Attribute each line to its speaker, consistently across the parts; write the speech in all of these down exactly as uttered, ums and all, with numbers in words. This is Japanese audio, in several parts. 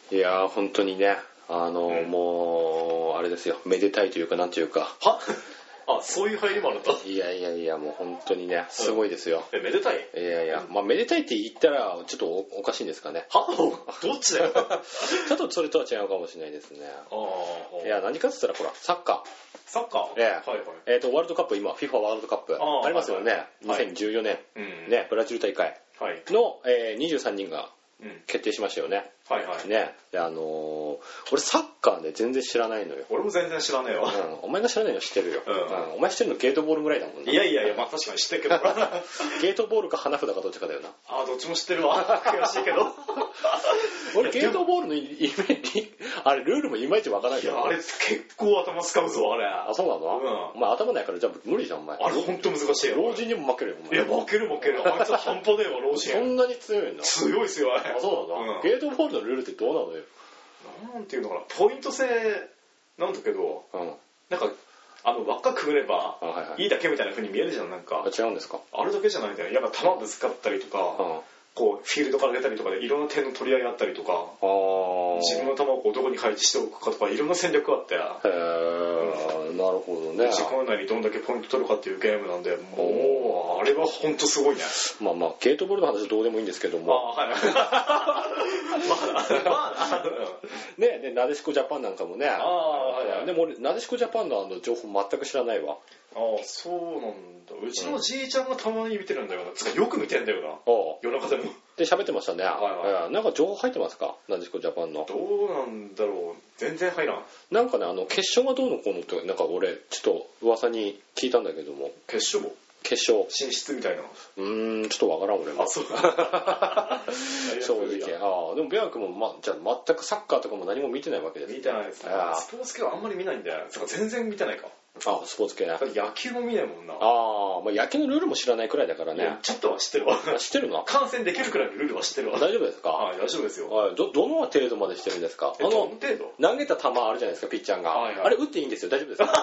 Speaker 1: いやー本当にね、あのー
Speaker 2: うん、
Speaker 1: もうあれですよ、めでたいというかなんていうか。
Speaker 2: はあ、そういう入りもあるんだ。
Speaker 1: いやいやいや、もう本当にね、すごいですよ。
Speaker 2: え、めでたい？
Speaker 1: いやいや、まあめでたいって言ったらちょっと お, おかしいんですかね。
Speaker 2: はどっちだよ。
Speaker 1: ちょっとそれとは違うかもしれないですね。
Speaker 2: あ
Speaker 1: いや、何かって言ったらほら、サッカー。
Speaker 2: サッカー、
Speaker 1: ええ
Speaker 2: はいはい。
Speaker 1: えーと、ワールドカップ、今、フィファ ワールドカップ
Speaker 2: あ
Speaker 1: ありますよね。
Speaker 2: はいはい
Speaker 1: にせんじゅうよねん、
Speaker 2: うん、
Speaker 1: ね、ブラジル大会
Speaker 2: はい。
Speaker 1: の、えー、にじゅうさんにんが
Speaker 2: うん、
Speaker 1: 決定しましたよね。
Speaker 2: はいはい。
Speaker 1: ね。で、あのー、俺サッカーね、全然知らないのよ。
Speaker 2: 俺も全然知らねえわ。
Speaker 1: うん、お前が知らないの知ってるよ。
Speaker 2: うん
Speaker 1: うん、お前知ってるのゲートボールぐらいだもんな。
Speaker 2: いやいやいや、まあ確かに知ってるけど。
Speaker 1: ゲートボールか花札かどっちかだよな。
Speaker 2: あ、どっちも知ってるわ。悔しいけど。
Speaker 1: 俺ゲートボールのイメージ、あれルールもいまいちわからないけど。
Speaker 2: いや、あれ結構頭使うぞ、あれ。
Speaker 1: あ、そうなの？
Speaker 2: うん。
Speaker 1: お前頭ないからじゃあ無理じゃん、お前。
Speaker 2: あれほんと難しいよ。
Speaker 1: 老人にも負けるよ、お前。
Speaker 2: いや、負ける負ける。あいつは半端ねえわ、老人。
Speaker 1: そんなに強いの？
Speaker 2: 強いっすよ、あれ。
Speaker 1: あ、そうなの、
Speaker 2: うん、
Speaker 1: ゲートボールのルールってどうなのよ。
Speaker 2: なんていうのかな、ポイント制なんだけど、
Speaker 1: うん。
Speaker 2: なんか、あの、輪っかくぐれば
Speaker 1: あ、はいはい。
Speaker 2: いいだけみたいな風に見えるじゃん、なんか。
Speaker 1: あ、違うんですか？
Speaker 2: あれだけじゃないんだよ。やっぱ球ぶつかったりとか、
Speaker 1: うん。
Speaker 2: こう、フィールドから出たりとかでいろんな点の取り合いがあったりとか、
Speaker 1: あー。
Speaker 2: 自分の球をこうどこに配置しておくかとか、いろんな戦略があって、
Speaker 1: へー、なるほどね。
Speaker 2: 時間内にどんだけポイント取るかっていうゲームなんで、もう、あれはほんとすごいね。
Speaker 1: まあまあ、ゲートボールの話はどうでもいいんですけど
Speaker 2: あ
Speaker 1: も。
Speaker 2: あ、はい。まあ、まあ、
Speaker 1: ね、で、なでしこジャパンなんかもね。
Speaker 2: ああ、はいはい。
Speaker 1: でも俺、なでしこジャパンのあの情報全く知らないわ。
Speaker 2: ああ、そうなんだ。うちのじいちゃんがたまに見てるんだよな。つかよく見てんだよな。
Speaker 1: おう。
Speaker 2: 夜中でも。
Speaker 1: で、喋ってましたね。
Speaker 2: はいはい
Speaker 1: うんなんか情報入ってますか？なでしこジャパンの。
Speaker 2: どうなんだろう。全然入らん。
Speaker 1: なんかね、あの、決勝がどうのこうのって、なんか俺、ちょっと噂に聞いたんだけども。
Speaker 2: 決勝
Speaker 1: 決勝。
Speaker 2: 進出みたいな。
Speaker 1: うーん、ちょっとわからん俺も。
Speaker 2: あ、そう。
Speaker 1: 正直。ああ、でもベア君も、ま、じゃあ全くサッカーとかも何も見てないわけです。
Speaker 2: 見てないですね。スポーツ系はあんまり見ないんだよ。つか全然見てないか。
Speaker 1: あ、スポーツ系ね。
Speaker 2: だって野球も見ないもんな。
Speaker 1: ああ、まあ、野球のルールも知らないくらいだからね。
Speaker 2: ちょっとは知ってるわ。
Speaker 1: あ、知ってるの？
Speaker 2: 観戦できるくらいのルールは知ってるわ。
Speaker 1: 大丈夫ですか？
Speaker 2: はい、大丈夫ですよ。
Speaker 1: はい、ど、どの程度までしてるんですか？あ
Speaker 2: え、どの
Speaker 1: の、
Speaker 2: 程度？
Speaker 1: 投げた球あるじゃないですか、ピッチャーが。
Speaker 2: はいはい、
Speaker 1: あれ打っていいんですよ、大丈夫ですか？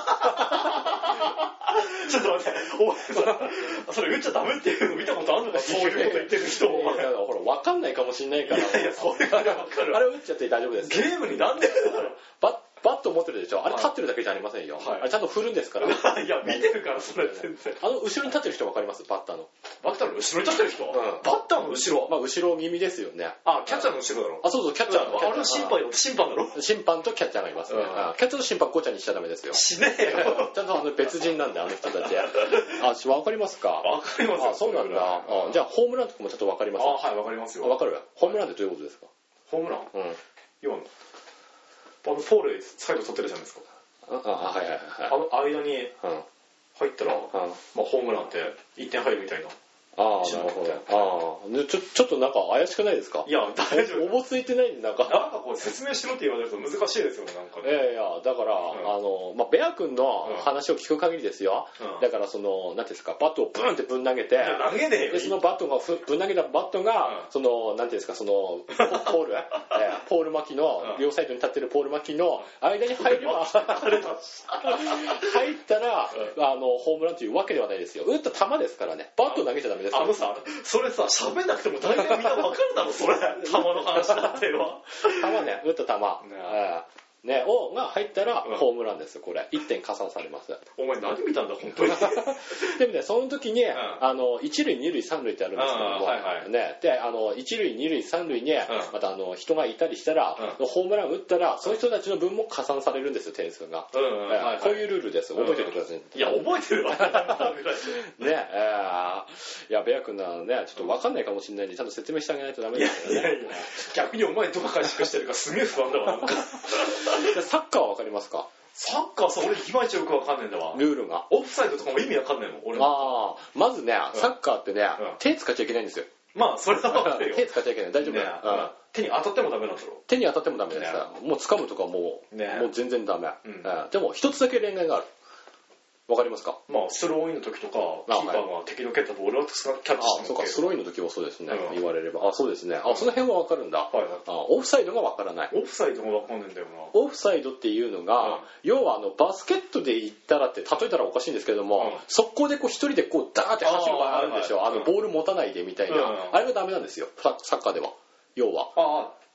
Speaker 2: ちょっと待って、お前さ、それ打っちゃダメっていうの見たことあるのか、そういうこと言ってる人も。
Speaker 1: いや、ほら、わかんないかもしんないから。
Speaker 2: いやいや、それがわかる。
Speaker 1: あれ打っちゃって大丈夫です。
Speaker 2: ゲームになんで
Speaker 1: バッ、バット持ってるでしょ？あれ立ってるだけじゃありませんよ。
Speaker 2: はい、
Speaker 1: あれちゃんと振るんですから。
Speaker 2: いや、見てるから、それ全然。
Speaker 1: あの、後ろに立ってる人わかります？バッターの。
Speaker 2: バッターの後ろに立ってる人、うん、バッターの後ろ。
Speaker 1: まあ、後ろ気味ですよね。
Speaker 2: あ、キャッチャーの後ろだろ。
Speaker 1: あ、そうそう、キャッチャーの。
Speaker 2: あれは審判よ、審判だろ。
Speaker 1: 審判とキャッチャーがいますね。うん、キャッチャーと審判ごちゃにしちゃダメですよ。
Speaker 2: しねえよ。
Speaker 1: ちゃんとあの別人なんで、あの人たち。あ、わかりますか？
Speaker 2: わかりますよ。
Speaker 1: あ、そうなんだ。あ、じゃあ、ホームランとかもちょっとわかります？
Speaker 2: あ、はい、わかりますよ。
Speaker 1: わかる？ホームランってどういうことですか？
Speaker 2: ホームラン？
Speaker 1: うん。
Speaker 2: 要は、あの、フォールサイド取ってるじゃないですか。
Speaker 1: あ、あ、はいはいはい。
Speaker 2: あの間に入ったら、
Speaker 1: うん、
Speaker 2: まあ、ホームランっていってん入るみたいな。
Speaker 1: ああ、なるほど。ああ、ちょ、ちょっとなんか怪しくないですか？
Speaker 2: いや、大丈夫。
Speaker 1: おぼついてないんなんか。
Speaker 2: なんかこう説明しろって言われると難しいですよね、なんかね。
Speaker 1: いやいや、だから、うん、あの、まあ、ベア君の話を聞く限りですよ。うん、だからその、なんていうんですか、バットをブンってぶん投げて、
Speaker 2: 投げねえよ。
Speaker 1: で、そのバットがぶん投げたバットが、うん、その、なんていうんですか、その、ポール、ポール巻きの、両サイドに立ってるポール巻きの間に入れば、入ったら、あの、ホームランというわけではないですよ。打った球ですからね。バット投げちゃダメですから。
Speaker 2: あのさ、それさ、喋んなくても大体みんなわかるだろ、それ。球の話だってよ。
Speaker 1: 球ね、打った球。ねね、をが入ったらホームランですよ、これ。いってん加算されます。
Speaker 2: お前何見たんだ、本当に。
Speaker 1: でもね、その時に、うん、あの、一塁、二塁、三塁ってあるんですけども、
Speaker 2: はいはい、
Speaker 1: ね、で、あの、一塁、二塁、三塁に、うん、またあの、人がいたりしたら、うん、ホームラン打ったら、その人たちの分も加算されるんですよ、点数が。うんうんはいはい、こういうルールです。覚えておいてください。
Speaker 2: いや、覚えてるわ。
Speaker 1: ね、えー、いや、ベア君なのね、ちょっと分かんないかもしれないんで、ちゃんと説明してあげないとダメですよね。
Speaker 2: いやいやいや、逆にお前どう解釈してるかすげえ不安だわ、なんか。
Speaker 1: サッカーは分かりますか？
Speaker 2: サッカーさ、俺いまいちよくわかんねえんだわ。
Speaker 1: ルールが。
Speaker 2: オフサイドとかも意味わかんないもん、俺も。
Speaker 1: ああ、まずね、サッカーってね、うん、手使っちゃいけないんですよ。
Speaker 2: まあ、それは分かるよ。
Speaker 1: 手使っちゃいけない。大丈夫、ねうん、
Speaker 2: 手に当たってもダメなんだろ。
Speaker 1: 手に当たってもダメです。ね、もう掴むとかもう、ね、もう全然ダメ。うんうん、でも、一つだけ例外がある。わかりますか？
Speaker 2: まあ、スローインの時とか、キーパーが敵の蹴ったボールをキャッチしても、
Speaker 1: あ、そうか、スローインの時はそうですね。うん、言われれば。あ、そうですね。あ、その辺はわかるんだ。はいはい、あ、オフサイドがわからない。
Speaker 2: オフサイドがわかんないんだよな。
Speaker 1: オフサイドっていうのが、うん、要はあの、バスケットで言ったらって、例えたらおかしいんですけども、うん、速攻でこう一人でこう、ダーって走る場合あるんでしょ。あ, あの、ボール持たないでみたいな、うん。あれがダメなんですよ。サッカーでは。要は。
Speaker 2: ああ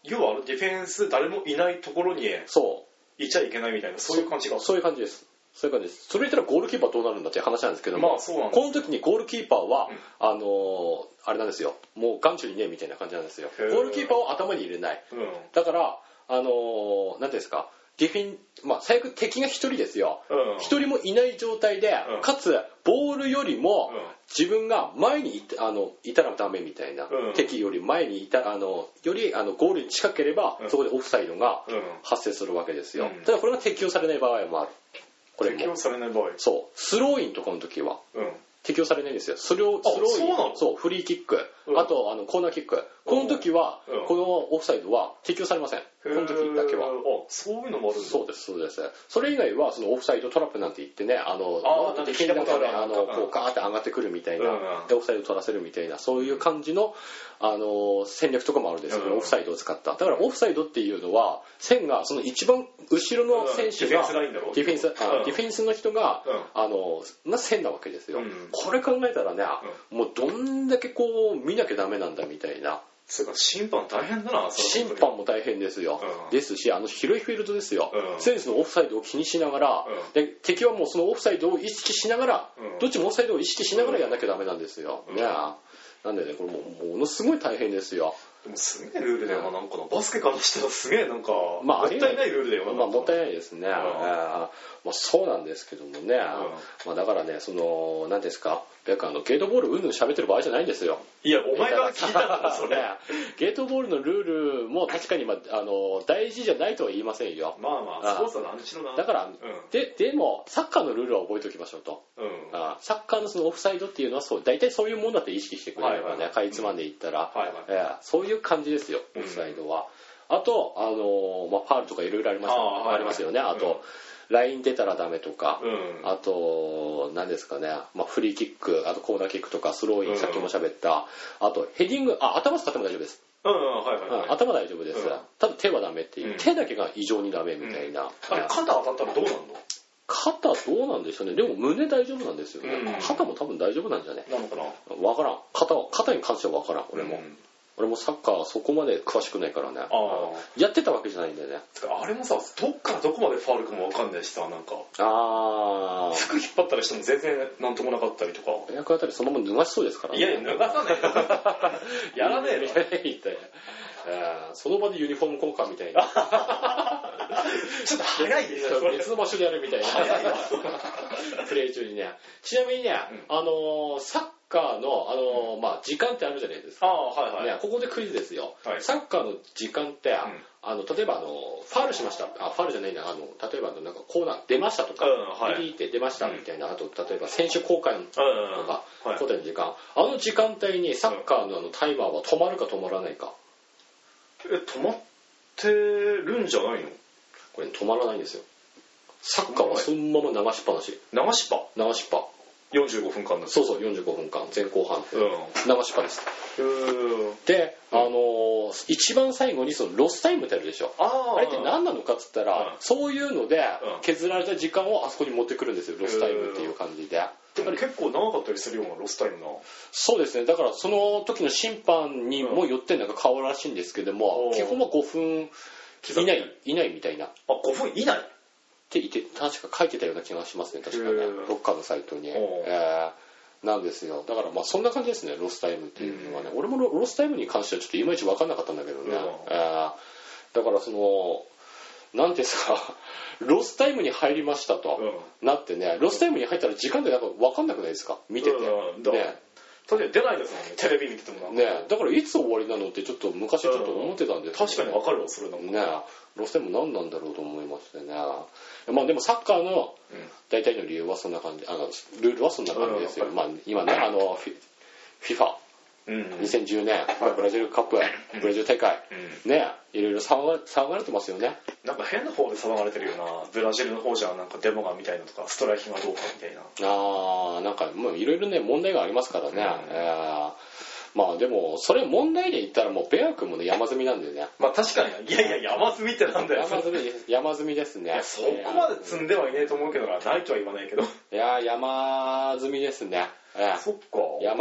Speaker 2: 要はディフェンス誰もいないところに
Speaker 1: そう
Speaker 2: いちゃいけないみたいな、そういう感じが。
Speaker 1: そういう感じです。そういう感じです。それ言ったらゴールキーパーどうなるんだっていう話なんですけども、
Speaker 2: まあそうなんです。
Speaker 1: この時にゴールキーパーは、うん、あのー、あれなんですよ。もう眼中にねみたいな感じなんですよ。ゴールキーパーを頭に入れない。うん、だからあのー、なんていうんですか。ディフィン、まあ、最悪敵が一人ですよ。一、うん、人もいない状態で、うん、かつ、ボールよりも、うん、自分が前にいた、あの、いたらダメみたいな、うん、敵より前にいた、あの、より、あの、ゴールに近ければ、うん、そこでオフサイドが発生するわけですよ。うん、ただ、これが適用されない場合もある。これも。
Speaker 2: 適用されない場合。
Speaker 1: そう。スローインとかの時は、うん、適用されないんですよ。スロー、スローイン。そう、そう、フリーキック。うん、あと、あの、コーナーキック。この時は、うん、このオフサイドは適用されません。この時だけは。あ、
Speaker 2: そういうのもあるんだ。
Speaker 1: そうです、そうです。それ以外は、そのオフサイドトラップなんて言ってね、あの、あできるだけね、あの、こう、ガーって上がってくるみたいな、うん、で、オフサイド取らせるみたいな、そういう感じの、あの、戦略とかもあるんですよ、うん、オフサイドを使った。だから、オフサイドっていうのは、線が、その一番後ろの選手が、
Speaker 2: うん、ディフェンスラインだろ。
Speaker 1: ディフェンス、あ、うん、ディフェンスの人が、うん、あの、な線なわけですよ。うん、これ考えたらね、うん、もうどんだけこう、見なきゃダメなんだみたいな。
Speaker 2: そうか、審判大変だな。
Speaker 1: 審判も大変ですよ、うん、ですし、あの広いフィールドですよ、うん、選手のオフサイドを気にしながら、うん、で敵はもうそのオフサイドを意識しながら、うん、どっちもオフサイドを意識しながらやんなきゃダメなんですよ、うん、ねえ。なんでね、これもうものすごい大変ですよ。
Speaker 2: でもすげえルールだよな、なんかバスケからしたらすげえなんか、まあ、もったいないルールだよな。
Speaker 1: まあ、もったいないですね、うん、まあ、そうなんですけどもね、うん、まあ、だからね、その何ですか、なんかあのゲートボールうんぬん喋ってる場合じゃないんですよ。
Speaker 2: いや、お前が聞いたんだそれ。
Speaker 1: ゲートボールのルールも確かに、まあ、あの大事じゃないとは言いませんよ。
Speaker 2: まあまあ、スポーツは何しろな。
Speaker 1: だから、うん、ででもサッカーのルールは覚えておきましょうと、うん、あサッカーのそのオフサイドっていうのはそう大体そういうもんだって意識してくれればね、はいはい、かいつまんでいったら、はいはい、えー、そういう感じですよ、オフサイドは。うん、あと、あのーまあ、ファールとかいろいろありますよ、あ、ありますよね。あと、うん、ライン出たらダメとか、うん、あと何ですかね、まあ、フリーキック、あとコーナーキックとかスローイン、うん、さっきも喋った、あとヘディング、あ、頭使っても大丈夫です。
Speaker 2: うんうん、はいはいはい、
Speaker 1: うん、頭大丈夫です、うん、ただ手はダメっていう、うん、手だけが異常にダメみたいな、うん、
Speaker 2: あれ肩当たったらどうなんの？
Speaker 1: 肩どうなんでしょうね。でも胸大丈夫なんですよね、うん、肩も多分大丈夫なんじゃね
Speaker 2: なのかな、
Speaker 1: 分からん。 肩, 肩に関しては分からん俺も、うん、俺もサッカーそこまで詳しくないからね。あやってたわけじゃないんだよね。
Speaker 2: あれもさ、どっからどこまでファウルかも分かんないしさ、なんか
Speaker 1: あ
Speaker 2: 服引っ張ったりしても全然なんともなかったりとか。
Speaker 1: エアコンあたりそのまま脱がしそうですからね。
Speaker 2: いやいや脱がさないやらねえの
Speaker 1: みたいなその場でユニフォーム交換みたいな
Speaker 2: ちょっと早いですよ。
Speaker 1: 別の場所でやるみたいなプレー中にね。ちなみにね、うん、あのサッカーの、あのーまあ、時間ってあるじゃないですか。
Speaker 2: あ、はいはい
Speaker 1: ね、ここでクイズですよ、はい、サッカーの時間って、うん、あの例えばあのファウルしました、あファウルじゃないな、あの例えばなんかコーナー出ましたとか、うんはい、ピリって出ましたみたいな、あと例えば選手交換とか、うんはい、交代の時間、あの時間帯にサッカーのあのタイマーは止まるか止まらないか。
Speaker 2: え、止まってるんじゃないの？
Speaker 1: これ止まらないんですよ。サッカーはそのまま流しっぱなし。
Speaker 2: 流しっぱ
Speaker 1: 流しっぱ
Speaker 2: よんじゅうごふんかんだ。
Speaker 1: そうそう、よんじゅうごふんかん、前後半、うん、流しっぱです。で、あのー、一番最後にそのロスタイムってあるでしょ。あ, あれって何なのかっつったら、うん、そういうので削られた時間をあそこに持ってくるんですよ、ロスタイムっていう感じで。
Speaker 2: でも結構長かったりするようなロスタイムな。
Speaker 1: そうですね。だからその時の審判にもよってなんか変わるらしいんですけども、うん、基本はごふん以内以内みたいな。あ、
Speaker 2: ごふん以内
Speaker 1: って言って確か書いてたような気がしますね、確かね、どっかのサイトに、えー、なんですよ。だからまあそんな感じですね、ロスタイムっていうのはね。俺もロスタイムに関してはちょっといまいち分かんなかったんだけどね、えー、だからそのなんていうんですかロスタイムに入りましたと、うん、なってね、ロスタイムに入ったら時間でなんか分かんなくないですか、見てて、うん、ね。
Speaker 2: 確かに出ないですもんね、テレビ見ててもなんか
Speaker 1: ね。だからいつ終わりなのってちょっと昔ちょっと思ってたんで、
Speaker 2: ね、確かに分かるわ、それだもん
Speaker 1: ね。ロスタイム何なんだろうと思いましてね。まあでもサッカーの大体の理由はそんな感じ、あのルールはそんな感じですよ。うん、まあ今ね、あのフィファにせんじゅうねんブラジルカップ、ブラジル大会、うん、ね、いろいろ騒が、騒がれてますよね。
Speaker 2: なんか変な方で騒がれてるような、ブラジルの方じゃなんかデモがみたいなとか、ストライキがどうかみたいな。
Speaker 1: ああ、なんかもういろいろね問題がありますからね。うん、えー、まあでもそれ問題で言ったらもうベア君もね山積みなんだよね。
Speaker 2: まあ確かに、いやいや山積みってなんだよ。
Speaker 1: 山積み山積みですね。いや
Speaker 2: そこまで積んではいねえと思うけどな、ないとは言わないけど。
Speaker 1: いや山積みですね。
Speaker 2: えー、そっか。
Speaker 1: 山。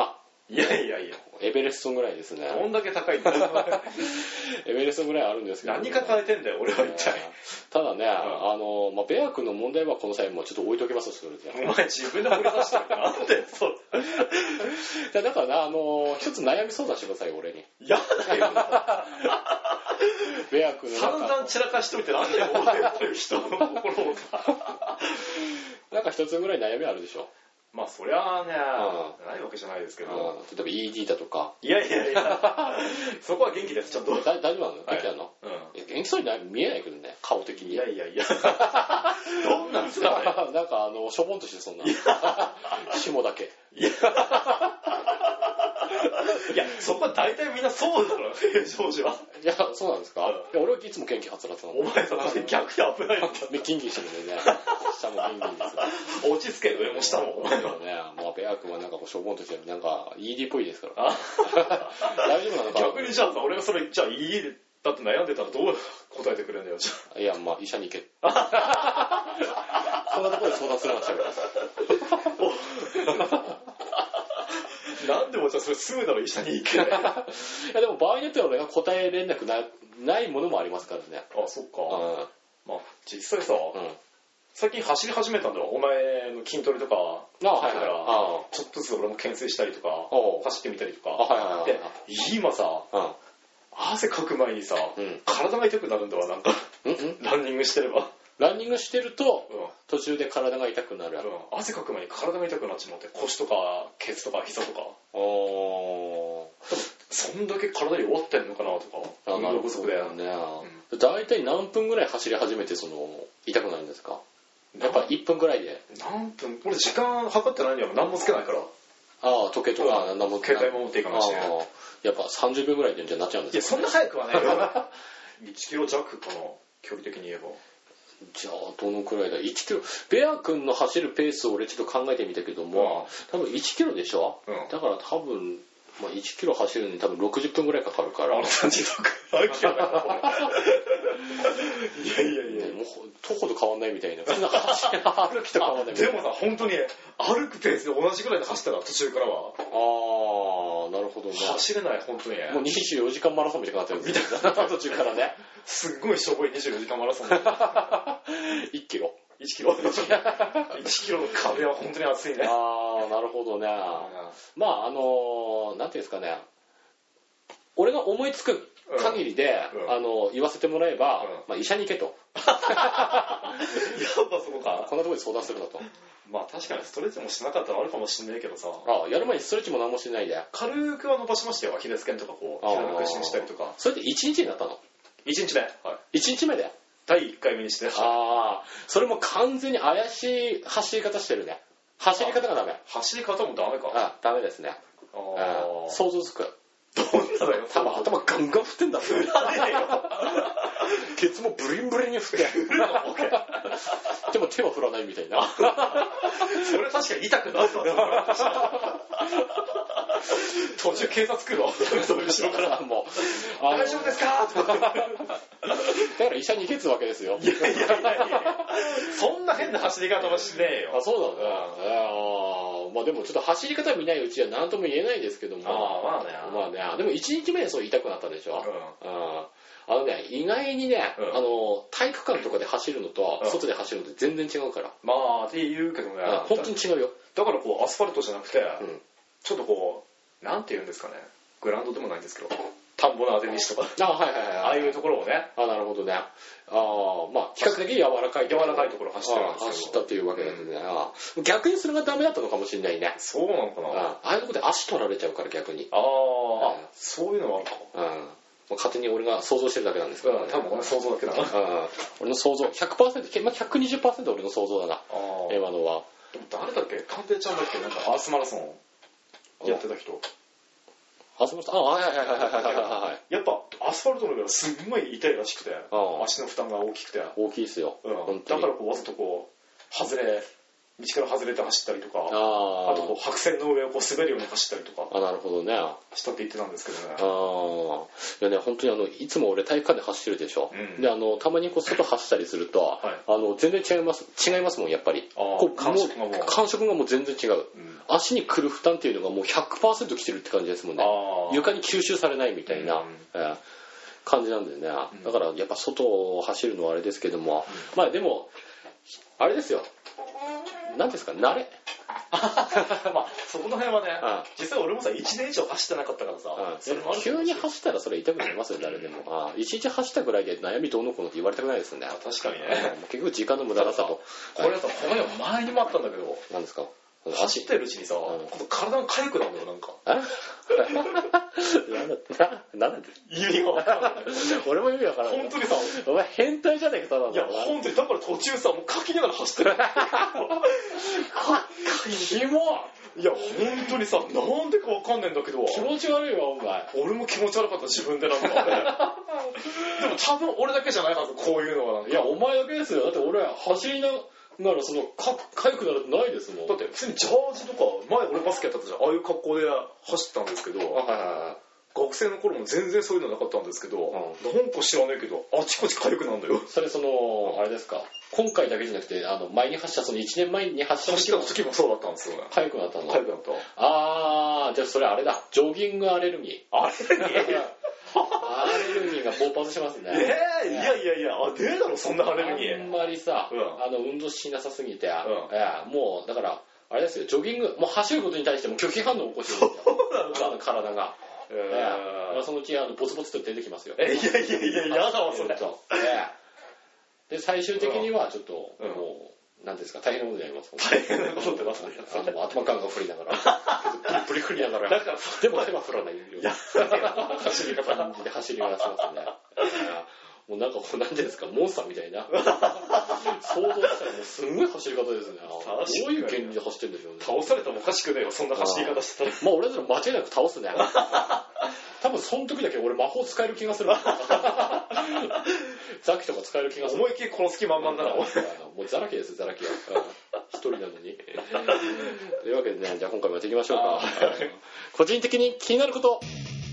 Speaker 2: いやいやいや。
Speaker 1: エベレストぐらいですね。
Speaker 2: どんだけ高いんだよ。
Speaker 1: エベレストぐらいあるんですけど、
Speaker 2: 何抱えてんだよ、俺は一体。
Speaker 1: ただね、うん、あの、まあ、ベア君の問題はこの際もうちょっと置いときますそれで。
Speaker 2: お前自分で掘り出してるから、なんでそう。
Speaker 1: だからな、あの、一つ悩み相談してくださいよ、俺に。
Speaker 2: やだよ。
Speaker 1: ベア君の
Speaker 2: 散々散らかしといてなんで俺やってる人の心をさ。
Speaker 1: なんか一つぐらい悩みあるでしょ。
Speaker 2: まあそりゃあね、うん、ないわけじゃないですけど、うん、
Speaker 1: 例えば イーディー だとか。
Speaker 2: いやいやいやそこは元気です、ちょっと。
Speaker 1: 大丈夫なの？元気なの？
Speaker 2: はい、
Speaker 1: うん、元気そうに見えないけどね、顔的に。
Speaker 2: いやいやいやどんなんですかね。
Speaker 1: なんかあのしょぼんとしてそんな霜だけ。
Speaker 2: いやいや、そこは大体みんなそうだろ、平常時は。
Speaker 1: いや、そうなんですか、うん、いや俺はいつも元気はつらつなの。
Speaker 2: お前さ、逆に危ないんだ。
Speaker 1: 目キンキンしてるんでね。下もギンギンです。
Speaker 2: 落ち着け、上も下も。お前は
Speaker 1: ね、まあ、ベア君はなんかこうしょぼんとしてる、なんか イーディー っぽいですから。大丈夫なのかな。
Speaker 2: 逆にじゃあさ、俺がそれ、じゃあ イーディー だって悩んでたらどう答えてくれんだよ、じゃ
Speaker 1: あ。いや、まあ、医者に行け。そんなところで相談するのはしゃべる。
Speaker 2: なんでもじゃあそれすぐなら医者に行けない。い
Speaker 1: やでも場合によっては俺が答えれなく な, ないものもありますからね。
Speaker 2: あ、そっか。うん、まあ実際さ、うん、最近走り始めたんだよ。お前の筋トレとか
Speaker 1: あ、はいはい
Speaker 2: はい、ちょっとずつ俺も懸垂したりとか走ってみたりとか。
Speaker 1: あ、はいはいはい、
Speaker 2: で今さ、うん、汗かく前にさ、うん、体が痛くなるんだわ、なんか、うんうん、ランニングしてれば。
Speaker 1: ランニングしてると、うん、途中で体が痛くなる、
Speaker 2: うん、汗かく前に体が痛くなっちまって、腰とかケツとか膝とか、
Speaker 1: お
Speaker 2: そんだけ体弱ってんのかなとか。
Speaker 1: あ、なるほどね、うん、だいたい何分ぐらい走り始めてその痛くなるんですか？やっぱいっぷんぐらいで。
Speaker 2: 何分？俺時間測ってないんだよ。何もつけないから。
Speaker 1: ああ、時計とか
Speaker 2: 何も携帯も持っていかないしね。
Speaker 1: やっぱさんじゅっぷんぐらいでじゃなっちゃうんですか？
Speaker 2: いや、そんな早くはないよ。いちキロ弱かな、距離的に言えば。
Speaker 1: じゃあどのくらいだ？いちキロ。ベア君の走るペースを俺ちょっと考えてみたけども、うん、多分いちキロでしょ、うん、だから多分、まあ、いちキロ走るのに多分ろくじゅっぷんぐらいかかるから。
Speaker 2: あのさんじゅっぷんいやいやいや、
Speaker 1: もう徒歩と変わんないみたいな。普通の走り歩きと変わんないみたいな。
Speaker 2: でもさ、本当に歩くペースで同じぐらいで走ったら途中からは。
Speaker 1: ああ、なるほどね。
Speaker 2: 走れない、本当に。
Speaker 1: もうにじゅうよじかんマラソンみたいになってるんですよ。途中からね。
Speaker 2: すっごいしょぼいにじゅうよじかんマラソン。
Speaker 1: いちキロ。
Speaker 2: いちキロ。いちキロの壁は本当に熱いね。
Speaker 1: ああ、なるほどね。まあ、あのー、なんていうんですかね。俺が思いつく限りで、うんうん、あの言わせてもらえば、うん、まあ、医者に行けと。
Speaker 2: やっぱそうか。
Speaker 1: こんなところで相談するなと。
Speaker 2: まあ確かにストレッチもしなかったらあるかもしれないけどさ。
Speaker 1: ああ、やる前にストレッチも何もしないで。
Speaker 2: 軽くは伸ばしましたよ。アキレス腱とかこう、平くしにしたりとか。
Speaker 1: それでいちにちになったの？
Speaker 2: いち 日目。はい。
Speaker 1: いちにちめで
Speaker 2: だいいっかいめにして。
Speaker 1: ああ、それも完全に怪しい走り方してるね。走り方がダメ。
Speaker 2: 走り方もダメか。
Speaker 1: あ、ダメですね。ああ、想像つく。
Speaker 2: どんなだよ。
Speaker 1: 多分頭ガンガン振ってんだろ。
Speaker 2: 振らねえよ。
Speaker 1: ケツもブリンブリンに振って。でも手は振らないみたいな。
Speaker 2: それ確かに痛くなるわ。途中警察来るわ。その後ろからもう。大丈夫ですか？
Speaker 1: だから医者に行けつわけですよ。
Speaker 2: いやいやいやいや。そんな変な走り方はしねえよ。
Speaker 1: あ、そうなんだ。あ、まあでもちょっと走り方見ないうちは何とも言えないですけども。
Speaker 2: ああ、まあね。
Speaker 1: まあね。でもいちにちめでそう痛くなったでしょ。うん。ああのね、意外にね、うん、あの体育館とかで走るのと、うん、外で走るのって全然違うから。
Speaker 2: まあって言うけどね。
Speaker 1: 本当に違うよ。
Speaker 2: だからこうアスファルトじゃなくて、うん、ちょっとこうなんて言うんですかね。グラウンドでもないんですけど。田んぼのあぜ道とか。
Speaker 1: あ、はいはいはい。
Speaker 2: ああいうところをね。
Speaker 1: あ、なるほどね。ああ、まあ比較的柔らかい
Speaker 2: 柔らかいところ走ってるんですけど。
Speaker 1: 走ったっていうわけだけどね。うん、逆にそれがダメだったのかもしれないね。
Speaker 2: そうなのかな。
Speaker 1: ああいうところで足取られちゃうから逆に。
Speaker 2: ああ、うん、そういうのはあるかも。
Speaker 1: うん。勝手に俺が想像してるだけなんですけど、ね、
Speaker 2: うん、多分俺の想像だけだな。
Speaker 1: 俺の想像 ひゃくパーセント、まあ、ひゃくにじゅっパーセント 俺の想像だな。今のは。
Speaker 2: でも誰だっけ、鑑定ちゃんだっけ、なんかアースマラソンやってた人。
Speaker 1: アースマラソン、あ、はいはいはいはいはいはい。
Speaker 2: やっぱアスファルトの上はすんごい痛いらしくて、足の負担が大きくて。
Speaker 1: 大きいですよ。
Speaker 2: うん、だからこうわざとこう外れ。道から外れて走ったりとか、あ, あとこう白線の上をこう滑るように走ったりとか、
Speaker 1: あ、なるほどね。
Speaker 2: したって言ってたんですけどね。
Speaker 1: ああ、いやね、本当にあのいつも俺体育館で走ってるでしょ。うん、であのたまにこう外走ったりすると、はい、あの全然違います違いますもんやっぱり。
Speaker 2: あこう感触がもう
Speaker 1: 感触がもう全然違う。うん、 足に来る負担っていうのがもう ひゃくパーセント 来てるって感じですもんね。床に吸収されないみたいな、うんえー、感じなんでね、うん、だからやっぱ外を走るのはあれですけども、うん、まあでもあれですよ、何ですか、慣れ
Speaker 2: まあそこの辺はね、うん、実際俺もさいちねん以上走ってなかったからさ、うん、
Speaker 1: それも急に走ったらそれ痛くなりますよ誰でも、うん、いちにち走ったぐらいで悩みどうのこうのって言われたくないですよね。
Speaker 2: 確かにね、
Speaker 1: 結局時間の無駄だったと。
Speaker 2: これさ、この辺前にもあったんだけど、
Speaker 1: 何ですか、
Speaker 2: 走ってるうちにさ、うん、体が痒くなるのよ、なんか。
Speaker 1: なんだなんだって
Speaker 2: 意味がわからない。
Speaker 1: 俺も意味わからない。
Speaker 2: 本当にさ、
Speaker 1: お前変態じゃねえか、ただの。
Speaker 2: いや、本当に、だから途中さ、もう書きながら走ってる。
Speaker 1: キモ
Speaker 2: いや、本当にさ、なんでかわかんねえんだけど。
Speaker 1: 気持ち悪いわ、お前。
Speaker 2: 俺も気持ち悪かった、自分でなんかね。でも多分俺だけじゃないはず、こういうのはなんか。
Speaker 1: いや、お前だけですよ。だって俺、走りな、ならそのか痒くなるってないですもん。
Speaker 2: だって普通にジャージとか前俺バスケやったじゃん、ああいう格好で走ったんですけど、はいはいはい、学生の頃も全然そういうのなかったんですけど、うん、なんか知らないけどあちこち痒くなるんだよ。
Speaker 1: それそのあれですか、今回だけじゃなくてあの前に走ったそのいちねんまえに走った時も
Speaker 2: 時もそうだったんですよね。
Speaker 1: 痒くなったの。
Speaker 2: 痒くなった。
Speaker 1: ああ、じゃあそれあれだ、ジョギングアレルギー。
Speaker 2: アレルギー
Speaker 1: アレルギーが勃発しますね。
Speaker 2: えー、いやいやいや、あ、ねえだろそんなアレルギー。
Speaker 1: あんまりさ、うん、あの運動しなさすぎて、うんえー、もうだからあれですよ、ジョギングもう走ることに対しても拒否反応を起こしてるんですよ。そうなの体が。えー、そのうちあのボツボツと出てきますよ。
Speaker 2: えいやいやいやいや、やだわそれ。
Speaker 1: で最終的にはちょっと、うん、もう。なんですか、大変なことになります。
Speaker 2: 大変なことってますね。
Speaker 1: あの頭ガンガン振りながら、プリプリ振りながら、だからでも手は振らないように走り方感じで走り回しますね。もうなんかこうなんていうんですか、モンスターみたいな。想像したらもうすんごい走り方ですね。どういう原理で走ってるんでしょうね。
Speaker 2: 倒されてもおかしくねえよ、そんな走り方してたら。
Speaker 1: まあ俺たち間違いなく倒すね。多分その時だけ俺魔法使える気がする。ザキとか使える気がする。
Speaker 2: 思いっきり殺す気満々だな。
Speaker 1: もうザラキです、ザラキは。一人なのに。というわけでね、じゃあ今回もやっていきましょうか。個人的に気になること。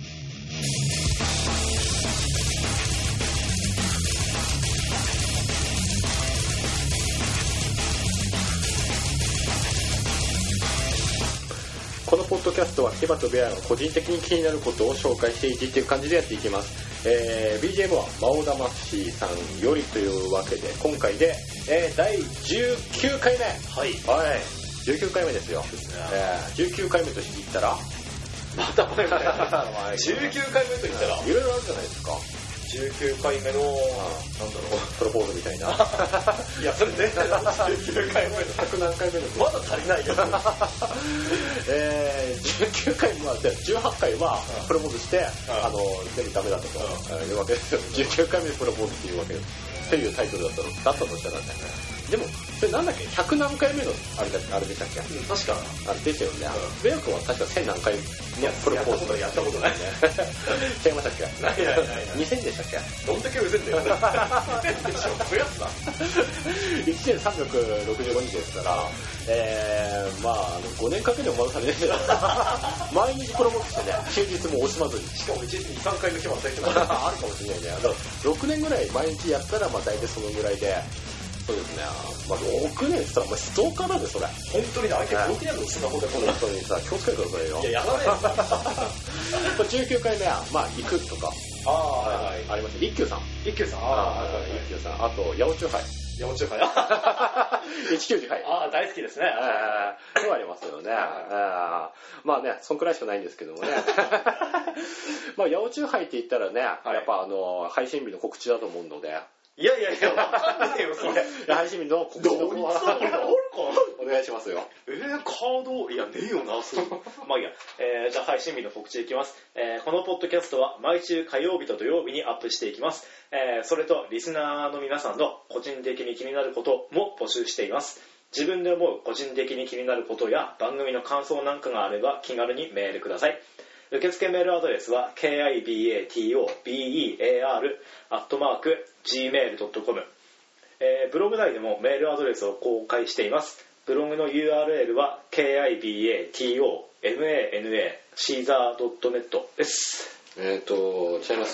Speaker 1: このポッドキャストはケバとベアの個人的に気になることを紹介していってっていう感じでやっていきます。えー、ビージーエム はマオダマッシーさんよりというわけで今回で、えー、だいじゅうきゅうかいめ。
Speaker 2: はい、
Speaker 1: はい、じゅうきゅうかいめですよ。ですね、えー、じゅうきゅうかいめとして言ったら
Speaker 2: また前みたいなじゅうきゅうかいめと言ったら
Speaker 1: いろいろあるじゃないですか。
Speaker 2: じゅうきゅうかいめの、なんだろ
Speaker 1: う、プロポーズみたいな。
Speaker 2: いや、それ全然じゅうきゅうかいめの。
Speaker 1: ひゃく何回目の。
Speaker 2: まだ足りないよ。
Speaker 1: えー、じゅうきゅうかいは、じゅうはちかいはプロポーズして、うん、あの、全部ダメだったと、うん、いうわけですよ。じゅうきゅうかいめプロポーズっていうわけです。っていうタイトルだったの、だったとしたらね。でも、それなんだっけ、ひゃく何回目のあれだあれでしたっけ、
Speaker 2: うん、確か。
Speaker 1: あれですよね。ベア君は確か千何回のプロポーズ。
Speaker 2: やったことないね。
Speaker 1: 違いましたっけ。
Speaker 2: ないないないない。
Speaker 1: にせんでしたっけ。
Speaker 2: どんだけうぜんだよ。にせんでしょ。増やすな。
Speaker 1: いちねんさんびゃくろくじゅうごにちですから、えー、まあ、あのごねんかけてお待たされですよ。毎日プロポーズしてね、休日も惜しまずに。
Speaker 2: しかもいちにちにさんかいの日もあったりとか。
Speaker 1: あるかもしれないね。だからろくねんぐらい毎日やったら、まあ大体そのぐらいで。そうですね。まあ、ろくねんって言ったら、お前ストーカーだぜ、それ。
Speaker 2: 本当にね、相手ろくねんのスマホで
Speaker 1: 本当にさ、気をつけてくださいよ。
Speaker 2: いや、やらねえよ。
Speaker 1: じゅうきゅうかいめは、まあ、行くとか。
Speaker 2: ああ、はい、
Speaker 1: あります。一休さん。
Speaker 2: 一休さん。あ
Speaker 1: あ、一休さん。あと、八百中杯。
Speaker 2: 八百中杯。
Speaker 1: 一休寺杯。
Speaker 2: ああ、大好きですね。
Speaker 1: そうありますよね。まあね、そんくらいしかないんですけどもね。まあ、八百中杯って言ったらね、やっぱあの、配信日の告知だと思うので。
Speaker 2: いやいやいや、わかんないよ、それ。
Speaker 1: 配信日の告知の方は。お願いしますよ。
Speaker 2: えー、カード、いや、ねえよな、そう。まあいいや。えー、じゃあ配信日の告知いきます。えー、このポッドキャストは毎週火曜日と土曜日にアップしていきます。えー、それと、リスナーの皆さんの個人的に気になることも募集しています。自分で思う個人的に気になることや番組の感想なんかがあれば気軽にメールください。受付メールアドレスは ケーアイビーエーティーオービーイーエーアール アットマーク ジーメールドットコム、えー、ブログ内でもメールアドレスを公開しています。ブログの ユーアールエル は ケーアイビーエーティーオーマナシーザードットネット です。
Speaker 1: えっと違いますね。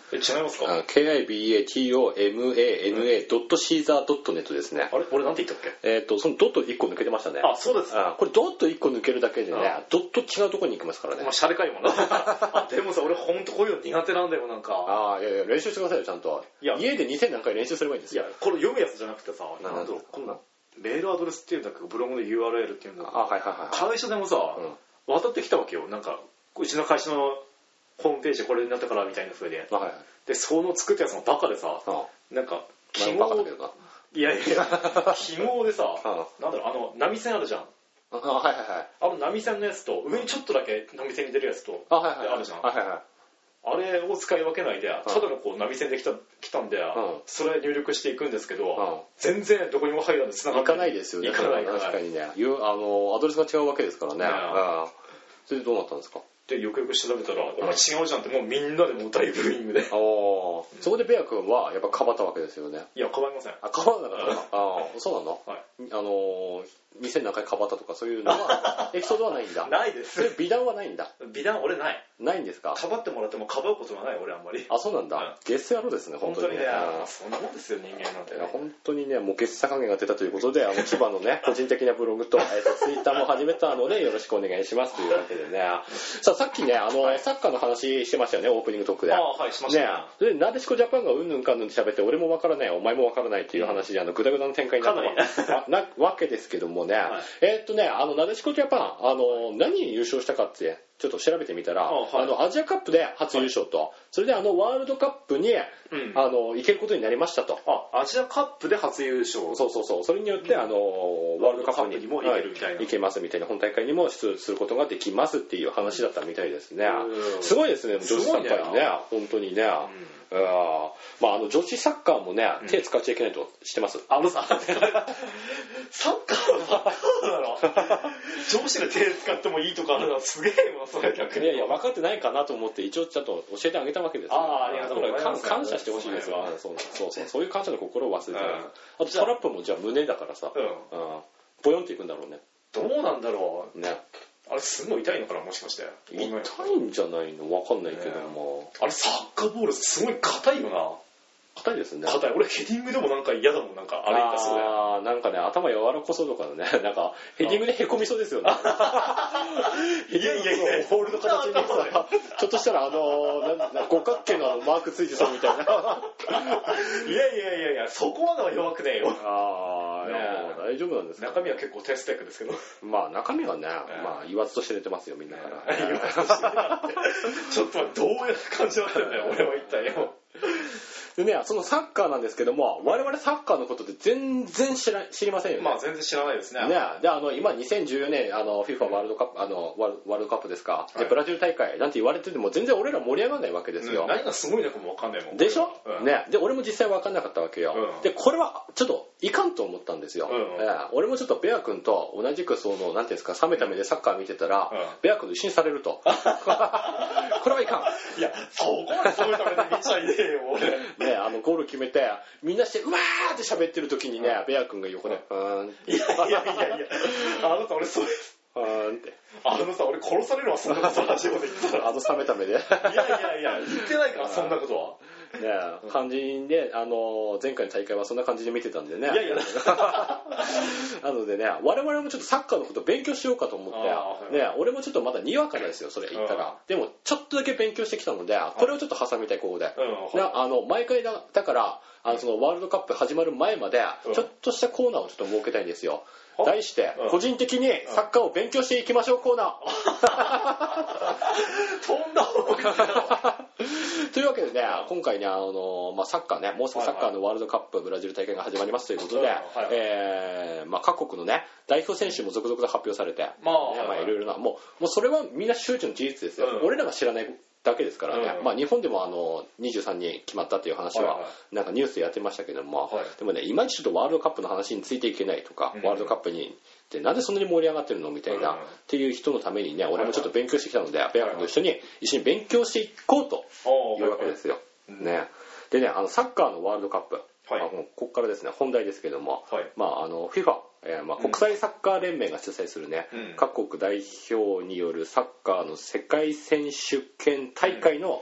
Speaker 2: え、違いますか？
Speaker 1: ケーアイビーエーティーオーエムエーエヌエードットシーザードットネット ですね。
Speaker 2: あれ俺なんて言ったっけ？
Speaker 1: えっと、そのドットいっこ抜けてましたね。
Speaker 2: あ、そうです。
Speaker 1: あこれドットいっこ抜けるだけでね、ドット違うところに行きますからね。
Speaker 2: まあ、シャレかいもんな。あ、でもさ、俺ほんとこういうの苦手なんだよ、なんか。
Speaker 1: ああ、いやいや、練習してくださいよ、ちゃんと。いや、家でにせん何回練習すればいいんですよ。
Speaker 2: いや、これ読むやつじゃなくてさ、なんだろう、こんな、メールアドレスっていうんだけど、ブログの ユーアールエル っていうんだけど、
Speaker 1: あ、はいはいはい。
Speaker 2: 会社でもさ、うん、渡ってきたわけよ。なんか、うちの会社のホームページこれになったからみたいな風で。はいはい、で、その作ったやつもバカでさ、ああなんか、記号、いやいや、記号でさ、ああなんだろう、あの、波線あるじゃん。
Speaker 1: あ、はいはいはい。
Speaker 2: あの波線のやつと、上にちょっとだけ波線に出るやつと、あ、はいはい、あるじゃん。はいはいはい。あれを使い分けないで、ただのこう波線で来た、来たんで、うん、それ入力していくんですけど、うん、全然どこにも入らないで繋がって
Speaker 1: いかないですよね。いかないから。確かにね。あの、アドレスが違うわけですからね。ねうん、それでどうなったんですか？
Speaker 2: で、よくよく調べたら、お前違うじゃんって、もうみんなでもう大ブーイングで。ああ、
Speaker 1: そこでベア君はやっぱかばったわけですよね。
Speaker 2: いや、かばいません。
Speaker 1: あ、かばんなかったああ、そうなの？はい。あの、にせん何回かばったとかそういうのは、エピソードはないんだ。
Speaker 2: ないです。
Speaker 1: それ美談はないんだ。
Speaker 2: 美談俺ない。
Speaker 1: ないんですか？
Speaker 2: かばってもらってもかばうことはない、俺あんまり。
Speaker 1: あ、そうなんだ。ゲッセ野郎ですね、本当にね。
Speaker 2: そんなもんですよ、人間なんて。
Speaker 1: 本当にね、もうゲッセ加減が出たということで、あの、千葉のね、個人的なブログと、えっと、ツイッターも始めたので、よろしくお願いしますというわけでね。さあ、さっきね、あの、サッカーの話してましたよね、オープニングトークで。
Speaker 2: ああ、はい、しましたね。
Speaker 1: で、なでしこジャパンがうんぬんかんぬんって喋って、俺もわからない、お前もわからないっていう話で、あの、ぐだぐだの展開になったなわけですけどもね、えっとね、あの、なでしこジャパン、あの、何に優勝したかって、ちょっと調べてみたら、あ、はい、あの、アジアカップで初優勝と、はい、それであの、ワールドカップに、うん、あの、行けることになりましたと。
Speaker 2: あ、アジアカップで初優勝。
Speaker 1: そうそうそう。それによって、うん、あの、ワールドカップに
Speaker 2: も行けるみたいな、
Speaker 1: はい。行けますみたいな、本大会にも出場することができますっていう話だったみたいですね。すごいですね、女子サッカーにね、本当にね。うん、あまあ、あの女子サッカーもね、うん、手使っちゃいけないと知ってます。
Speaker 2: あのさ、サッカーはサッカーなの上司が手使ってもいいとかあるのはすげえわ、それ逆に。
Speaker 1: いやいや、分かってないかなと思って、一応ちょっと教えてあげたわけですよ。
Speaker 2: ああ、ありがとうございます。
Speaker 1: 感謝してほしいですよ。そうそうそう、そういう感謝の心を忘れてない。うん、あとトラップもじゃあ胸だからさ、うん、ボヨンっていくんだろうね。
Speaker 2: どうなんだろう。
Speaker 1: ね。
Speaker 2: あれすごい痛いのかな、もしかして。
Speaker 1: 痛いんじゃないのわかんないけども、
Speaker 2: ね、あれサッカーボールすごい硬いよな。
Speaker 1: 硬いですね。
Speaker 2: 硬い。俺ヘディングでもなんか嫌だもん、なんかあれ痛そうだよ。
Speaker 1: ああ、なんかね、頭柔らかそうとかね、なんかヘディングでへこみそうですよね。
Speaker 2: いやいやいや、
Speaker 1: ボールの形にさ、ちょっとしたらあのー、な五角形のあのマークついてそうみたいな。
Speaker 2: いやいやいやいや、そこまでは弱くねえよ。
Speaker 1: ああ、いや、大丈夫なんですか。
Speaker 2: 中身は結構テステックですけど。
Speaker 1: まあ中身はね、まあ言わずとして出てますよ、みんなから。
Speaker 2: 言わずとしてって。ちょっとどういう感じだったんだよ、俺は一体よ。
Speaker 1: でね、そのサッカーなんですけども、我々サッカーのことって全然知ら知りませんよね。
Speaker 2: まあ全然知らないですね。
Speaker 1: ね、で、あの、今にせんじゅうよねん、あの、FIFA ワールドカップ、あの、ワールドカップですか。で、ブラジル大会なんて言われてても全然俺ら盛り上がらないわけですよ。
Speaker 2: うん、何がすごいのかもわかんないもん。
Speaker 1: でしょ、うん、ね。で、俺も実際わかんなかったわけよ。うん、で、これはちょっといかんと思ったんですよ。うんうん、俺もちょっとベア君と同じくその、なんていうんですか、冷めた目でサッカー見てたら、うん、ベア君と一緒にされると。これはいかん。
Speaker 2: いや、そこは冷めた目で見ちゃいねえよ、
Speaker 1: 俺。ね、あの、ゴール決めて、みんなして、うわーって喋ってる時にね、うん、ベア君が横で、うーんって。
Speaker 2: いやいやいやいや、あのさ、俺それ、
Speaker 1: うーんって。
Speaker 2: あのさ、俺殺されるわ、そんなこと初めて言ったら。
Speaker 1: あの冷めた目で。いや
Speaker 2: いやいや、言ってないから、そんなことは。
Speaker 1: ねえ、感じで、あの、前回の大会はそんな感じで見てたんでね。
Speaker 2: いやいや、
Speaker 1: なのでね、我々もちょっとサッカーのこと勉強しようかと思って、ね、俺もちょっとまだにわかなんですよ、それ言ったら。でも、ちょっとだけ勉強してきたので、これをちょっと挟みたい、ここで。うん、あの、毎回だ、だから、あの、そのワールドカップ始まる前まで、ちょっとしたコーナーをちょっと設けたいんですよ。題して、個人的にサッカーを勉強していきましょうコーナ
Speaker 2: ー。飛んだ方が
Speaker 1: というわけでね、今回ね、あの、まあ、サッカーね、もうすぐサッカーのワールドカップブラジル大会が始まりますということで、えー、まあ、各国のね、代表選手も続々と発表されて、まあ、ね、まあ、いろいろな、もう、もうそれはみんな周知の事実ですよ。うん、俺らが知らないだけですからね、うん、まあ、日本でもあのにじゅうさんにん決まったっていう話はなんかニュースでやってましたけども、はいはい、でもね、いまいちちょっとワールドカップの話についていけないとか、うん、ワールドカップにでなんでそんなに盛り上がってるのみたいな、うん、っていう人のためにね、俺もちょっと勉強してきたので、ベア君と一緒に一緒に勉強していこうというわけですよ。ね、でね、あのサッカーのワールドカップ、はい、まあ、もうここからですね、本題ですけども、はい、まあ、あの FIFA、えーまあ、国際サッカー連盟が主催するね、うん、各国代表によるサッカーの世界選手権大会の、うん、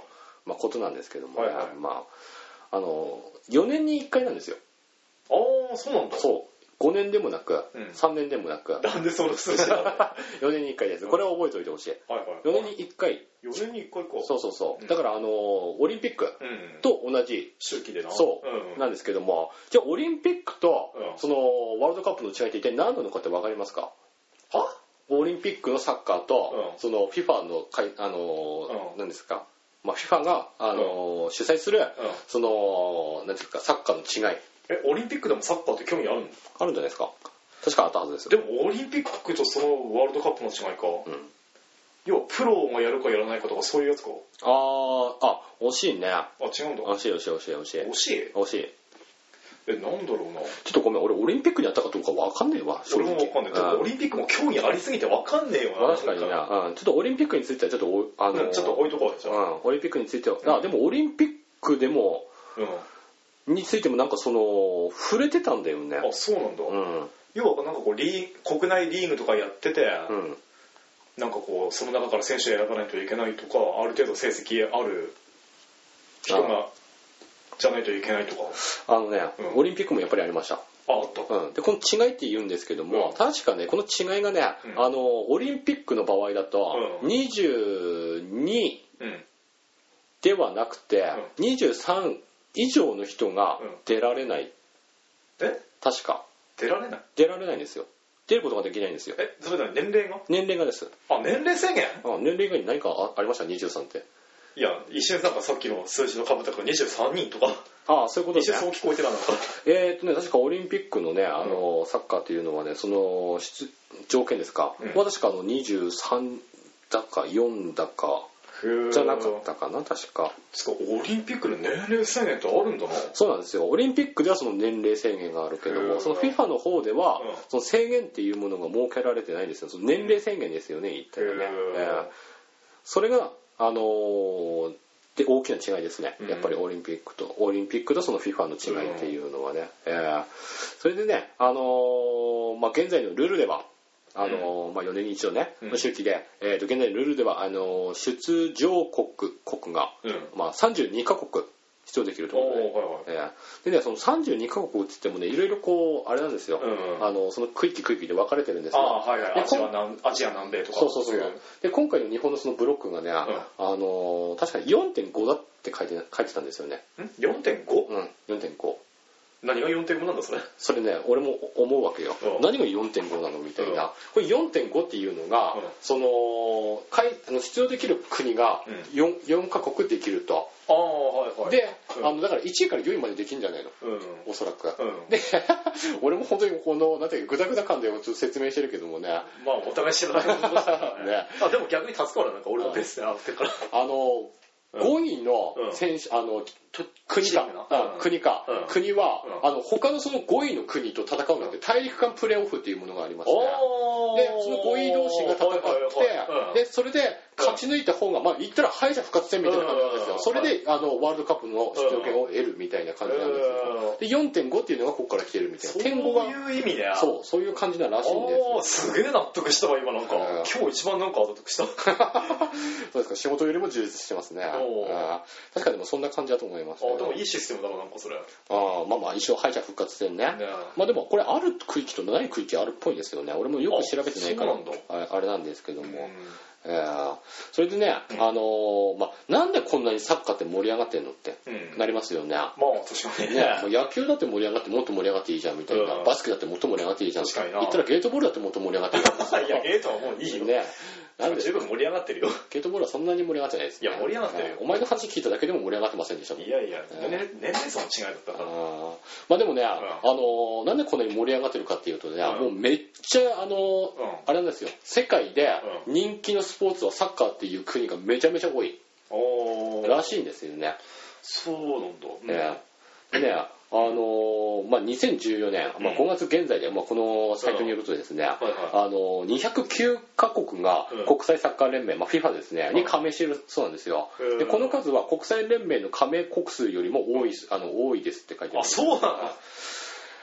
Speaker 1: まあ、ことなんですけども、ね、
Speaker 2: はいはい、
Speaker 1: まあ、あのよねんにいっかいなんですよ。
Speaker 2: ああ、そうなんだ。
Speaker 1: そうごねんでもなく、うん、さんねんでもなく、
Speaker 2: なんでその数字なんだ
Speaker 1: よねんにいっかいです。これは覚えておいてほしい。はいはいはい、よねんにいっかい。
Speaker 2: よねんにいっかいか。
Speaker 1: そうそうそう。うん、だからあのオリンピックと同じ
Speaker 2: 周期でな。
Speaker 1: そう、うんうん、なんですけども、じゃあオリンピックと、うん、そのワールドカップの違いって一体何なのかって分かりますか？
Speaker 2: は？
Speaker 1: オリンピックのサッカーと、うん、その フィファ のかいあの、うん、何ですか？まあ フィファ があの、うん、主催する、うん、その何ですかサッカーの違い。
Speaker 2: え、オリンピックでもサッカーって興味あるの？
Speaker 1: あるんじゃないですか。確かあったはずですよ。
Speaker 2: でもオリンピックとそのワールドカップの違いか。うん。要はプロがやるかやらないかとかそういうやつか。
Speaker 1: あー、あ、惜しいね。
Speaker 2: あ、違うんだ。
Speaker 1: 惜しい惜しい惜しい惜しい。
Speaker 2: 惜しい？
Speaker 1: 惜しい。
Speaker 2: え、なんだろうな。
Speaker 1: ちょっとごめん、俺オリンピックにやったかどうかわかんねえわ。
Speaker 2: 俺もわかんない。だってオリンピックも興味ありすぎてわかんねえよな。
Speaker 1: 確かにな。うん。ちょっとオリンピックについてはちょっとあの、
Speaker 2: うん、ちょっと置いとこうじゃあ。
Speaker 1: うん。オリンピックについては、うん、あ、でもオリンピックでも、うん、についてもなんかその触れてたんだよね。
Speaker 2: あ、そうなんだ。
Speaker 1: うん。
Speaker 2: 要はなんかこうリー国内リーグとかやってて、うん、なんかこうその中から選手を選ばないといけないとか、ある程度成績ある人がじゃないといけないとか。
Speaker 1: あのね、うん、オリンピックもやっぱりありました。
Speaker 2: あ、あった。
Speaker 1: うん。でこの違いって言うんですけども、うん、確かねこの違いがね、うん、あのオリンピックの場合だと、うん、にじゅうにではなくて、うん、にじゅうさん以上の人が出られない。
Speaker 2: うん、え？
Speaker 1: 確か。
Speaker 2: 出られない？
Speaker 1: 出られないんですよ。出ることができないんですよ。
Speaker 2: え、それなの年齢が？
Speaker 1: 年齢がです。
Speaker 2: あ、年齢制限？
Speaker 1: あ、年齢以外に何か あ, ありました？にじゅうさんって。
Speaker 2: いや、一瞬なんかさっきの数字の被ったからにじゅうさんにんとか。
Speaker 1: ああ、そういうことです
Speaker 2: ね。一瞬そう聞こえてたのか。
Speaker 1: えーっとね、確かオリンピックのね、あの、うん、サッカーというのはね、その、条件ですか。うん、確かあの、にじゅうさんだかよんだか。じゃなかったかな確か。
Speaker 2: オリンピックの年齢制限ってあるんだな。
Speaker 1: そうなんですよ。オリンピックではその年齢制限があるけども、その フィファ の方では、うん、その制限っていうものが設けられてないんですよ。その年齢制限ですよね、言ったらね。えー、それがあのー、で大きな違いですね。やっぱりオリンピックとオリンピックとその フィファ の違いっていうのはね。うん、えー、それでね、あのー、まあ現在のルールでは。あのまあ、よねんに一度ね、うん、周期で、えー、と現在のルールではあの出場国国が、うんまあ、さんじゅうにカ国出場できるということで、はいはいえー、でねそのさんじゅうにカ国って言ってもねいろいろこうあれなんですよ、うんうん、あのその区域区域で分かれてるんですよ。
Speaker 2: あ、はいはい、アジア南アジア南米とか
Speaker 1: そうそうそうで今回の日本のそのブロックがね、うん、あの確かに よんてんご だって書いて書いてたんですよね。
Speaker 2: ん よんてんご？
Speaker 1: うん よんてんご
Speaker 2: 何が よんてんご なんだそれ。
Speaker 1: それね俺も思うわけよ、うん、何が よんてんご なのみたいな、うん、これ よんてんご っていうのが、うん、そのあの出場できる国が 4, よんカ国できると。
Speaker 2: ああはいはい。
Speaker 1: で、うん、あのだからいちいからよんいまでできるんじゃないの、うん、おそらく、うん、で俺も本当にこのなんていうかグダグダ感でちょっと説明してるけどもね
Speaker 2: まあお互い知らないことでしたからね。ねあでも逆に助かるなんか俺のベースで会ってから
Speaker 1: あのごいの選手、うん、あの国か、うん、国か、うん、国は、うん、あの他のそのごいの国と戦うんだって大陸間プレーオフっていうものがありまして、でそのごい同士が戦って、でそれで勝ち抜いた方がまあ言ったら敗者復活戦みたいな感じなんですよ。それであのワールドカップの出場権を得るみたいな感じなんですよ。で よんてんご っていうのがここから来てるみたいな。点ごが
Speaker 2: そういう意味ね。
Speaker 1: そうそういう感じならしいんです
Speaker 2: よ。すげえ納得したわ今なんか。今日一番なんか納得した。
Speaker 1: そうですか仕事よりも充実してますね。あ確かにでもそんな感じだと思います、ね。
Speaker 2: あでもいいシステムだななんかそれ。
Speaker 1: あまあまあ一応敗者復活戦ね。ねまあでもこれある区域とない区域あるっぽいですよね。俺もよく調べてないから あ, あれなんですけども。えー、それでね、うん、あのー、まあ、なんでこんなにサッカーって盛り上がってんのってなりますよね。
Speaker 2: まあ確かにね。
Speaker 1: ね野球だって盛り上がってもっと盛り上がっていいじゃんみたいな、うん、バスケだってもっと盛り上がっていいじゃん。
Speaker 2: 確かにな。
Speaker 1: 言ったらゲートボールだってもっと盛り上がっていいじゃん。
Speaker 2: いやゲートはもういいよね。なんで十分盛り上がってるよ。
Speaker 1: ゲートボールはそんなに盛り上がってないです、ね。
Speaker 2: いや盛り上がってるよ。
Speaker 1: お前の話聞いただけでも盛り上がってませんでしたもん。
Speaker 2: いやいや、年齢層の違いだったから。
Speaker 1: あまあでもね、うん、あのなんでこんなに盛り上がってるかっていうとね、うん、もうめっちゃあの、うん、あれなんですよ。世界で人気のスポーツはサッカーっていう国がめちゃめちゃ多い、うん、らしいんですよね。
Speaker 2: そうなんだ。
Speaker 1: ね、でね。あのーまあ、にせんじゅうよねん、まあ、ごがつ現在で、まあ、このサイトによるとですね、うんはいはい、あのー、にひゃくきゅうカ国が国際サッカー連盟、まあ、フィファ ですね、に加盟しているそうなんですよ。でこの数は国際連盟の加盟国数よりも多い、あの多いですって書いてある。
Speaker 2: あ、そうなの？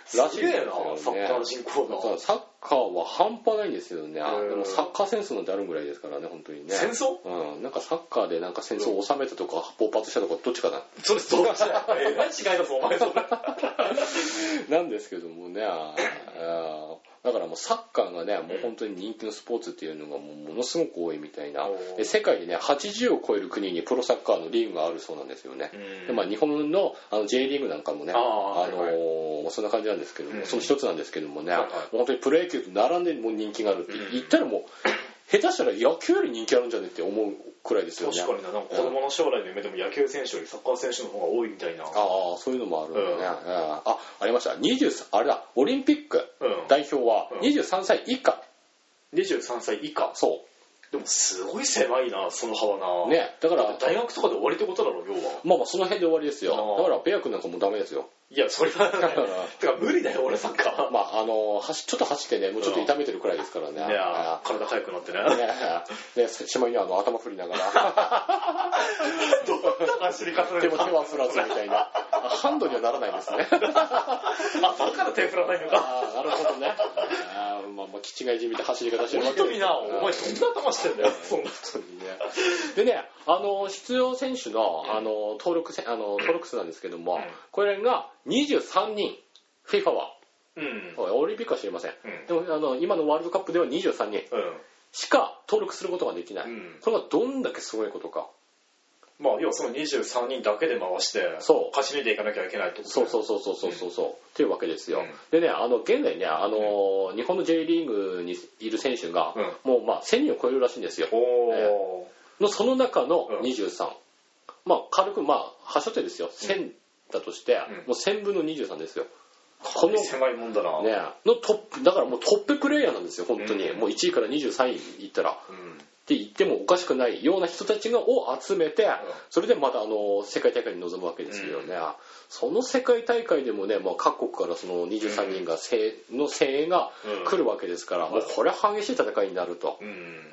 Speaker 1: らしいんですよね。
Speaker 2: すげえな、サッカー人口が。
Speaker 1: サッカーは半端ないんですよね。でもサッカー戦争なんてあるぐらいですからね、本当にね。
Speaker 2: 戦争？
Speaker 1: うん。なんかサッカーでなんか戦争を収めたとか、勃発したとか、どっちかな。
Speaker 2: それ、そうかしら。えらい違いだぞ、お前それ。
Speaker 1: なんですけどもね、あだからもうサッカーがね、もう本当に人気のスポーツっていうのがもうものすごく多いみたいな。で世界でね、はちじゅうを超える国にプロサッカーのリーグがあるそうなんですよね。でまあ、日本のあの J リーグなんかもね、あ、あのーはいはい、そんな感じなんですけども、うん、その一つなんですけどもね、はいはい、もう本当にプロ野球と並んでもう人気があるって言ったらもう、下手したら野球より人気あるんじゃねって思うくらいですよね。
Speaker 2: 確かにな、なんか子供の将来の夢でも野球選手よりサッカー選手の方が多いみたいな。
Speaker 1: ああ、そういうのもあるんだね。うん、あ、ありました。にじゅうさん、あれだ、オリンピック代表はにじゅうさんさい以下。
Speaker 2: うん、にじゅうさんさい以下？
Speaker 1: そう。
Speaker 2: でもすごい狭いな、その幅な。
Speaker 1: ね、だから
Speaker 2: 大学とかで終わりってことだろう、要は。
Speaker 1: まあまあその辺で終わりですよ。だからベア君なんかもうダメですよ。
Speaker 2: いや、それはね、てか無理だよ、俺サッカー。
Speaker 1: まああのー、ちょっと走ってね、もうちょっと痛めてるくらいですからね。
Speaker 2: いや、体痒くなってね。
Speaker 1: ね、しまいにはあの頭振りながら。
Speaker 2: どんな走り方
Speaker 1: でも手は振らずみたいな。ハンドにはならないですね。
Speaker 2: あ、だから手振らないのか。
Speaker 1: ああ、なるほどね。あまあまあ、気違いじみて走り方してるわけです。
Speaker 2: 本当にな、お前どんな頭してんだよ、そんな
Speaker 1: 人にね。でね、あの、出場選手の、あの、登録せ、あの、登録数なんですけども、うん、これがにじゅうさんにん、フィファ は。うん、オリンピックは知りません。うん、でも、あの、今のワールドカップではにじゅうさんにんしか登録することができない。うん、これがどんだけすごいことか。
Speaker 2: まあ、要はそのにじゅうさんにんだけで回して、そう勝ち抜いていかなきゃいけないってこと
Speaker 1: そうそうそうそうそうそうそう、うん、っていうわけですよ。うん、でね、あの、現在ね、あの、うん、日本の J リーグにいる選手が、うん、もうまあ、せんにんを超えるらしいんですよ。えー、のその中のにじゅうさん。うん、まあ、軽く、まあ、端折ってですよ。せんだとして、もうせんぶんのにじゅうさんですよ。
Speaker 2: この狭いもんだな。
Speaker 1: ね、のトップ、だからもうトッププレイヤーなんですよ、本当に。もういちいからにじゅうさんいいったら。って言ってもおかしくないような人たちを集めて、それでまたあの世界大会に臨むわけですよね。うん、その世界大会でもね、まあ、各国からそのにじゅうさんにんが声の声援が来るわけですから、うん、もうこれは激しい戦いになると。うん、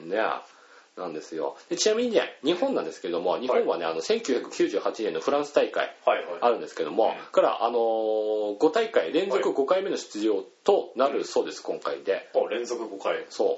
Speaker 1: ね。なんですよ。でちなみにね、日本なんですけども、日本はね、はい、あのせんきゅうひゃくきゅうじゅうはちねんのフランス大会あるんですけども、はいはい、から、あのー、ご大会連続ごかいめの出場となるそうです、はい、今回で。
Speaker 2: あ、連続ごかい。
Speaker 1: そう。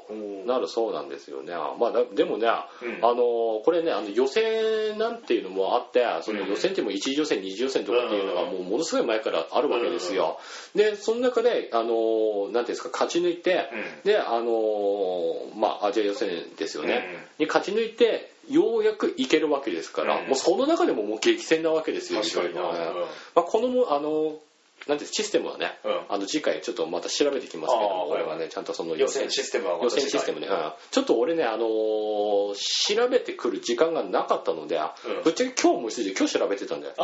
Speaker 1: なるそうなんですよね。まあ、でもね、うん、あのー、これね、あの予選なんていうのもあって、その予選ってもいち次予選、に次予選とかっていうのがもうものすごい前からあるわけですよ。で、その中で、あのー、なんていうんですか、勝ち抜いて、うん、で、あのー、まあ、アジア予選ですよね。うんに勝ち抜いてようやくいけるわけですから、うん、もうその中でももう激戦なわけですよ。
Speaker 2: 確かにな、うん、
Speaker 1: まあ、このもあのなんてシステムはね、うん、あの次回ちょっとまた調べてきますけども、俺はねちゃんとその
Speaker 2: 予選システムは
Speaker 1: 予選システムね、うん、ちょっと俺ねあのー、調べてくる時間がなかったので、うん、ぶっちゃけ今日も一時今日調べてたんだよ。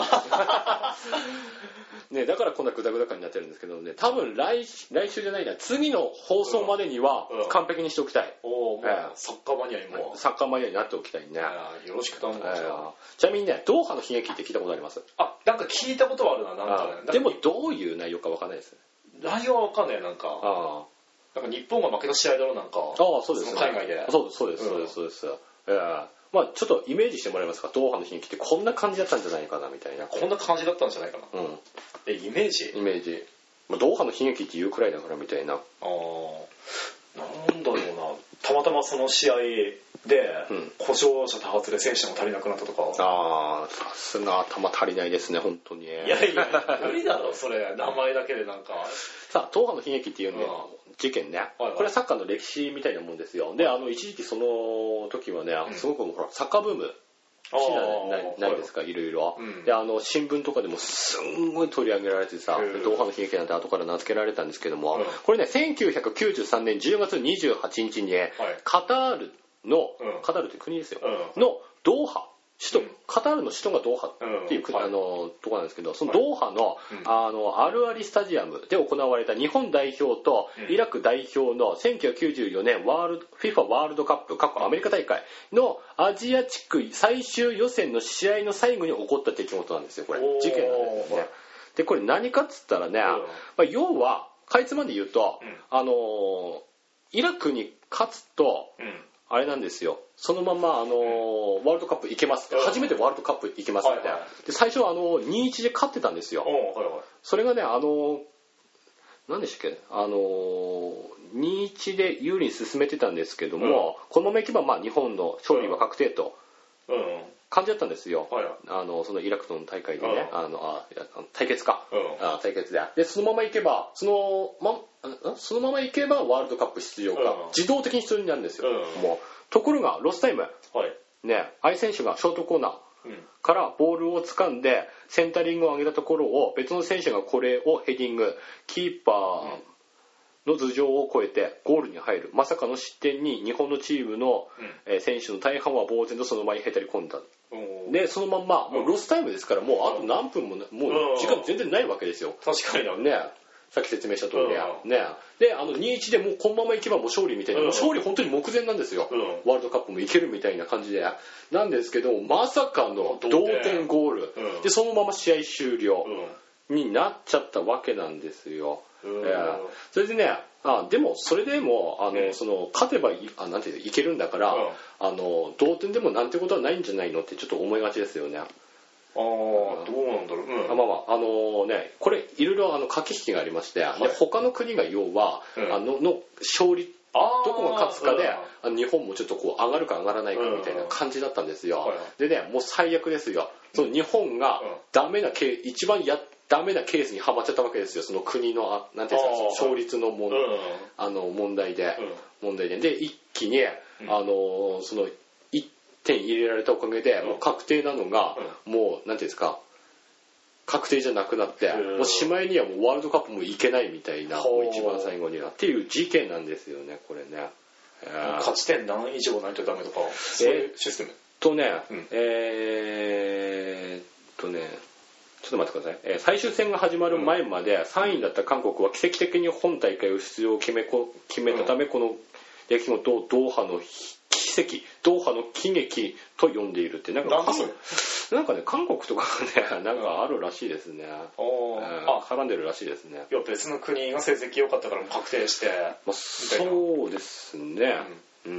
Speaker 1: ね、だからこんなグダグダ感になってるんですけどね、多分来来週じゃないな、次の放送までには完璧にしておきたい。
Speaker 2: うんうん、おお、えー、サッカーマニアにも
Speaker 1: サッカーマニアになっておきたいね。
Speaker 2: よろしく頼む、えー。
Speaker 1: ちなみにね、ドーハの悲劇って聞いたことあります？
Speaker 2: あ、なんか聞いたことはあるな、なんかね。
Speaker 1: でもどういう内容かわかんないです。
Speaker 2: 内容はわかんない、なんか。あなんか日本が負けた試合だろう、なんか。
Speaker 1: ああ、そうです、ね。
Speaker 2: 海外で。
Speaker 1: そうです、そうです、そうです、そうです。えーまあちょっとイメージしてもらえますか。ドーハの悲劇ってこんな感じだったんじゃないかなみたいな。
Speaker 2: こんな感じだったんじゃないかな。うん。え、イメージ？
Speaker 1: イメージ。まあ、ドーハの悲劇っていうくらいだからみたいな。あ
Speaker 2: あ。なんだろうな。たまたまその試合で、うん、故障者多発で選手も足りなくなったとか。
Speaker 1: ああ、さすが頭足りないですね、本当に。い
Speaker 2: やいや、無理だろ、それ。名前だけでなんか。
Speaker 1: さあ、ドーハの悲劇っていうね、うん、事件ね、はいはい。これはサッカーの歴史みたいなもんですよ。で、あの、一時期その時はね、すごくほら、サッカーブーム。好きなないないですか、いろいろ、うん、であの新聞とかでもすんごい取り上げられてさ、ドーハの悲劇なんて後から名付けられたんですけども、うん、これねせんきゅうひゃくきゅうじゅうさんねんじゅうがつにじゅうはちにちに、はい、カタールの、うん、カタールって国ですよ、うん、のドーハ首都、うん、カタールの首都がドーハっていう、うん、あのところなんですけど、そのドーハの、はい、あのアルアリスタジアムで行われた日本代表とイラク代表のせんきゅうひゃくきゅうじゅうよねんワールド フィファ ワールドカップ過去アメリカ大会のアジア地区最終予選の試合の最後に起こった出来事なんですよ。これ事件なんですよね。でこれ何かっつったらね、まあ、要はかいつまんで言うと、うん、あのイラクに勝つと、うんあれなんですよ。そのまま、あのー、ワールドカップ行けますって。初めてワールドカップ行けますって。はいはい、で、最初は、あのー、にたいいちで勝ってたんですよ。はいはい、それがね、あのー、 何でしたっけ、あのー、にたいいちで有利に進めてたんですけども、うん、このままいけばまあ日本の勝利は確定と感じだったんですよ、
Speaker 2: はい、
Speaker 1: あのそのイラクとの大会でね、
Speaker 2: うん、
Speaker 1: あのあ対決か、
Speaker 2: うん、
Speaker 1: あ対決ででそのままいけばそのまそのままいけばワールドカップ出場が自動的に必要になるんですよ、うん、もうところがロスタイム、
Speaker 2: はい
Speaker 1: ね、相手選手がショートコーナーからボールを掴んでセンタリングを上げたところを別の選手がこれをヘディング、キーパーの頭上を越えてゴールに入る、まさかの失点に日本のチームの選手の大半は呆然とその場にへたり込んだ。でそのまんまもうロスタイムですから、もうあと何分ももう時間全然ないわけですよ。
Speaker 2: 確かにな
Speaker 1: ね、さっき説明した通りね。であの にたいいち でもうこのままいけばもう勝利みたいな、もう勝利本当に目前なんですよ、ワールドカップもいけるみたいな感じでなんですけど、まさかの同点ゴールでそのまま試合終了になっちゃったわけなんですよ。えー、それでね、あでもそれでもあの、うん、その勝てば い, あなんていういけるんだから、うん、あの同点でもなんてことはないんじゃないのってちょっと思いがちですよね。あ
Speaker 2: あ、どうなんだろう、うん、
Speaker 1: あまあまああのね、これいろいろあの駆け引きがありまして、はい、で他の国が要は、うん、あのの勝利どこが勝つかで、うん、日本もちょっとこう上がるか上がらないかみたいな感じだったんですよ、うん、でねもう最悪ですよ、その日本がダメなケー一番やダメなケースにはまっちゃったわけですよ、その国のなんていうんですか、勝率の問、うん、あの問題で、うん、問題でで一気に、うん、あのそのいってん入れられたおかげで、うん、もう確定なのが、うん、もうなんていうんですか確定じゃなくなって、うん、もうしまいにはもうワールドカップも行けないみたいな、もう一番最後にはっていう事件なんですよね、これね。
Speaker 2: 勝ち点何以上ないとダメとか、そういうシステム
Speaker 1: とね、うん、えーっとねちょっと待ってください、えー、最終戦が始まる前までさんいだった韓国は奇跡的に本大会を出場を決めこ決めたため、うん、この出来事をドーハの奇跡、ドーハの喜劇と呼んでいるって、なんかなんかね韓国とかねなんかあるらしいですね、うん、あ絡んでるらしいですね。
Speaker 2: いや別の国が成績良かったからも確定して、
Speaker 1: まあ、そうですね、うん、うん、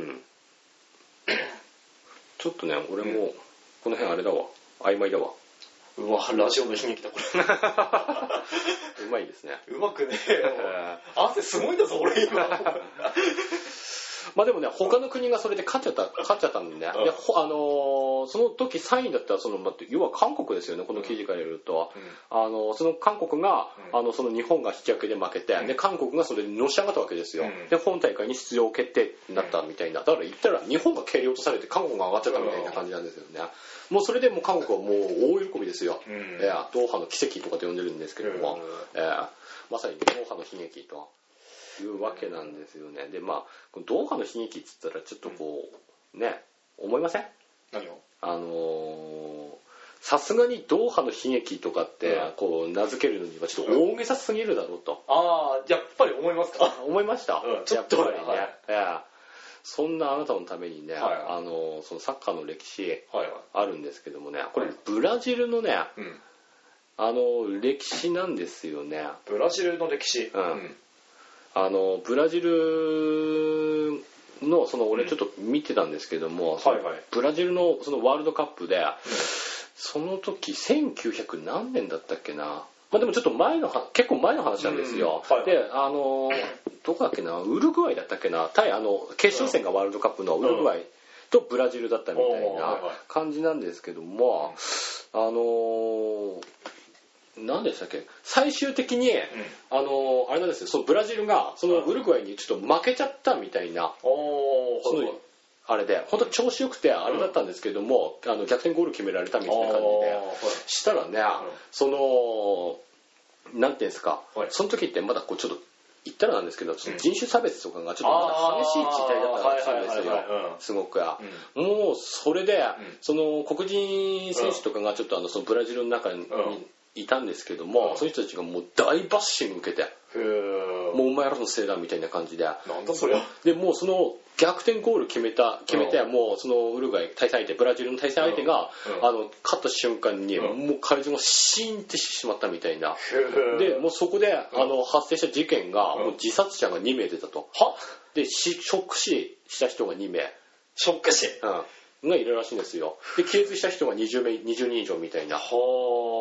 Speaker 1: ちょっとね俺もこの辺あれだわ、曖昧だわ。
Speaker 2: うわラジオの悲劇だこれ
Speaker 1: うまいですね。
Speaker 2: うまくねえよ汗すごいんだぞ俺今
Speaker 1: まあでもね他の国がそれで勝っちゃった勝っちゃったんでね、うん、であのー、その時さんいだったらその要は韓国ですよね、この記事から言うと、うん、あのその韓国が、うん、あのその日本が引き分けで負けて、うん、で韓国がそれでのし上がったわけですよ、うん、で本大会に出場決定になったみたいな、だから言ったら日本が蹴り落とされて韓国が上がっちゃったみたいな感じなんですよね。もうそれでもう韓国はもう大喜びですよ、うん、えー、ドーハの奇跡とかで呼んでるんですけども、うん、えー、まさにドーハの悲劇というわけなんですよね。でまあドーハの悲劇っつったらちょっとこう、うん、ね思いません？
Speaker 2: 何を？
Speaker 1: あのさすがにドーハの悲劇とかって、うん、こう名付けるのにはちょっと大げさすぎるだろうと、
Speaker 2: うん、ああやっぱり思いますか？
Speaker 1: 思いました、
Speaker 2: うん、ちょっと
Speaker 1: やっぱりね、はい、いやそんなあなたのためにね、はい、あのそのサッカーの歴史あるんですけどもね、これブラジルのね、うん、あの歴史なんですよね。
Speaker 2: ブラジルの歴史、
Speaker 1: うんうん、あのブラジルのその俺ちょっと見てたんですけども、うん、そのブラジルのそのワールドカップで、うん、その時せんきゅうひゃく何年だったっけな、まあ、でもちょっと前の結構前の話なんですよ、うん、はい、であのどこだっけな、ウルグアイだったっけな、対あの決勝戦がワールドカップのウルグアイとブラジルだったみたいな感じなんですけども、あのー、何でしたっけ、最終的に、うん、あのー、あれなんですよ、そのブラジルがそのウルグアイにちょっと負けちゃったみたいな、そのあれで本当調子よくてあれだったんですけども、うん、あの逆転ゴール決められたみたいな感じでしたらね、うん、そのなんていうんですか、はい、その時ってまだこうちょっと言ったらなんですけど、人種差別とかがちょっとまだ激しい時代だったらしいんですよ、すごく、うん、もうそれで、うん、その黒人選手とかがちょっとあのそのブラジルの中にいたんですけども、うん、その人たちがもう大バッシング受けて、もうお前らのせいだみたいな感じで、
Speaker 2: なんだそりゃ、
Speaker 1: でもうその逆転ゴール決めた決めて、うん、もうそのウルグアイ対戦相手ブラジルの対戦相手が、うん、あの勝った瞬間に、うん、もう会場がシーンってしてしまったみたいな、でもうそこで、うん、あの発生した事件が、うん、もう自殺者がにめい出たと、
Speaker 2: は
Speaker 1: でショック死した人がにめい、
Speaker 2: ショック死、
Speaker 1: うん、がいるらしいんですよ。で気絶した人がにじゅうめいにじゅうにん以上みたいな。
Speaker 2: は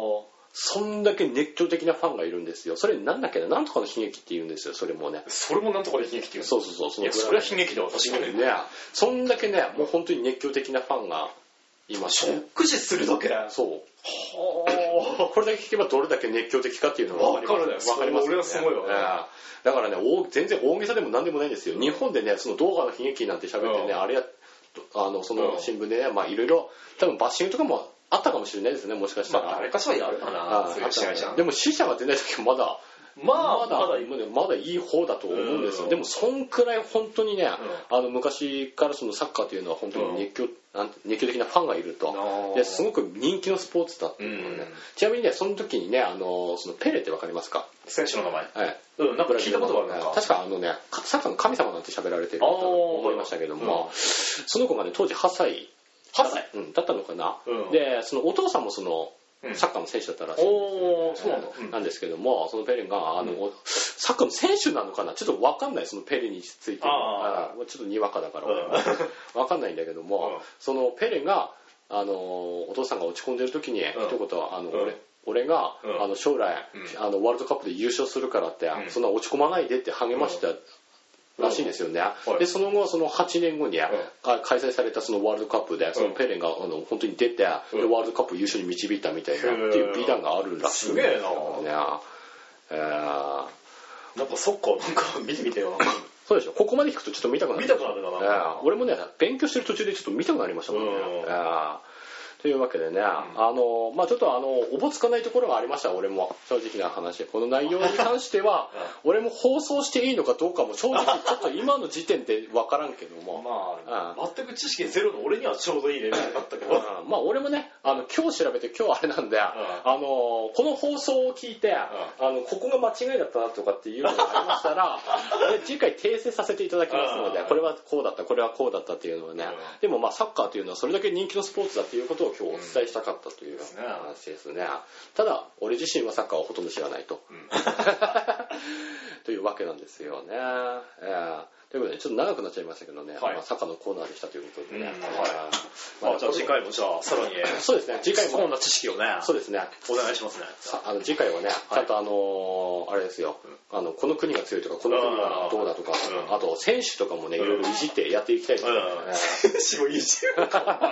Speaker 1: そんだけ熱狂的なファンがいるんですよ。それなんだっけな、なんとかの悲劇って言うんですよ、それもね。
Speaker 2: それもなんとかで悲劇って言うの？
Speaker 1: そうそうそう。そ
Speaker 2: いや、それは悲劇だわ、確かに。
Speaker 1: ね。そんだけね、もう本当に熱狂的なファンがいまして。
Speaker 2: 直視するだけだよ。
Speaker 1: そう。はあ。これだけ聞けばどれだけ熱狂的かっていうのが分かります。
Speaker 2: わかります。
Speaker 1: 俺は
Speaker 2: すごいわね。
Speaker 1: だからね、全然大げさでも何でもないんですよ。日本でね、その動画の悲劇なんて喋ってね、あれや、あの、その新聞でね、まあいろいろ、多分バッシングとかもあったかもしれないですね、もしかしたら。
Speaker 2: まあ、誰かしらやるかな、そういう試合じゃん。
Speaker 1: でも死者が出ない時はまだ、
Speaker 2: まあ、
Speaker 1: まだ、まだ、まだいい方だと思うんですよ。でも、そんくらい本当にね、うん、あの、昔からそのサッカーというのは本当に熱狂、うん、熱狂的なファンがいると。で、すごく人気のスポーツだっていうのね、うん。ちなみにね、その時にね、あの、そのペレってわかりますか？
Speaker 2: 選手の名前。
Speaker 1: はい。
Speaker 2: うん、なんか聞いたことがあるのか。
Speaker 1: 確かあのね、サッカーの神様なんて喋られてると思いましたけども、うん、その子がね、当時はっさい。
Speaker 2: はっさい、
Speaker 1: うん、だったのかな、うん、で、そのお父さんもその、サッカーの選手だったらしいんです、
Speaker 2: おー、そうなんだ、
Speaker 1: うん、なんですけども、そのペレがあの、うん、サッカーの選手なのかな、ちょっと分かんない、そのペレについては、ちょっとにわかだから、うん、分かんないんだけども、うん、そのペレがあのお父さんが落ち込んでる時に、うん、一言あの、うん、俺俺が、うん、あの将来、うん、あのワールドカップで優勝するからって、うん、そんな落ち込まないでって励ました。うんらしいんですよね、うん、でその後そのはちねんごに、うん、開催されたそのワールドカップでそのペレがあの本当に出て、うん、でワールドカップ優勝に導いたみたいなっていう美談があるらしいんですよね。すげえな、えー、
Speaker 2: なんかそっか、なんか見てみてよ。
Speaker 1: そうでしょ、ここまで聞くとちょっと見たくなる。
Speaker 2: 見たくなるな、
Speaker 1: えー、俺もね勉強してる途中でちょっと見たくなりましたもんね、うんえーというわけでね、うん、あの、まあちょっとあの、おぼつかないところがありました、俺も。正直な話。この内容に関しては、うん、俺も放送していいのかどうかも正直ちょっと今の時点でわからんけども。
Speaker 2: まあ、うん、全く知識ゼロの俺にはちょうどいいレベルだったけど。
Speaker 1: うん、まあ俺もね、あの、今日調べて今日あれなんで、うん、あの、この放送を聞いて、うん、あの、ここが間違いだったなとかっていうのがありましたら、次回訂正させていただきますので、これはこうだった、これはこうだったっていうのはね、うん、でもまあサッカーというのはそれだけ人気のスポーツだっていうことを今日お伝えしたかったという話ですね。ただ俺自身はサッカーをほとんど知らないと、うん、というわけなんですよね、えー、ということでちょっと長くなっちゃいましたけどね、はい、まあ、サッカーのコーナーでしたということでね、うんはい
Speaker 2: まあ、じゃあ次回もじゃあさらに
Speaker 1: そうですね次回も
Speaker 2: そんな知識をね
Speaker 1: そうですね
Speaker 2: お願いしますね。
Speaker 1: あの次回はね、はい、ちゃんとあのー、あれですよ、うん、あのこの国が強いとかこの国がどうだとか あ,、うん、あと選手とかもねいろいろいじってやっていきたいですね、
Speaker 2: うん、選手をいじる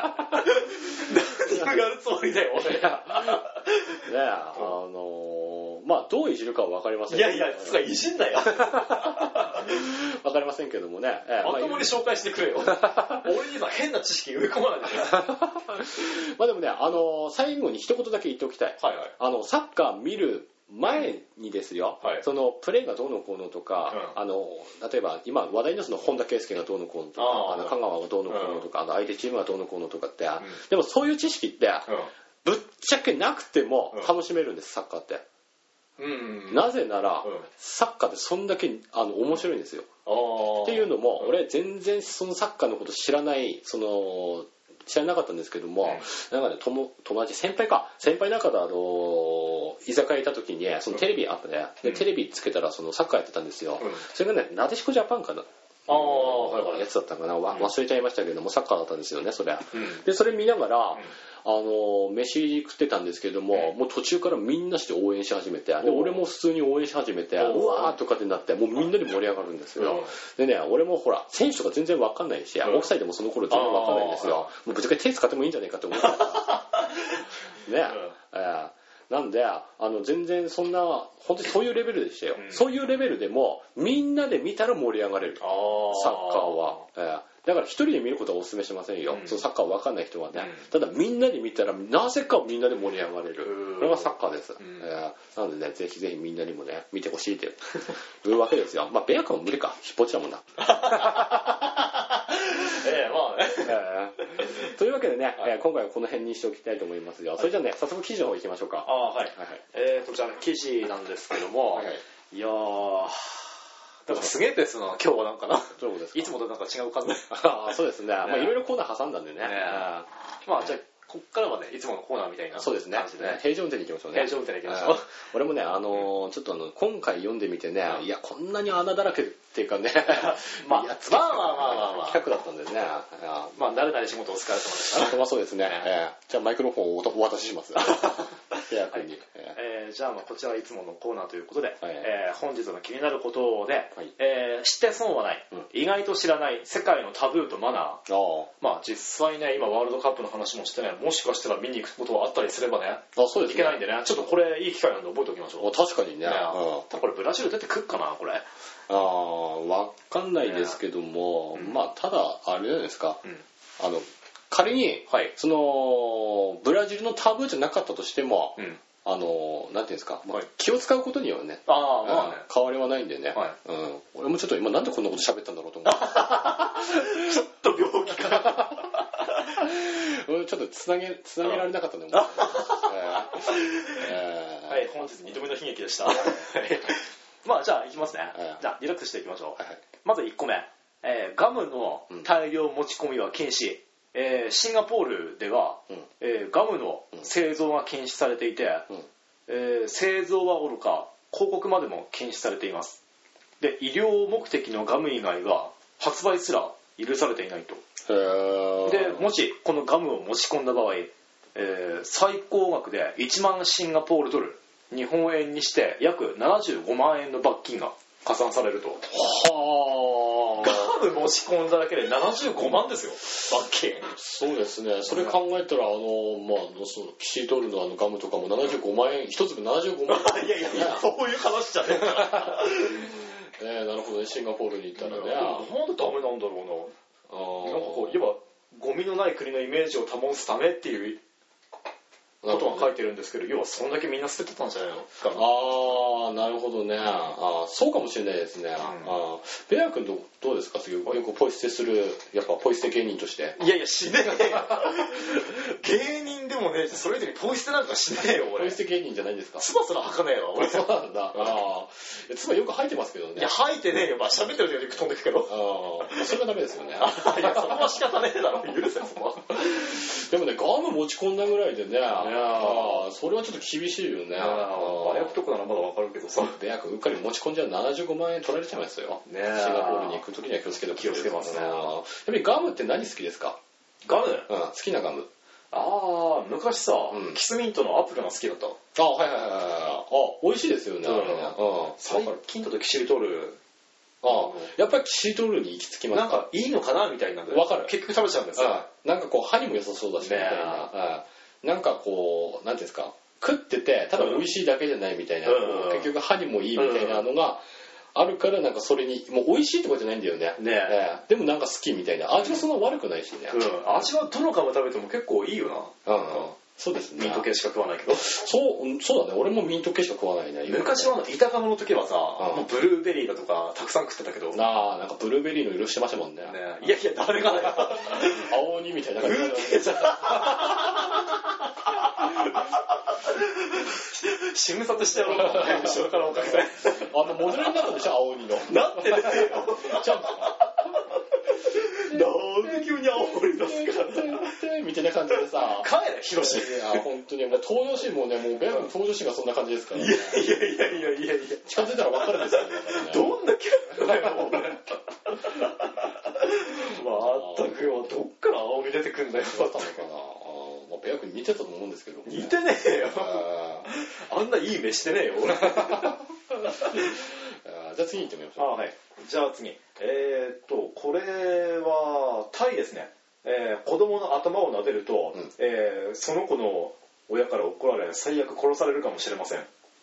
Speaker 2: 何があるつもりだよ俺ね
Speaker 1: えあのー、まあどういじるかは分かりません
Speaker 2: けどいやいやつかいじんなよ
Speaker 1: 分かりませんけどもね、
Speaker 2: えー、まともに紹介してくれよ俺にさ変な知識埋め込まないで
Speaker 1: まあでもね、あのー、最後に一言だけ言っておきたい、
Speaker 2: はいはい、
Speaker 1: あのサッカー見る前にですよ、はい、そのプレーがどうのこうのとか、うん、あの例えば今話題のその本田圭佑がどうのこうのとかあの香川がどうのこうのとか、うん、あの相手チームがどうのこうのとかって、うん、でもそういう知識って、うん、ぶっちゃけなくても楽しめるんです、サッカーって、
Speaker 2: うんうんうん、
Speaker 1: なぜなら、うん、サッカーってそんだけあの面白いんですよ、うん、っていうのも、うん、俺全然そのサッカーのこと知らないその知らなかったんですけども、うん、なんかね、友達、先輩か、先輩なんかとあの、居酒屋いた時に、そのテレビあってね、うん、でテレビつけたらそのサッカーやってたんですよ。うん、それがね、なでしこジャパンかな。
Speaker 2: ああ、はいはい。
Speaker 1: やつだったかな、忘れちゃいましたけども、サッカーだったんですよね、それ。うん、で、それ見ながら、うんあの飯食ってたんですけども、うん、もう途中からみんなして応援し始めて、で俺も普通に応援し始めて、うわーとかってなって、もうみんなで盛り上がるんですよ。でね、俺もほら選手とか全然わかんないし、うん、オフサイドもその頃全然わかんないんですよ。もうぶっちゃけ手使ってもいいんじゃないかって思ってね、うんえー、なんであの全然そんな本当にそういうレベルでしたよ、うん、そういうレベルでもみんなで見たら盛り上がれる、サッカーは、えーだから一人で見ることはお勧めしませんよ、うん、そのサッカー分かんない人はね、うん、ただみんなで見たらなぜかみんなで盛り上がれる、これがサッカーです、うんえー、なのでねぜひぜひみんなにもね見てほしいというわけですよ。まあベア君も無理か、ひっぽっちだもんなええまあね、えー、というわけでね、はい、えー、今回はこの辺にしておきたいと思いますが、はい、それじゃあね早速記事の方行きましょうか。
Speaker 2: ああはい、はいはい、えーとじゃあ記事なんですけども、はいはい、いやーだからすげえですな、今日はなんかな。
Speaker 1: どういうことですか？
Speaker 2: いつもとなんか違う感じ。
Speaker 1: ああ、そうですね。ねまあいろいろコーナー挟んだんでね。ね
Speaker 2: まあじゃあ、こっからはね、いつものコーナーみたいな感じで。
Speaker 1: そうですね。平常運転でいきましょうね。
Speaker 2: 平常運転でいきましょう。
Speaker 1: 俺もね、あのー、ちょっとあの、今回読んでみてね、うん、いや、こんなに穴だらけっていうかね、
Speaker 2: まあ、まあまあまあまあまあ。
Speaker 1: 企画だったんでね。
Speaker 2: まあ、慣れない仕事お疲れ様でした。
Speaker 1: まあそうですね。えー、じゃあマイクロフォンをお渡しします。 ペア君に、
Speaker 2: えー、じゃあまあこちらはいつものコーナーということで、
Speaker 1: はいはい
Speaker 2: えー、本日の気になることで、
Speaker 1: はい、
Speaker 2: えー、知って損はない、うん、意外と知らない世界のタブーとマナー。あまあ実際ね今ワールドカップの話もしてね、もしかしたら見に行くことがあったりすればね、
Speaker 1: あそうですね、
Speaker 2: いけないんでね、ちょっとこれいい機会なんで覚えておきましょう。
Speaker 1: 確かにね、ね、
Speaker 2: うん、ただこれブラジル出てくっかなこれ。
Speaker 1: ああわかんないですけども、ね、まあただあれじゃないですか、うん、あの仮に、はい、そのブラジルのタブーじゃなかったとしても、うん、あのなんていうんですか、まあ、気を使うことにはね、
Speaker 2: あ、まあね、
Speaker 1: 変わりはないんでね、はい、うん、俺もちょっと今なんでこんなこと喋ったんだろうと思って
Speaker 2: ちょっと病気か
Speaker 1: ちょっとつなげつなげられなかったね、えー
Speaker 2: えー、はい、本日にどめの悲劇でしたまあじゃあいきますね、えー、じゃあリラックスしていきましょう、はいはい、まずいっこめ、えー、ガムの大量持ち込みは禁止、うん、えー、シンガポールでは、うん、えー、ガムの製造が禁止されていて、うん、えー、製造はおろか広告までも禁止されています。で医療目的のガム以外は発売すら許されていないと。へでもしこのガムを持ち込んだ場合、えー、最高額でいちまんシンガポールドル、日本円にして約ななじゅうごまんえんの罰金が加算されると。はあ、ガム持ち込んだだけでななじゅうごまんですよ、罰金。
Speaker 1: そうですね、それ考えたらあのまあそのキシリトールのあのガムとかもななじゅうごまんえん、一粒ななじゅうごまんえん
Speaker 2: いやいやいや、そういう話じゃねえか
Speaker 1: えー、なるほどね、シンガポールに行ったらね、
Speaker 2: なんでダメなんだろうな。あなんかこういわばゴミのない国のイメージを保つためっていうことが書いてるんですけど、要はそんだけみんな捨ててたんじゃないの。
Speaker 1: ああなるほどね、うん、あそうかもしれないですね、うん、あベア君どどうですか、よくポイ捨てする、やっぱポイ捨て芸人として。
Speaker 2: いやいやしねえよ芸人でもねえし、それ以上にポイ捨てなんかしねえよ俺。
Speaker 1: ポイ捨て芸人じゃないんですか。
Speaker 2: つばすら吐かねえわ俺。
Speaker 1: そうなんだ。ああつばよく吐いてますけどね。
Speaker 2: いや吐いてねえよ、まあ喋ってる時よく飛んでくけど。
Speaker 1: ああそれはダメですよね。い
Speaker 2: やそこは仕方ねえだろ、許せそこは。
Speaker 1: でもねガム持ち込んだぐらいでね、あそれはちょっと厳しいよね。
Speaker 2: 麻薬とかならまだわかるけどさ、
Speaker 1: ベア君うっかり持ち込んじゃななじゅうごまんえん取られちゃいますよね。シンガポールに行く時には気をつけて
Speaker 2: 気をつけますね。や
Speaker 1: っぱりガムって何好きですか。
Speaker 2: ガム、
Speaker 1: うん、好きなガム。
Speaker 2: ああ昔さ、うん、キスミントのアップルが好きだった。
Speaker 1: あはいはいはいはい。あ美味しいですよね。あれね、うん、
Speaker 2: 最近だとキシリトール、
Speaker 1: あやっぱりキシリトールに行き着きます。
Speaker 2: なんかいいのかなみたいな。
Speaker 1: わかる。
Speaker 2: 結局食べちゃうんですよ。
Speaker 1: なんかこう歯にも良さそうだしみたいな。なんかこうなんていうんですか、食っててただ美味しいだけじゃないみたいな、うん、結局歯にもいいみたいなのがあるから、なんかそれにもう美味しいってことじゃないんだよね。ねえー、でもなんか好きみたいな。味はそんな悪くないしね。
Speaker 2: うん、味はどのかも食べても結構いいよな。うん。
Speaker 1: そうですね。
Speaker 2: ミント系しか食わないけど。
Speaker 1: そう、そうだね。俺もミント系しか食わないね。
Speaker 2: 昔は板ガムの時はさ、うん、もうブルーベリーだとかたくさん食ってたけど。
Speaker 1: なあ、なんかブルーベリーの色してましたもんね。ね
Speaker 2: いやいや、誰がね。
Speaker 1: 青鬼みたいな感じ。ブルー系じゃん。
Speaker 2: 死ぬ殺してやろうと思って、後ろからおかげで。
Speaker 1: あの、モデルになったでしょ、青鬼の。
Speaker 2: なってねえよ。ちゃんと。なんで急に青鬼出すから
Speaker 1: みたいな感じでさ。
Speaker 2: 帰れ、ヒロシ。
Speaker 1: いや、ほんとに、もう登場シーンもね、もうベアの登場シーンがそんな感じですから、ね。
Speaker 2: いやいやいやいやいやいや。
Speaker 1: 近づいたら分かるんですよね。
Speaker 2: どんなキャラだよ、俺。まあ、あったくよ、どっから青鬼出てくんだよ。
Speaker 1: だったのかな。まあ、ベア君似てたと思うんですけど、ね。
Speaker 2: 似てねえよ。あんないい目してねえよ、俺。
Speaker 1: じゃあ次行ってみましょう。
Speaker 2: あ、はい。じゃあ次。えー、っと、これは、タイですね。えー、子供の頭を撫でると、うん、えー、その子の親から怒られ、最悪殺されるかもしれません。は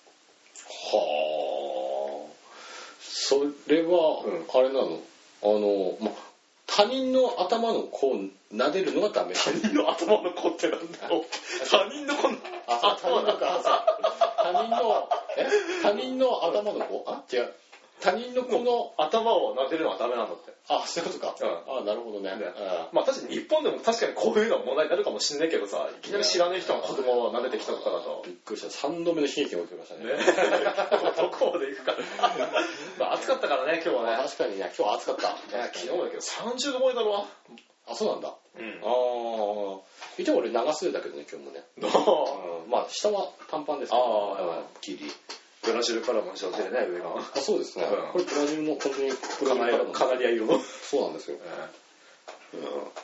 Speaker 1: あ。それは、うん、あれなのあの、ま、他人の頭の子を撫でるのがダメ。
Speaker 2: 他人の頭の子ってなんだろう。他人の子の
Speaker 1: 頭の子。他人の、え他人の頭の子あ違う。他人の子の
Speaker 2: 頭を撫でるのはダメなんだって。
Speaker 1: あ、そういうことか。うん、あ、なるほどね。ね
Speaker 2: うん、まあ確かに日本でも確かにこういうのは問題になるかもしれないけどさ、いきなり知らない人が子供を撫でてきたとかだと。
Speaker 1: びっくりした。さんどめの悲劇を受けましたね。ね
Speaker 2: どこまで行くか。まあ暑かったからね、今日はね。
Speaker 1: 確かにね、今日は暑かった。
Speaker 2: ね、昨日だけどさんじゅうど超えだろ。
Speaker 1: あ、そうなんだ。うん。ああ。一応俺長袖だけどね、今日もね。うん、まあ下は短パンですけど、ああ、ギリ。
Speaker 2: ブラジルからの写真でね、上が。
Speaker 1: あ、そうですね。うん、これブラジルの本当に
Speaker 2: カナリア色の。
Speaker 1: そうなんですよ。えーうん、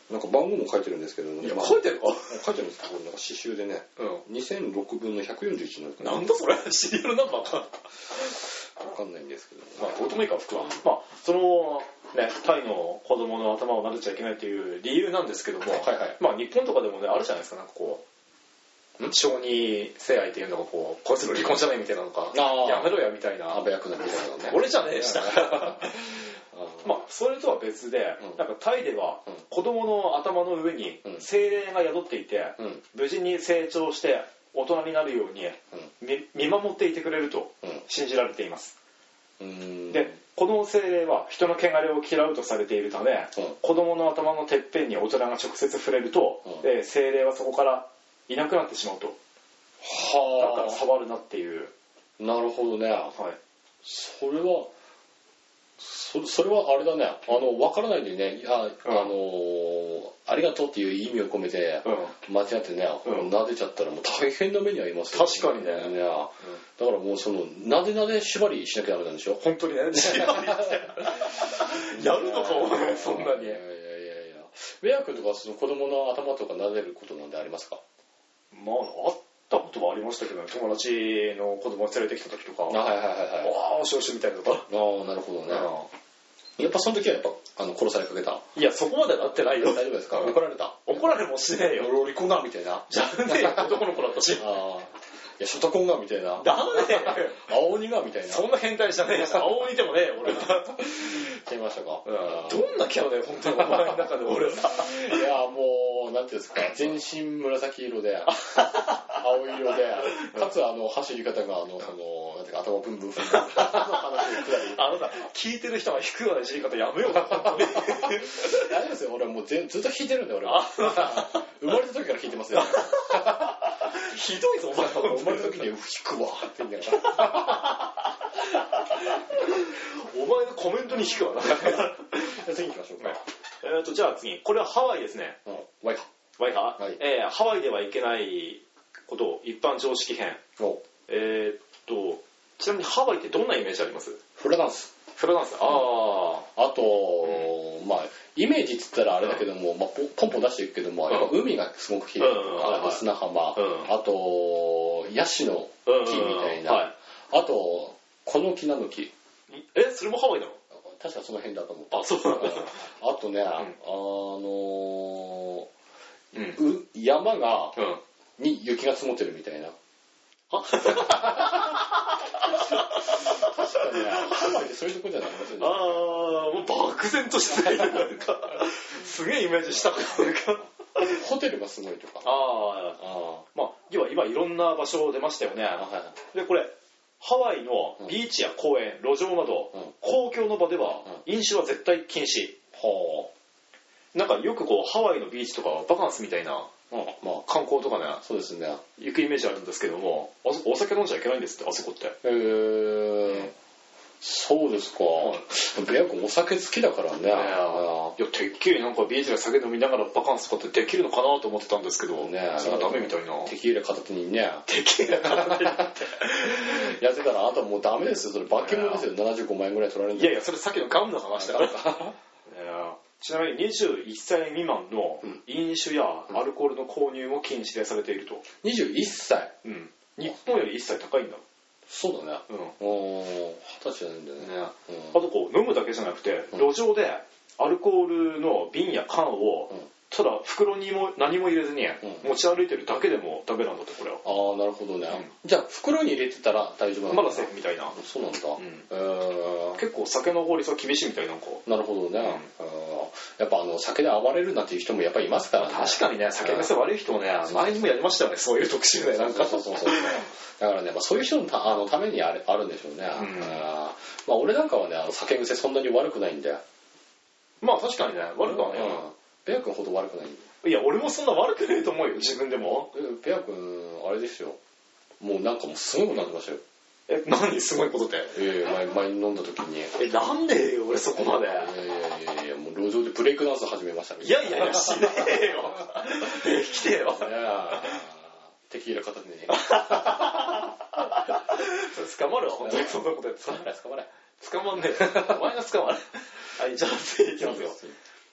Speaker 1: なんか番号も書いてるんですけど、
Speaker 2: いや、書いてるの？
Speaker 1: 書いてるんですけど、なんか刺繍でね、うん、にせんろくぶんのひゃくよんじゅういちなんですかね。
Speaker 2: なんだそれ、シリアルナンバーか。わ
Speaker 1: かんないんですけど、
Speaker 2: まあ、どうでもいいか、服は。まあ、その、ね、タイの子供の頭を撫でちゃいけないという理由なんですけども、
Speaker 1: はいはい。
Speaker 2: まあ、日本とかでもね、あるじゃないですか、なんかこう、小児性愛っていうのがこう、こいつの離婚じゃないみたいなのか、やめろやみたいな。
Speaker 1: 安倍役なみたいなね。
Speaker 2: 俺じゃねえしだから。まあ、それとは別で、うん、なんかタイでは子供の頭の上に精霊が宿っていて、うん、無事に成長して大人になるように、うん、見守っていてくれると信じられています。うん、で、この精霊は人の汚れを嫌うとされているため、うん、子供の頭のてっぺんに大人が直接触れると、うん、精霊はそこからいなくなってしまうと。はあ。だから触るなっていう。
Speaker 1: なるほどね。
Speaker 2: はい。
Speaker 1: それはそ, それはあれだね、あの分からないでね、あ、うん、あのー、ありがとうっていう意味を込めて、うん、間違ってね、うん、撫でちゃったらもう大変な目に遭いますよね。
Speaker 2: 確かにね、うん、
Speaker 1: だからもうその撫で撫で縛りしなきゃダメなんでしょ。
Speaker 2: 本当にね、縛りってやるのかお前そんなに。いやいやいやいや。
Speaker 1: ベア君とかその子供の頭とか撫でることなんてありますか？
Speaker 2: まああったことはありましたけど、ね、友達の子供を連れてきた時とか、
Speaker 1: あ、はいはいはいはい。
Speaker 2: ああ、おしおしみたいなとか。
Speaker 1: ああ、なるほどね。やっぱその時はやっぱあの殺されかけた。
Speaker 2: いや、そこまではなってないよ。
Speaker 1: 大丈夫ですか？怒られた？
Speaker 2: 怒られもしねえよ。
Speaker 1: ロリコンがみたいな。
Speaker 2: じゃねえよ、男の子だったし。
Speaker 1: ああ。いや、ショタコンがみたいな。
Speaker 2: ダメよ。
Speaker 1: 青鬼がみたいな。
Speaker 2: そんな変態じゃねえよ。青鬼でもねえよ、俺は。
Speaker 1: 聞きましたか？
Speaker 2: うん。どんなキャラだよ、本当にお前の中で俺は。
Speaker 1: いや、もう、なんていうんですか、全身紫色で、青色で、かつあの、走り方が、あの、その、なんていうか、頭ブンブン振る。
Speaker 2: あのさ、聞いてる人が引くような走り方やめようか、本当に。
Speaker 1: 大丈夫ですよ、俺はもうずっと弾いてるんだよ、俺は。生まれた時から弾いてますよ。
Speaker 2: ひどいぞ、お前。
Speaker 1: 生まれた時に弾くわって言いながら。
Speaker 2: お前のコメントに弾くわな。
Speaker 1: 次行きましょうか。
Speaker 2: えっと、じゃあ次。これはハワイですね。
Speaker 1: うん、ワイハ。
Speaker 2: ワイハ、はい、えー、ハワイではいけないことを一般常識編。えー、っと、ちなみにハワイってどんなイメージあります？
Speaker 1: フラダンス。
Speaker 2: フラダンス。あ
Speaker 1: あ。あと、うん、まあ、イメージって言ったらあれだけども、うん、まあ、ポンポン出していくけども、うん、やっぱ海がすごく綺麗とか、うん、砂浜、うん、あと、ヤシの木みたいな、うんうんはい、あと、この木なの木。
Speaker 2: え、それもハワイなの？
Speaker 1: 確かその辺だと思った。
Speaker 2: あ、そうなんだ。
Speaker 1: あとね、うん、あのー、うん、山が、うん、に雪が積もってるみたいな。は確かにね、ハワイでそういうとこじゃないですよね。
Speaker 2: あー、もう漠然としてないなんか、すげえイメージしたからなんか。
Speaker 1: ホテルがすごいとか。
Speaker 2: ああ、まあ、要は今いろんな場所出ましたよね。はい、で、これ、ハワイのビーチや公園、路上など、うん、公共の場では飲酒は絶対禁止。はあ、なんかよくこうハワイのビーチとかバカンスみたいな、うんまあ、観光とかね、
Speaker 1: そうですね、
Speaker 2: 行くイメージあるんですけども、あそこお酒飲んじゃいけないんですって、あそこって。
Speaker 1: へー、うん、そうですか。ベア君お酒好きだからね。いや、
Speaker 2: てっきりなんかビーチで酒飲みながらバカンスとかってできるのかなと思ってたんですけど、ね、それはダメみたいな。
Speaker 1: テキーラ片手にね。
Speaker 2: テキーラ片手にって。
Speaker 1: やってたらあともうダメですよ。それ罰金もですよ。ななじゅうごまんえんぐらい取られるん
Speaker 2: だよ。いやいや、それさっきのガムの話だから。ちなみににじゅういっさい未満の飲酒やアルコールの購入も禁止でされていると。
Speaker 1: にじゅういっさい？
Speaker 2: うん。日本よりいっさい高いんだ。
Speaker 1: そうだね。うん。おー、二十歳じゃないんだよね。ね、
Speaker 2: うん、あとこう飲むだけじゃなくて、路上でアルコールの瓶や缶を、うん、ただ袋にも何も入れずに持ち歩いてるだけでもダメなんだって、これは。
Speaker 1: ああ、なるほどね、うん、じゃあ袋に入れてたら大丈夫なんだ。
Speaker 2: まだセーフみたいな。
Speaker 1: そうなんだ、うん
Speaker 2: えー、結構酒の法律は厳しいみたいなんか。
Speaker 1: なるほどね、うん、やっぱあの酒で暴れるなんていう人もやっぱりいますからね。
Speaker 2: 確かにね、酒癖悪い人もね、前にもやりましたよね、そういう特集で。なんか
Speaker 1: そうそうそうそうだからね、まあ、そういう人の た, あのためにあ る, あるんでしょうね、うんあまあ、俺なんかはね、あの酒癖そんなに悪くないんで。
Speaker 2: まあ確かにね、悪くはね、うん、
Speaker 1: ペア君ほど悪くないん
Speaker 2: で。いや、俺もそんな悪くないと思うよ、自分でも。
Speaker 1: ペア君あれですよ、もうなんかもうすごいことになってましたよ。
Speaker 2: え、何すごいことって。
Speaker 1: ええ、前前に飲んだ時に。
Speaker 2: え、なんでよ、俺そこまで。いや
Speaker 1: いやいやいや、もう路上でブレイクダンス始めましたね。
Speaker 2: いやいやいや、しねえよ。できてよ。
Speaker 1: いやテキーラ片手に。
Speaker 2: 捕まるわ、本当にそんなことやって。
Speaker 1: 捕まれ、捕まれ。
Speaker 2: 捕まんねえ。お前が捕まれ。はい、じゃあ次いきますよ。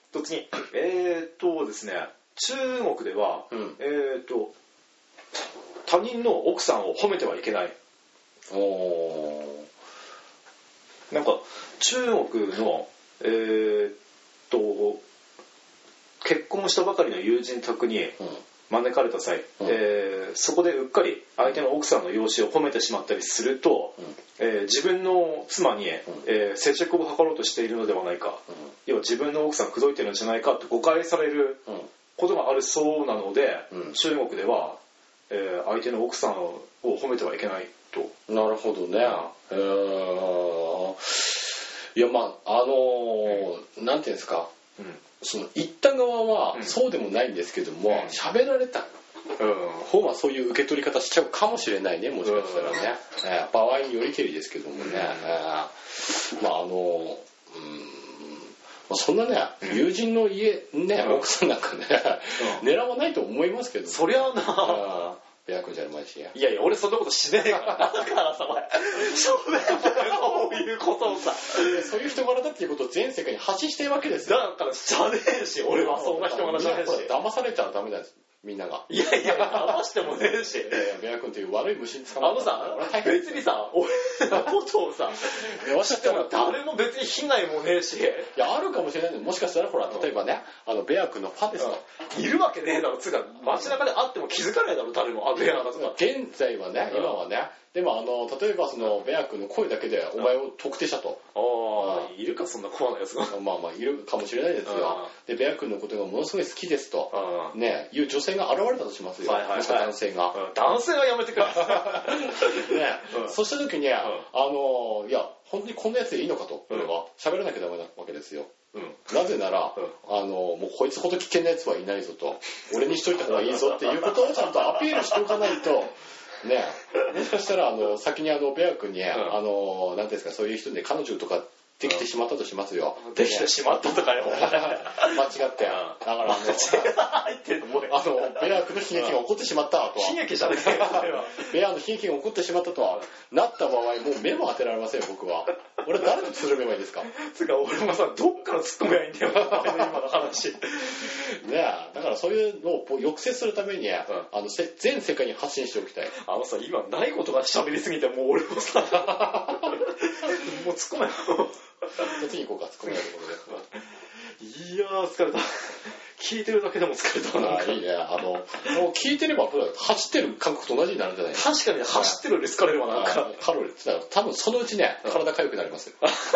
Speaker 2: と次、えーっとですね、中国では、うん、えーっと、他人の奥さんを褒めてはいけない。おー。なんか、中国の、えーっと、結婚したばかりの友人宅に招かれた際、うん、えー、そこでうっかり相手の奥さんの容姿を褒めてしまったりすると、うん、えー、自分の妻に、うん、えー、接触を図ろうとしているのではないか、うん、要は自分の奥さん口説いてるんじゃないかと誤解されることがあるそうなので、うん、中国では、えー、相手の奥さんを褒めてはいけないと。
Speaker 1: なるほどね。えー、いやまああのーうん、なんていうんですか、うん、その言った側はそうでもないんですけども、喋、うん、られた方はそういう受け取り方しちゃうかもしれないね、もしかしたらね、うん、えー、場合によりけりですけどもね、うん、えー、まああのー、うん、まあ、そんなね、友人の家ね、うん、奥さんなんかね、うん、狙わないと思いますけど、ね、
Speaker 2: そりゃあな
Speaker 1: ベア君じゃないし、
Speaker 2: いやいや俺そんなことしねえからだからさお前そういうことをさ
Speaker 1: そういう人柄だっていうことを全世界に発信してるわけですよ。
Speaker 2: だからじゃねえし、俺はそんな人柄じゃねえし、
Speaker 1: 騙されちゃダメだよみんなが。
Speaker 2: いやいや騙してもねえし、
Speaker 1: ベア君という悪い虫に捕
Speaker 2: まった。あのさ別にさ俺のことをさ知っても誰も別に被害もねえし、い
Speaker 1: やあるかもしれないけど、もしかしたらほら例えばね、あのベア君のファンですと、
Speaker 2: いるわけねえだろ、つうか街中で会っても気づかないだろ誰も、あベアだとか。
Speaker 1: 現在はね、今はね、でもあの例えばそのベア君の声だけでお前を特定したと、
Speaker 2: ああいるかそんな怖なやつが。
Speaker 1: まあまあいるかもしれないですよ。でベア君のことがものすごい好きですとねいう女性が現れたとしますよ、はいはいはい、もしくは男性が、
Speaker 2: うん、男性はやめてくださ
Speaker 1: いね、うん、そうした時に、うん、あのいや本当にこんなやつでいいのかと、これは喋らなきゃダメなわけですよ、うん、なぜなら、うん、あのもうこいつほど危険なやつはいないぞと、俺にしといた方がいいぞっていうことをちゃんとアピールしておかないとね、もしかしたらあの先にあのベア君に、うん、あのなんていうんですか、そういう人で彼女とかできてしまったとしますよ。
Speaker 2: できてしまったとかよ。
Speaker 1: 間違って。だからあの、あのベア君の悲劇が起こってしまったとは。
Speaker 2: 悲劇じゃねえか。
Speaker 1: ベアの悲劇が起こってしまったとはなった場合、もう目も当てられませんよ僕は。俺誰とつるめばいいですか。
Speaker 2: つうか俺もさどっから突っ込めばいいんだよ。今の話。ね
Speaker 1: え、だからそういうのを抑制するために、うん、あの全世界に発信しておきたい。
Speaker 2: あのさ今ないことが喋りすぎてもう俺もさもう突っ込めよ。
Speaker 1: 次行こうか、突っ込みないところ
Speaker 2: で。いやー疲れた。聞いてるだけでも疲れたな。
Speaker 1: あいいね。あの聞いてれば走ってる感覚と同じになるんじゃないです
Speaker 2: か。確かに走ってるより疲れるわなんか。
Speaker 1: カロリー多分そのうちね体痒くなりますよ。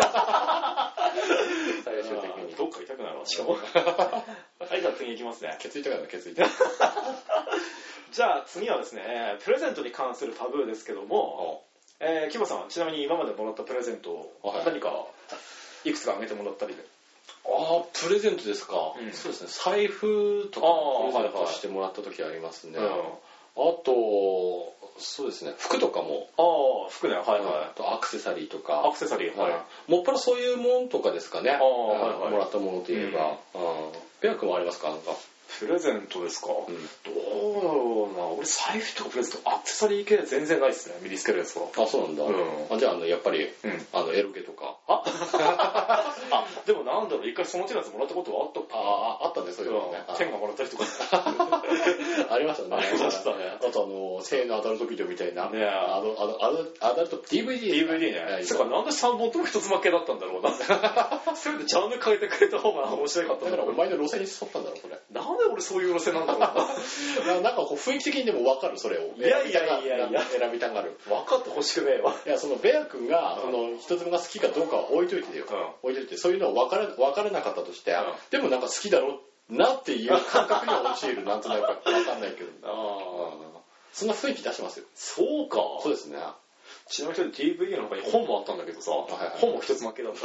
Speaker 2: 最終的にどっか痛くなるわしかも。はいじゃあ次行きますね。
Speaker 1: 血痛くなる血痛。
Speaker 2: じゃあ次はですねプレゼントに関するタブーですけども。えー、キバさんちなみに今までもらったプレゼントを何かいくつかあげてもらったりで。
Speaker 1: ああプレゼントですか、うん、そうですね財布とかプレゼントしてもらった時ありますね、はいはい、あとそうですね服とかも
Speaker 2: ああ服ねはいはい、
Speaker 1: あとアクセサリーとか
Speaker 2: アクセサリーはい、
Speaker 1: もっぱらそういうものとかですかね、あ、はいはい、もらったものといえば、うん、ペア君はありますかなんか
Speaker 2: プレゼントですか、うん、どうだろうな俺財布とかプレゼントアクセサリー系全然ないですね身につけるやつは。
Speaker 1: あそうなんだ、うん、あじゃあ、あのやっぱり、うん、あのエロゲとか
Speaker 2: ああでもなんだろう一回その手のやつもらったことはあったっけ。
Speaker 1: あああったねそういうのね、
Speaker 2: 天がもらったりとか
Speaker 1: ありましたね。ありましたね。あとあのせーのアダルトビデオみたいな、ね、あのあのアダルト ディーブイディー
Speaker 2: ディーブイディー ね。つうかなんでさんぼんとも一つ負けだったんだろうな。せめてジャンル変えてくれた方が面白かったんだろう。
Speaker 1: だからお前の路線に沿ったんだろうこれ。
Speaker 2: なんで俺そういう路線なんだろうな。
Speaker 1: なんかこう雰囲気的にでも分かるそれを。
Speaker 2: いやいやいやいや
Speaker 1: 選びたがる。
Speaker 2: 分かってほしくねえわ。
Speaker 1: いやそのベア君がその人妻が好きかどうかは置いといてよ。うん、置いといてそういうのを分から分からなかったとして、うん、でもなんか好きだろなっていう感覚には陥るなんとなく分かんないけど。あそんな雰囲気出しますよ。
Speaker 2: そうか。
Speaker 1: そうですね。
Speaker 2: ちなみに ディーブイディー の他に本もあったんだけどさ、はいはい、本も一つ負けだった。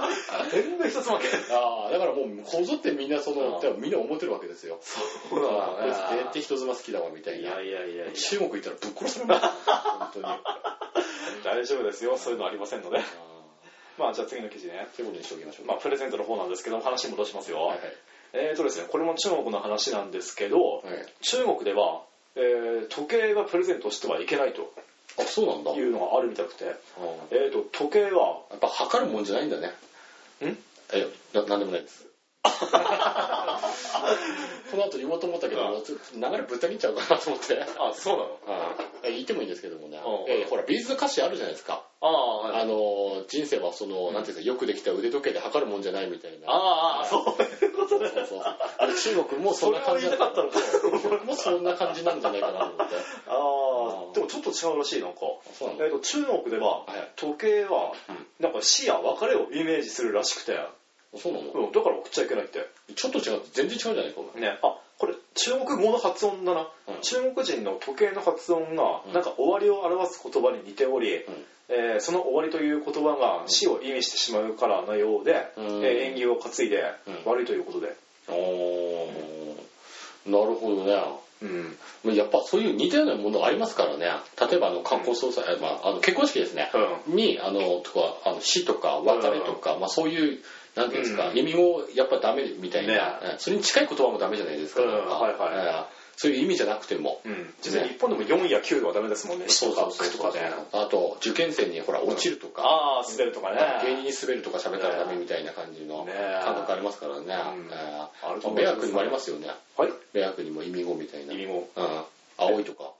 Speaker 2: 全部一つ負け。
Speaker 1: ああ、だからもうこぞってみんなその、みんな思ってるわけですよ。
Speaker 2: そうだな。
Speaker 1: 絶対人妻好きだわみたいな。
Speaker 2: いやいやいやいや。
Speaker 1: 中国行ったらぶっ殺されますよ。本当に。
Speaker 2: 大丈夫ですよ。そういうのありませんので。まあじゃあ次の記事ね。
Speaker 1: ということにしておきましょう。
Speaker 2: まあプレゼントの方なんですけど話戻しますよ。はいはい、えーとですね、これも中国の話なんですけど、はい、中国では、えー、時計がプレゼントしてはいけないと。
Speaker 1: あ、そうなんだ。
Speaker 2: いうのがあるみたくて、えーと時計は
Speaker 1: やっぱ測るもんじゃないんだね。
Speaker 2: ん？
Speaker 1: え、ななんでもないです。 この後言おうと思ったけど、流れぶった切っちゃうかなと思って。
Speaker 2: あ、そうなの？
Speaker 1: うん。言ってもいいんですけどもね。えー、ほら、ビーズ歌詞あるじゃないですか。
Speaker 2: ああ、はい、
Speaker 1: あの、人生はその、なんていうんですか、よくできた腕時計で測るもんじゃないみたいな。
Speaker 2: ああ、そういうことね。
Speaker 1: そうそう。あれ中国もそんな感じだった。
Speaker 2: それを言いたかったのか。
Speaker 1: 中国もそんな感じなんじゃないかなと思って。
Speaker 2: ああ、でもちょっと違うらしい、なんか。そうなんだ。えっと、中国では、時計は、なんか死や別れをイメージするらしくて。
Speaker 1: そうなの？
Speaker 2: うん、だから送っちゃいけないって。
Speaker 1: ちょっと違う、全然違うじゃないか。
Speaker 2: ね、あ、これ中国語の発音だな。うん、中国人の時計の発音が、なんか終わりを表す言葉に似ており、うん、えー、その終わりという言葉が死を意味してしまうからのようで、うん、えー、縁起を担いで悪いということで。
Speaker 1: うん、おー、なるほどね。うん、やっぱそういう似たようなものがありますからね。例えばあの観光総裁、うん、まあ、あの結婚式ですね、うん、にあのとかあの死とか別れとか、うん、まあ、そういうなんていうんですか、うん、意味もやっぱダメみたいな、ね、それに近い言葉もダメじゃないですか。うん、はいはい、えー、そういう意味じゃなくても、
Speaker 2: うん、実際日本でもよんやきゅうはダメですもんね。
Speaker 1: そうそうそうとかね。あと受験生にほら落ちるとか、うん、
Speaker 2: ああ滑るとかね。
Speaker 1: 芸人に滑るとか喋ったらダメみたいな感じの感覚ありますからね。ね、えー、ベアクにもありますよね。はい。ベアクにも意味語みたいな。
Speaker 2: 意味語。
Speaker 1: うん。青いとか。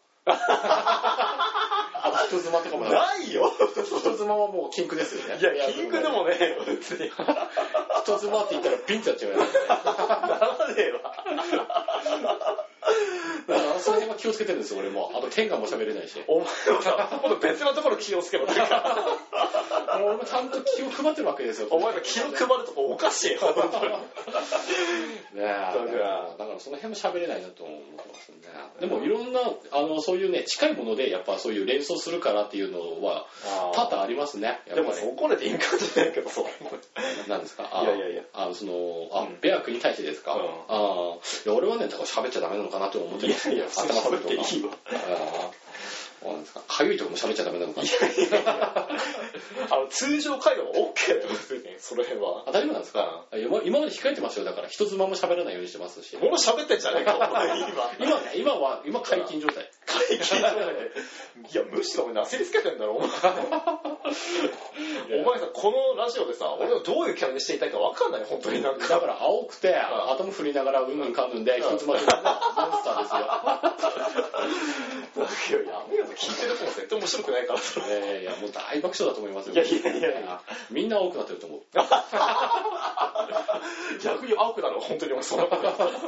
Speaker 1: あと人妻とかも
Speaker 2: ないよ。
Speaker 1: 人妻はもうキンクですよね。
Speaker 2: いやキンクでもね別に。
Speaker 1: 人妻って言ったらピンってやっちゃうよね。
Speaker 2: ならねえわ。
Speaker 1: だからその辺は気をつけてるんですよ俺も。あと天下も喋れないし。
Speaker 2: お前はさ、今度別のところ気をつけろって。
Speaker 1: 俺もちゃんと気を配ってるわけですよ。
Speaker 2: お前が気を配るとこおかしいよ。
Speaker 1: ねえ、だからだからその辺も喋れないなと思ってますね。でもいろんなあのそういうね近いものでやっぱそういう連想するからっていうのは多々ありますね。
Speaker 2: でもそこで敏感じゃないけどそう。
Speaker 1: なんですか。
Speaker 2: いやいやいや。
Speaker 1: あそのあベアクに対してですか。うん、あいや俺はねだから喋っちゃダメなのかなと思ってます。いやいや頭喋っていいわ。なんですか。かゆいとこも喋っちゃダメなのかな。
Speaker 2: あの通常会話は OK だよ別にその辺は。
Speaker 1: 当たり前なんですか。今今まで控えてましたよだから人妻も喋らないようにしてますし。
Speaker 2: もう喋ってんじゃねえか
Speaker 1: 今。今今は今解禁状態。
Speaker 2: 解禁状態。いやむしろなせりつけてんだろお前。お前さこのラジオでさ俺をどういうキャラにしていたいか分かんない本当になんか。
Speaker 1: だから青くて頭振りながらうんうんかんぬんで人妻でモンスターです
Speaker 2: よ。いややめよう聞いてる方も絶対面白くないから。
Speaker 1: いやいやもう大爆笑だと思いますよ。
Speaker 2: いやいやいやいや
Speaker 1: みんな青くなってると思う。
Speaker 2: 逆に青くなる本当に俺その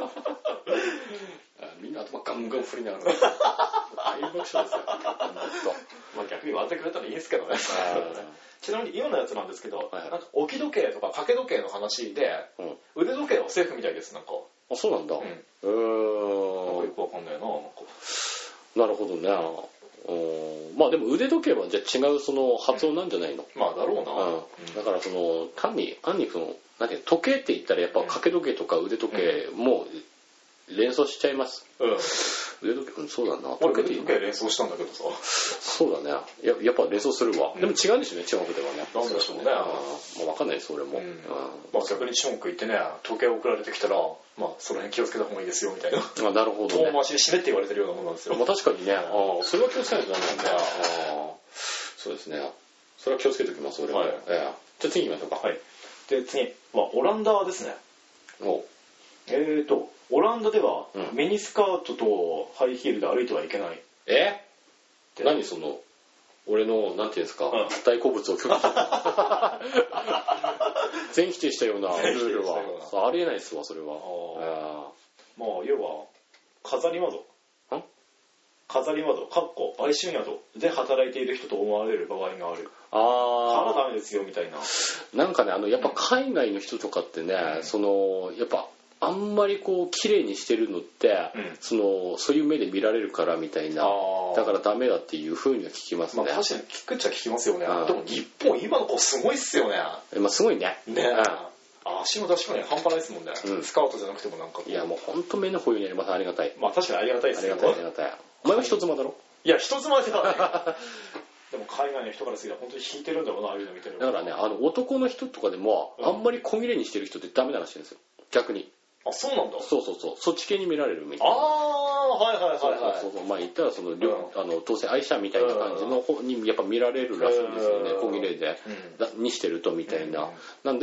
Speaker 1: みんな頭ガンガン振りながら大爆笑ですよ。
Speaker 2: まあ逆に笑ってくれたらいいんですけどね。ちなみに今のやつなんですけど、なんか置き時計とか掛け時計の話で、うん、腕時計はセーフみたいですなんか。
Speaker 1: あそうなんだ。うん。えー、
Speaker 2: なんかよくわかんないななんか。
Speaker 1: なるほどね。うんまあでも腕時計はじゃあ違うその発音なんじゃないの。
Speaker 2: うん、まあだろうな。
Speaker 1: うん、だからその単に単にその何て時計って言ったらやっぱ掛け時計とか腕時計も連想しちゃいます。うん。腕時計、うん、そうだな。
Speaker 2: 俺腕時計連想したんだけどさ。
Speaker 1: そうだね。ややっぱ連想するわ。うん、でも違うんですよね中国ではね。
Speaker 2: なんでしょうね。
Speaker 1: まあわかんないです俺も。うんうん、
Speaker 2: まあ逆に中国行ってね時計送られてきたらまあその辺気をつけた方がいいですよみたいな。
Speaker 1: あなるほど、ね。
Speaker 2: 遠回しに死ねって言われてるようなものなんですよ。
Speaker 1: まあ確かにね。あそれは気をつけないとダメなんだ。あそうですね。それは気をつけておきます俺は。はい、えー、じゃあ次行きましょうか。
Speaker 2: はい。で次はオランダですね。おえーとオランダでは、うん、ミニスカートとハイヒールで歩いてはいけない。
Speaker 1: え？何その俺のなんていうんですか、うん、大好物を拒否した全否定したようなルールはありえないですわそれは。
Speaker 2: あまあ要は飾り窓飾り窓かっこ売春宿で働いている人と思われる場合がある。ああ。からダメですよみたいな。
Speaker 1: なんかねあのやっぱ海外の人とかってね、うん、そのやっぱあんまりこう綺麗にしてるのって、うん、そのそういう目で見られるからみたいなだからダメだっていう風には聞きますね。
Speaker 2: まあ、確かに聞くっちゃ聞きますよね。うん、でも日本今の子すごいっすよね。
Speaker 1: まあすごいね。
Speaker 2: ね。うん、足も確かに半端ないですもんね。うん、スカウトじゃなくてもなんか。
Speaker 1: いやもう本当目の保養にあります。ありがたい。
Speaker 2: まあ確かにありがたいですよね。
Speaker 1: ありがたいありがたい。お前は人妻だろ。
Speaker 2: いや人妻ではね。でも海外の人からすれば本当に引いてるんだろうなああいうの見てる。
Speaker 1: だからねあの男の人とかでも、うん、あんまり小切れにしてる人ってダメならしいんですよ。逆に。
Speaker 2: あ、そうなんだ。
Speaker 1: そうそうそう。そっち系に見られるみたいな。
Speaker 2: ああ、はいはいはいはい。
Speaker 1: そうそうそう。まあ言ったらその、うん、あの当然愛車みたいな感じの方にやっぱ見られるらしいんですよね。小切れで、うん、にしてるとみたいな。うん、なんで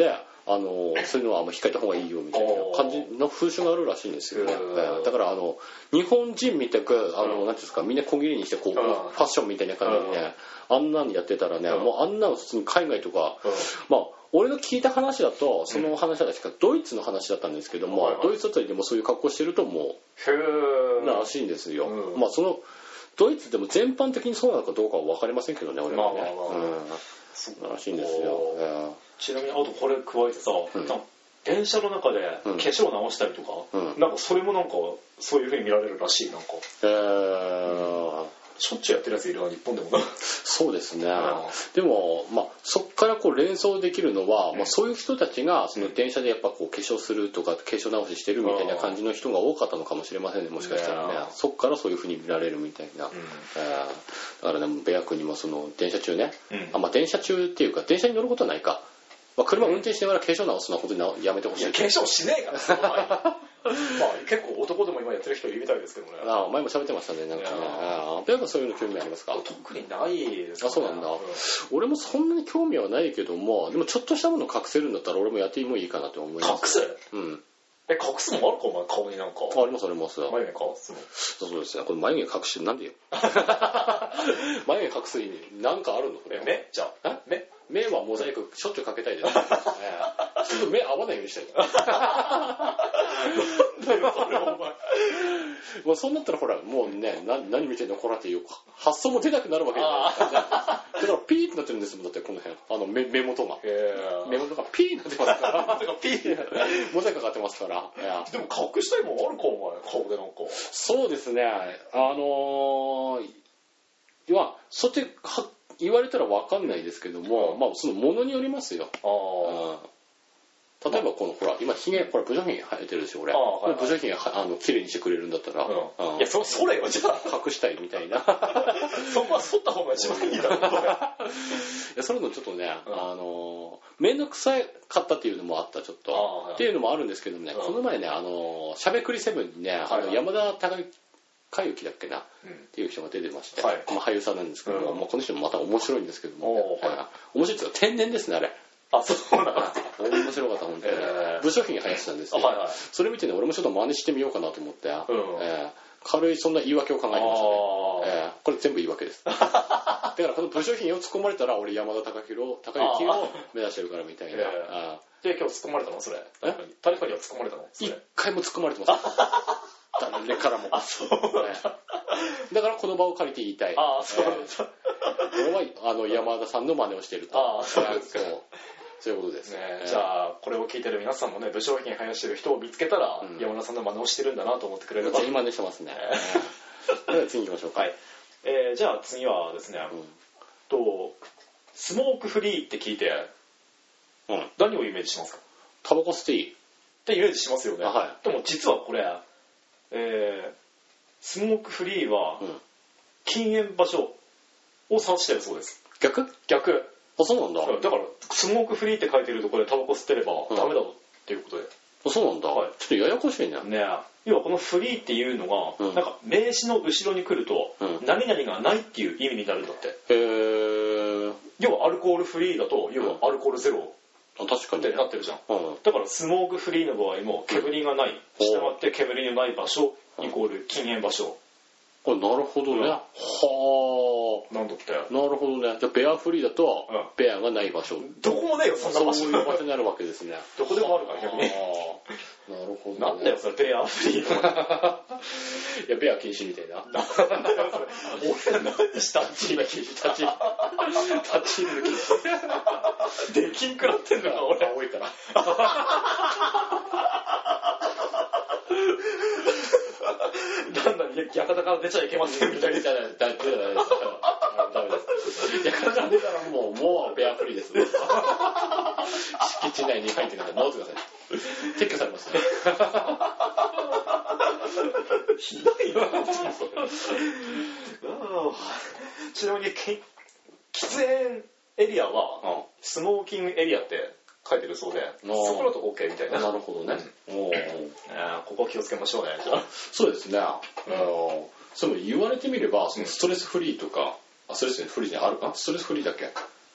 Speaker 1: あのそういうのはあんま控えた方がいいよみたいな感じの風習があるらしいんですよね。だからあの日本人みたくあの、うん、なんていうんですかみんな小切りにしてこう、うん、ファッションみたいな感じでね、うん、あんなにやってたらね、うん、もうあんなの普通に海外とか、うん、まあ俺の聞いた話だとその話は確かドイツの話だったんですけども、うん、ドイツあたりでもそういう格好してるともうならしいんですよ。うん、まあそのドイツでも全般的にそうなのかどうかは分かりませんけどね、俺はね。まあまあまあ、うん、そうらしいんですよ。
Speaker 2: ちなみにあとこれ加えてさ、うん、電車の中で化粧直したりとか、うん、なんかそれもなんかそういう風に見られるらしいなんか。えー、しょっちゅうやってるやついるな日本でもな。
Speaker 1: そうですね。でもまあそっからこう連想できるのは、うん、まあそういう人たちがその電車でやっぱこう化粧するとか化粧直ししてるみたいな感じの人が多かったのかもしれませんね。もしかしたらね。そっからそういう風に見られるみたいな。うん、えー、だからねベア君にもその電車中ね、うん、あまあ電車中っていうか電車に乗ることはないか。まあ、車運転しながら化粧直すのは本当にやめてほしい。いや
Speaker 2: 化粧しねえからまあ結構男でも今やってる人いるみたいですけどね。
Speaker 1: ああ前も喋ってましたねなんかね。ああベア君そういうの興味ありますか？
Speaker 2: 特にないですね。
Speaker 1: あそうなんだ、うん。俺もそんなに興味はないけどもでもちょっとしたものを隠せるんだったら俺もやってもいいかなと思います。
Speaker 2: 隠す？うん。え隠すのもあるかお前顔になんか。
Speaker 1: ありますあります。
Speaker 2: 眉毛隠すの。
Speaker 1: そうですね。これ眉毛隠してなんでよ。眉毛隠す意味なんかあるのこれ。
Speaker 2: 目じゃあ目。
Speaker 1: 目はモザイクしょっちゅうかけたいです。ちょっと目合わないようにしたい。なんだよそれお前。もうそうなったらほらもうねな何見てんのこらっていう発想も出なくなるわけじゃないですか、ね。だからピーってなってるんですもんだってこの辺あの 目, 目元が目元がピーになってますから。ピーモザイクかかってますから。
Speaker 2: でも隠したいもんあるかお前顔でなんか。
Speaker 1: そうですねあのー、いやそっちは言われたら分かんないですけども、うん、まあそのものによりますよ。あうん、例えばこのほら今ひげこれブショヒゲ生えてるでしょ俺。あ、はいはい、ブショヒゲあの綺麗にしてくれるんだったら、
Speaker 2: うんうん、いやそそれよじゃあ
Speaker 1: 隠したいみたいな。
Speaker 2: そこは剃った方が一番いいだろう。い
Speaker 1: やそれのちょっとね、うん、あの面倒くさかったっていうのもあったちょっと、はいはい、っていうのもあるんですけどもね、うん、この前ねあのしゃべくりセブンにね、はいはい、あの山田孝之かゆきだっけな、うん、っていう人が出てまして、はいまあ、俳優さんなんですけども、うんまあ、この人もまた面白いんですけども、ねはい、面白いですよ天然ですねあれ。
Speaker 2: あそうなんですか。
Speaker 1: 面白かった本当に、えー、武将髭生やしてたんですよ、はいはい、それ見てね俺もちょっと真似してみようかなと思って、うんえー、軽いそんな言い訳を考えてましたね、えー、これ全部言い訳ですだからこの武将髭を突っ込まれたら俺山田孝之を目指してるからみたいな。
Speaker 2: あで今日突っ込まれたのそれえ誰かには突っ込まれたの
Speaker 1: 一回も突っ込まれてます誰からも。
Speaker 2: あそうなんだ、ね、
Speaker 1: だからこの場を借りて言いたい。
Speaker 2: あそうなんだ、
Speaker 1: えー、俺はあの山田さんの真似をしていると。あそうですか。そういうことですね、
Speaker 2: えー、じゃあこれを聞いてる皆さんもね武将髭生やしてる人を見つけたら、うん、山田さんの真似をしてるんだなと思ってくれれば。
Speaker 1: 全員真似してますね。では次行きましょうか。
Speaker 2: はいえー、じゃあ次はですね、うん、とスモークフリーって聞いて、うん、何をイメージしますか？
Speaker 1: タバコ吸っていい
Speaker 2: ってイメージしますよね、
Speaker 1: はい、
Speaker 2: でも実はこれ、えー、スモークフリーは、うん、禁煙場所を指してるそうです。
Speaker 1: 逆
Speaker 2: 逆
Speaker 1: あそうなんだ。
Speaker 2: だからスモークフリーって書いてるところでタバコ吸ってればダメだっていうことで、
Speaker 1: うん、あそうなんだ、はい、ちょっとややこしいね。
Speaker 2: ね要はこのフリーっていうのが、うん、なんか名詞の後ろに来ると、うん、何々がないっていう意味になるんだって。へ
Speaker 1: ー。
Speaker 2: 要はアルコールフリーだと要はアルコールゼロ、
Speaker 1: うん、確かに
Speaker 2: ってなってるじゃん、うん、だからスモークフリーの場合も煙がない、うん、したがって煙のない場所イコール禁煙場所。
Speaker 1: あなるほどね、うん、は
Speaker 2: あなんだってな
Speaker 1: るほどね。じゃあベアフリーだと、うん、ベアがない場所
Speaker 2: どこもねえよそんな場所。
Speaker 1: そういう場所になるわけですね。
Speaker 2: どこでもあるから逆に。な
Speaker 1: るほど、ね、
Speaker 2: なんだよそれベアフリーの
Speaker 1: いやベア禁止みたいな。
Speaker 2: なんだよそれ俺ら何でした
Speaker 1: 立ち入り禁止立ち立ち入り禁止
Speaker 2: できんくらってんのか俺
Speaker 1: 多いから
Speaker 2: なんだ館から出ちゃいけませんみたいな。
Speaker 1: ダメですダメです館から出たらもうもうベアフリーです敷地内に入ってください。直ってください。撤去されますね
Speaker 2: ひどいなちなみに喫煙エリアは、うん、スモーキングエリアって書いてるそうでそこだと OK みたいな。
Speaker 1: なるほどね、うん、お
Speaker 2: ここ気をつけましょうね。じゃあ
Speaker 1: そうですね、うん、それも言われてみればそのストレスフリーとか、うん、あストレスフリーじゃあるかストレスフリーだっけ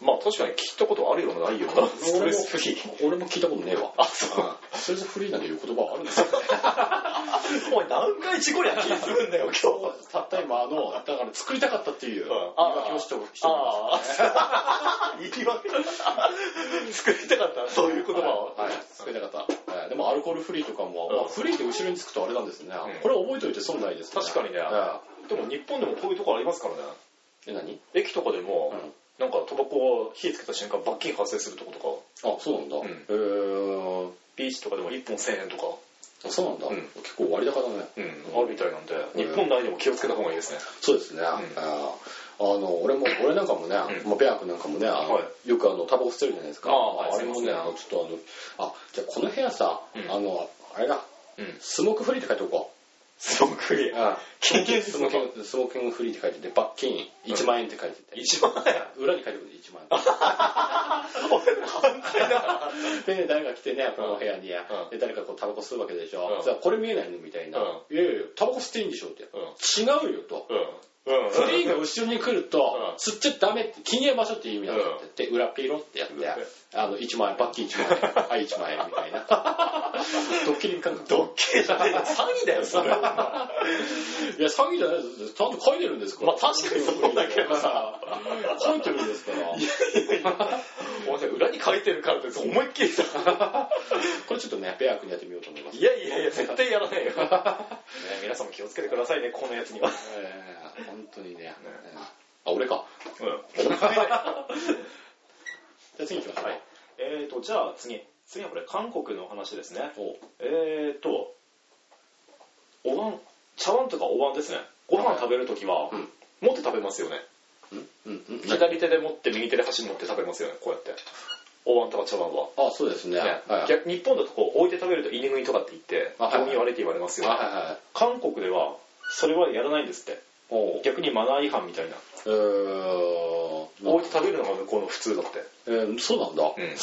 Speaker 2: まあ確かに聞いたことあるようなないような。ストレスフリー。
Speaker 1: 俺も聞いたことねえわ。
Speaker 2: あ、そう。
Speaker 1: ストレスフリーなんていう言葉はあるんですよね。
Speaker 2: お前何回事故りゃ気するんだよ、今日。
Speaker 1: たった今、あの、だから作りたかったっていう、言い訳をしております、
Speaker 2: ね。言い訳作りたかった、そういう言葉を。
Speaker 1: はい、作りたかった。でもアルコールフリーとかも、まあ、フリーって後ろにつくとあれなんですね。これ覚えておいて損ないですね。
Speaker 2: 確かにね。でも日本でもこういうところありますからね。
Speaker 1: え、何？
Speaker 2: 駅とかでも、なんかタバコを火つけた瞬間罰金発生するとこと
Speaker 1: か。あ、そうなんだ。へー。
Speaker 2: ビーチとかでもいっぽんせんえんとか。
Speaker 1: あ、そうなんだ。結構割高だね。
Speaker 2: うん、あるみたいなんで、日本内でも気をつけた方がいいですね。
Speaker 1: そうですね。あの、俺も、俺なんかもね、まあ、ペア君なんかもね、よくあの、タバコ吸ってるじゃないですか。あれもね、ちょっとあの、あ、じゃあこの部屋さ、あの、あれだ、スモークフリーって書いておこう。
Speaker 2: スモークフリー。
Speaker 1: ああ、スモーキングフリーって書いてて、罰金いちまんえんって書いてて。
Speaker 2: いちまんえん
Speaker 1: 裏に書いてくるいちまんえん。
Speaker 2: 俺の反対だ。
Speaker 1: でね、誰が来てね、この部屋に、で誰かこうタバコ吸うわけでしょ。じゃあこれ見えないのみたいな。いやいや、タバコ吸っていいんでしょって。違うよと。フリーが後ろに来ると、吸っちゃダメって、禁煙場所っていう意味なんだって。で、裏ピロってやって、あの、いちまんえん、罰金いちまんえん、はい、いちまんえんみたいな。ドッキリ感覚。
Speaker 2: ドッキリじゃねえよ。詐欺だよ、それ。いや、
Speaker 1: 詐欺じゃないです。ちゃんと書いてるんですから。
Speaker 2: まあ確かにそうだけどさ。
Speaker 1: 書いてるんですから。いやいやいや。
Speaker 2: お前裏に書いてるからって思いっきりさ。
Speaker 1: これちょっとね、ペア君にやってみようと思います。
Speaker 2: いやいやいや、絶対やらないよ。ね、皆さんも気をつけてくださいね、このやつには。
Speaker 1: 本当にね。あ、俺か。うん。じゃあ次行きましょう。
Speaker 2: えーと、じゃあ次。次はこれ、韓国の話ですね。えーと、お椀、茶碗とかお椀ですね。ご飯食べるときは、持って食べますよね。左手で持って右手で箸持って食べますよね、こうやって。お椀とか茶碗は。
Speaker 1: あ、そうですね。
Speaker 2: 逆日本だとこう置いて食べると居眠りとかって言って、行儀悪いって言われますよね。韓国では、それはやらないんですって。逆にマナー違反みたいな。えー、置いて食べるのが向こうの普通だって。
Speaker 1: えー、そうなんだ。うん、え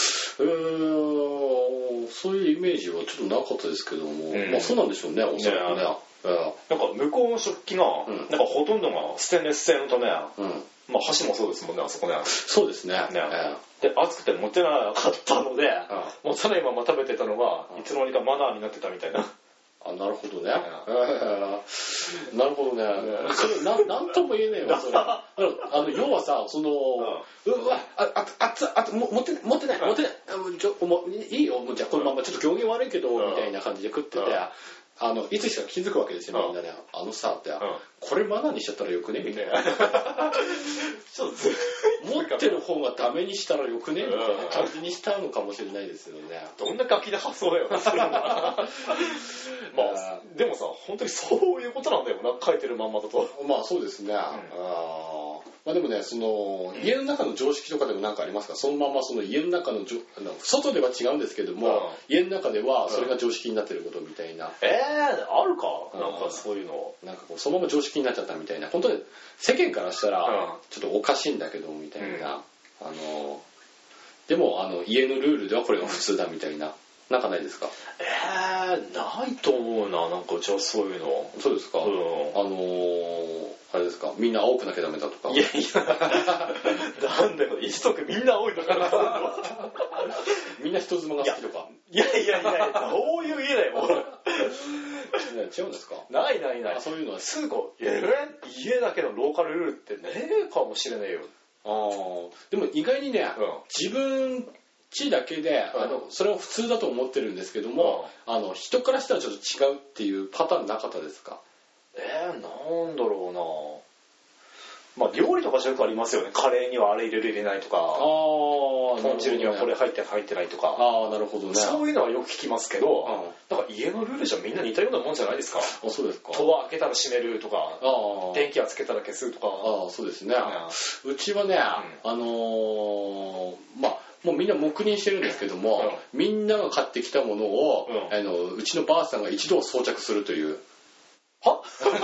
Speaker 1: ー、そういうイメージはちょっとなかったですけども、うん、まあそうなんでしょうね、おそらくね。
Speaker 2: えー、なんか向こうの食器が、うん、なんかほとんどがステンレス製のため、うん、まあ箸もそうですもんね、あそこね。
Speaker 1: そうですね。ね
Speaker 2: えー、で、熱くて持てなかったので、うん、持たないまま食べてたのが、いつの間にかマナーになってたみたいな。
Speaker 1: あ、なるほどね。なるほどね。それな、なんとも言えねえよ、それ。あの、要はさ、その、うわ、あ、あ、あ、あ、も、持ってない、持ってない、持ってない、ちょ、もう、いいよ、もうじゃあこのままちょっと行儀悪いけど、みたいな感じで食ってて、あの、いつしか気づくわけですよ、みんなね。あのさ、って、これマナーにしちゃったらよくねみたいな。ちょっと、持ってる方がダメにしたらよくねみたいな感じにしたのかもしれないですよね。
Speaker 2: どんなガキで発想だよ、それは。まあ、でもさ、本当にそういうことなんだよな、書いてるまんまだと。
Speaker 1: まあそうですね。うん、あまあでもね、その、家の中の常識とかでも何かありますか？そのままその家の中の、あの外では違うんですけども、うん、家の中ではそれが常識になってることみたいな。
Speaker 2: えー、あるかなんかそういうの。
Speaker 1: なんかこう、そのまま常識になっちゃったみたいな。本当に世間からしたら、ちょっとおかしいんだけど、みたいな。うん、あの、でも、あの、家のルールではこれが普通だみたいな。なんかないですか？
Speaker 2: えー、ないと思うな、なんかじゃあそういうの。
Speaker 1: そうですか？うん、あのー、あれですか、みんな青くなきゃダメだとか。
Speaker 2: いやいや、なんだよ、一族みんな青いのかな。
Speaker 1: みんな人妻が好きとか。
Speaker 2: いやいやいや、どういう家だよ。
Speaker 1: 違うんですか？
Speaker 2: ないないない。
Speaker 1: そういうのは。
Speaker 2: すぐこう、えー、家だけのローカルルールってねえかもしれねえよ。
Speaker 1: ああ、でも意外にね、うん、自分地だけで、うん、あのそれを普通だと思ってるんですけども、うん、あの人からしたらちょっと違うっていうパターンなかったですか？
Speaker 2: えー、なんだろうな。まあ料理とかそういうのありますよね。カレーにはあれ入れる入れないとか、あ豚汁にはこれ入って入ってないとか。
Speaker 1: ああ、なるほどね。
Speaker 2: そういうのはよく聞きますけど、うん、なんか家のルールじゃみんな似たようなもんじゃないですか。
Speaker 1: あ、そうですか。
Speaker 2: 戸は開けたら閉めるとか、あ電気はつけたら消すとか。
Speaker 1: ああ、そうですね。うん、うちはね、うん、あのー、まあもうみんな黙認してるんですけども、うん、みんなが買ってきたものを、うん、あのうちのばあさんが一度装着するという。
Speaker 2: は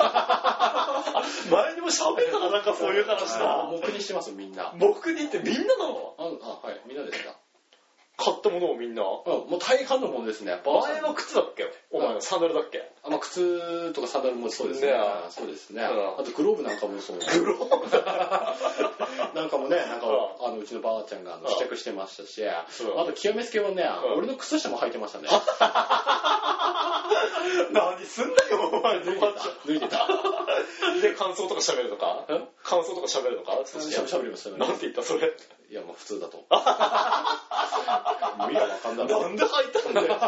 Speaker 2: 前にも喋ったな、なんかそういう話だ。
Speaker 1: 黙認してますみんな。
Speaker 2: 黙認ってみんななの？
Speaker 1: ああ、はい、みんなですか。
Speaker 2: 買ったものをみんな。うん、
Speaker 1: もう大半のものですね。
Speaker 2: 前は靴だっけ？お前のサンダルだっけ？
Speaker 1: あ、まあ、靴とかサンダルもそうですね。ねそうですね。あとグローブなんかもそう。
Speaker 2: グローブ
Speaker 1: なんかもね、なんか、あのうちのばあちゃんがあの試着してましたし、あと極めつけはね、俺の靴下も履いてましたね。
Speaker 2: 何すんだよ、お前。
Speaker 1: 脱いでた。脱いでた。
Speaker 2: で、感想とか喋るのか？感想とか喋るのか？
Speaker 1: 喋りました。
Speaker 2: なんて言ったそれ？
Speaker 1: いや、まあ普通だと。見りゃわかんだろ。
Speaker 2: なんで履いたんだよ。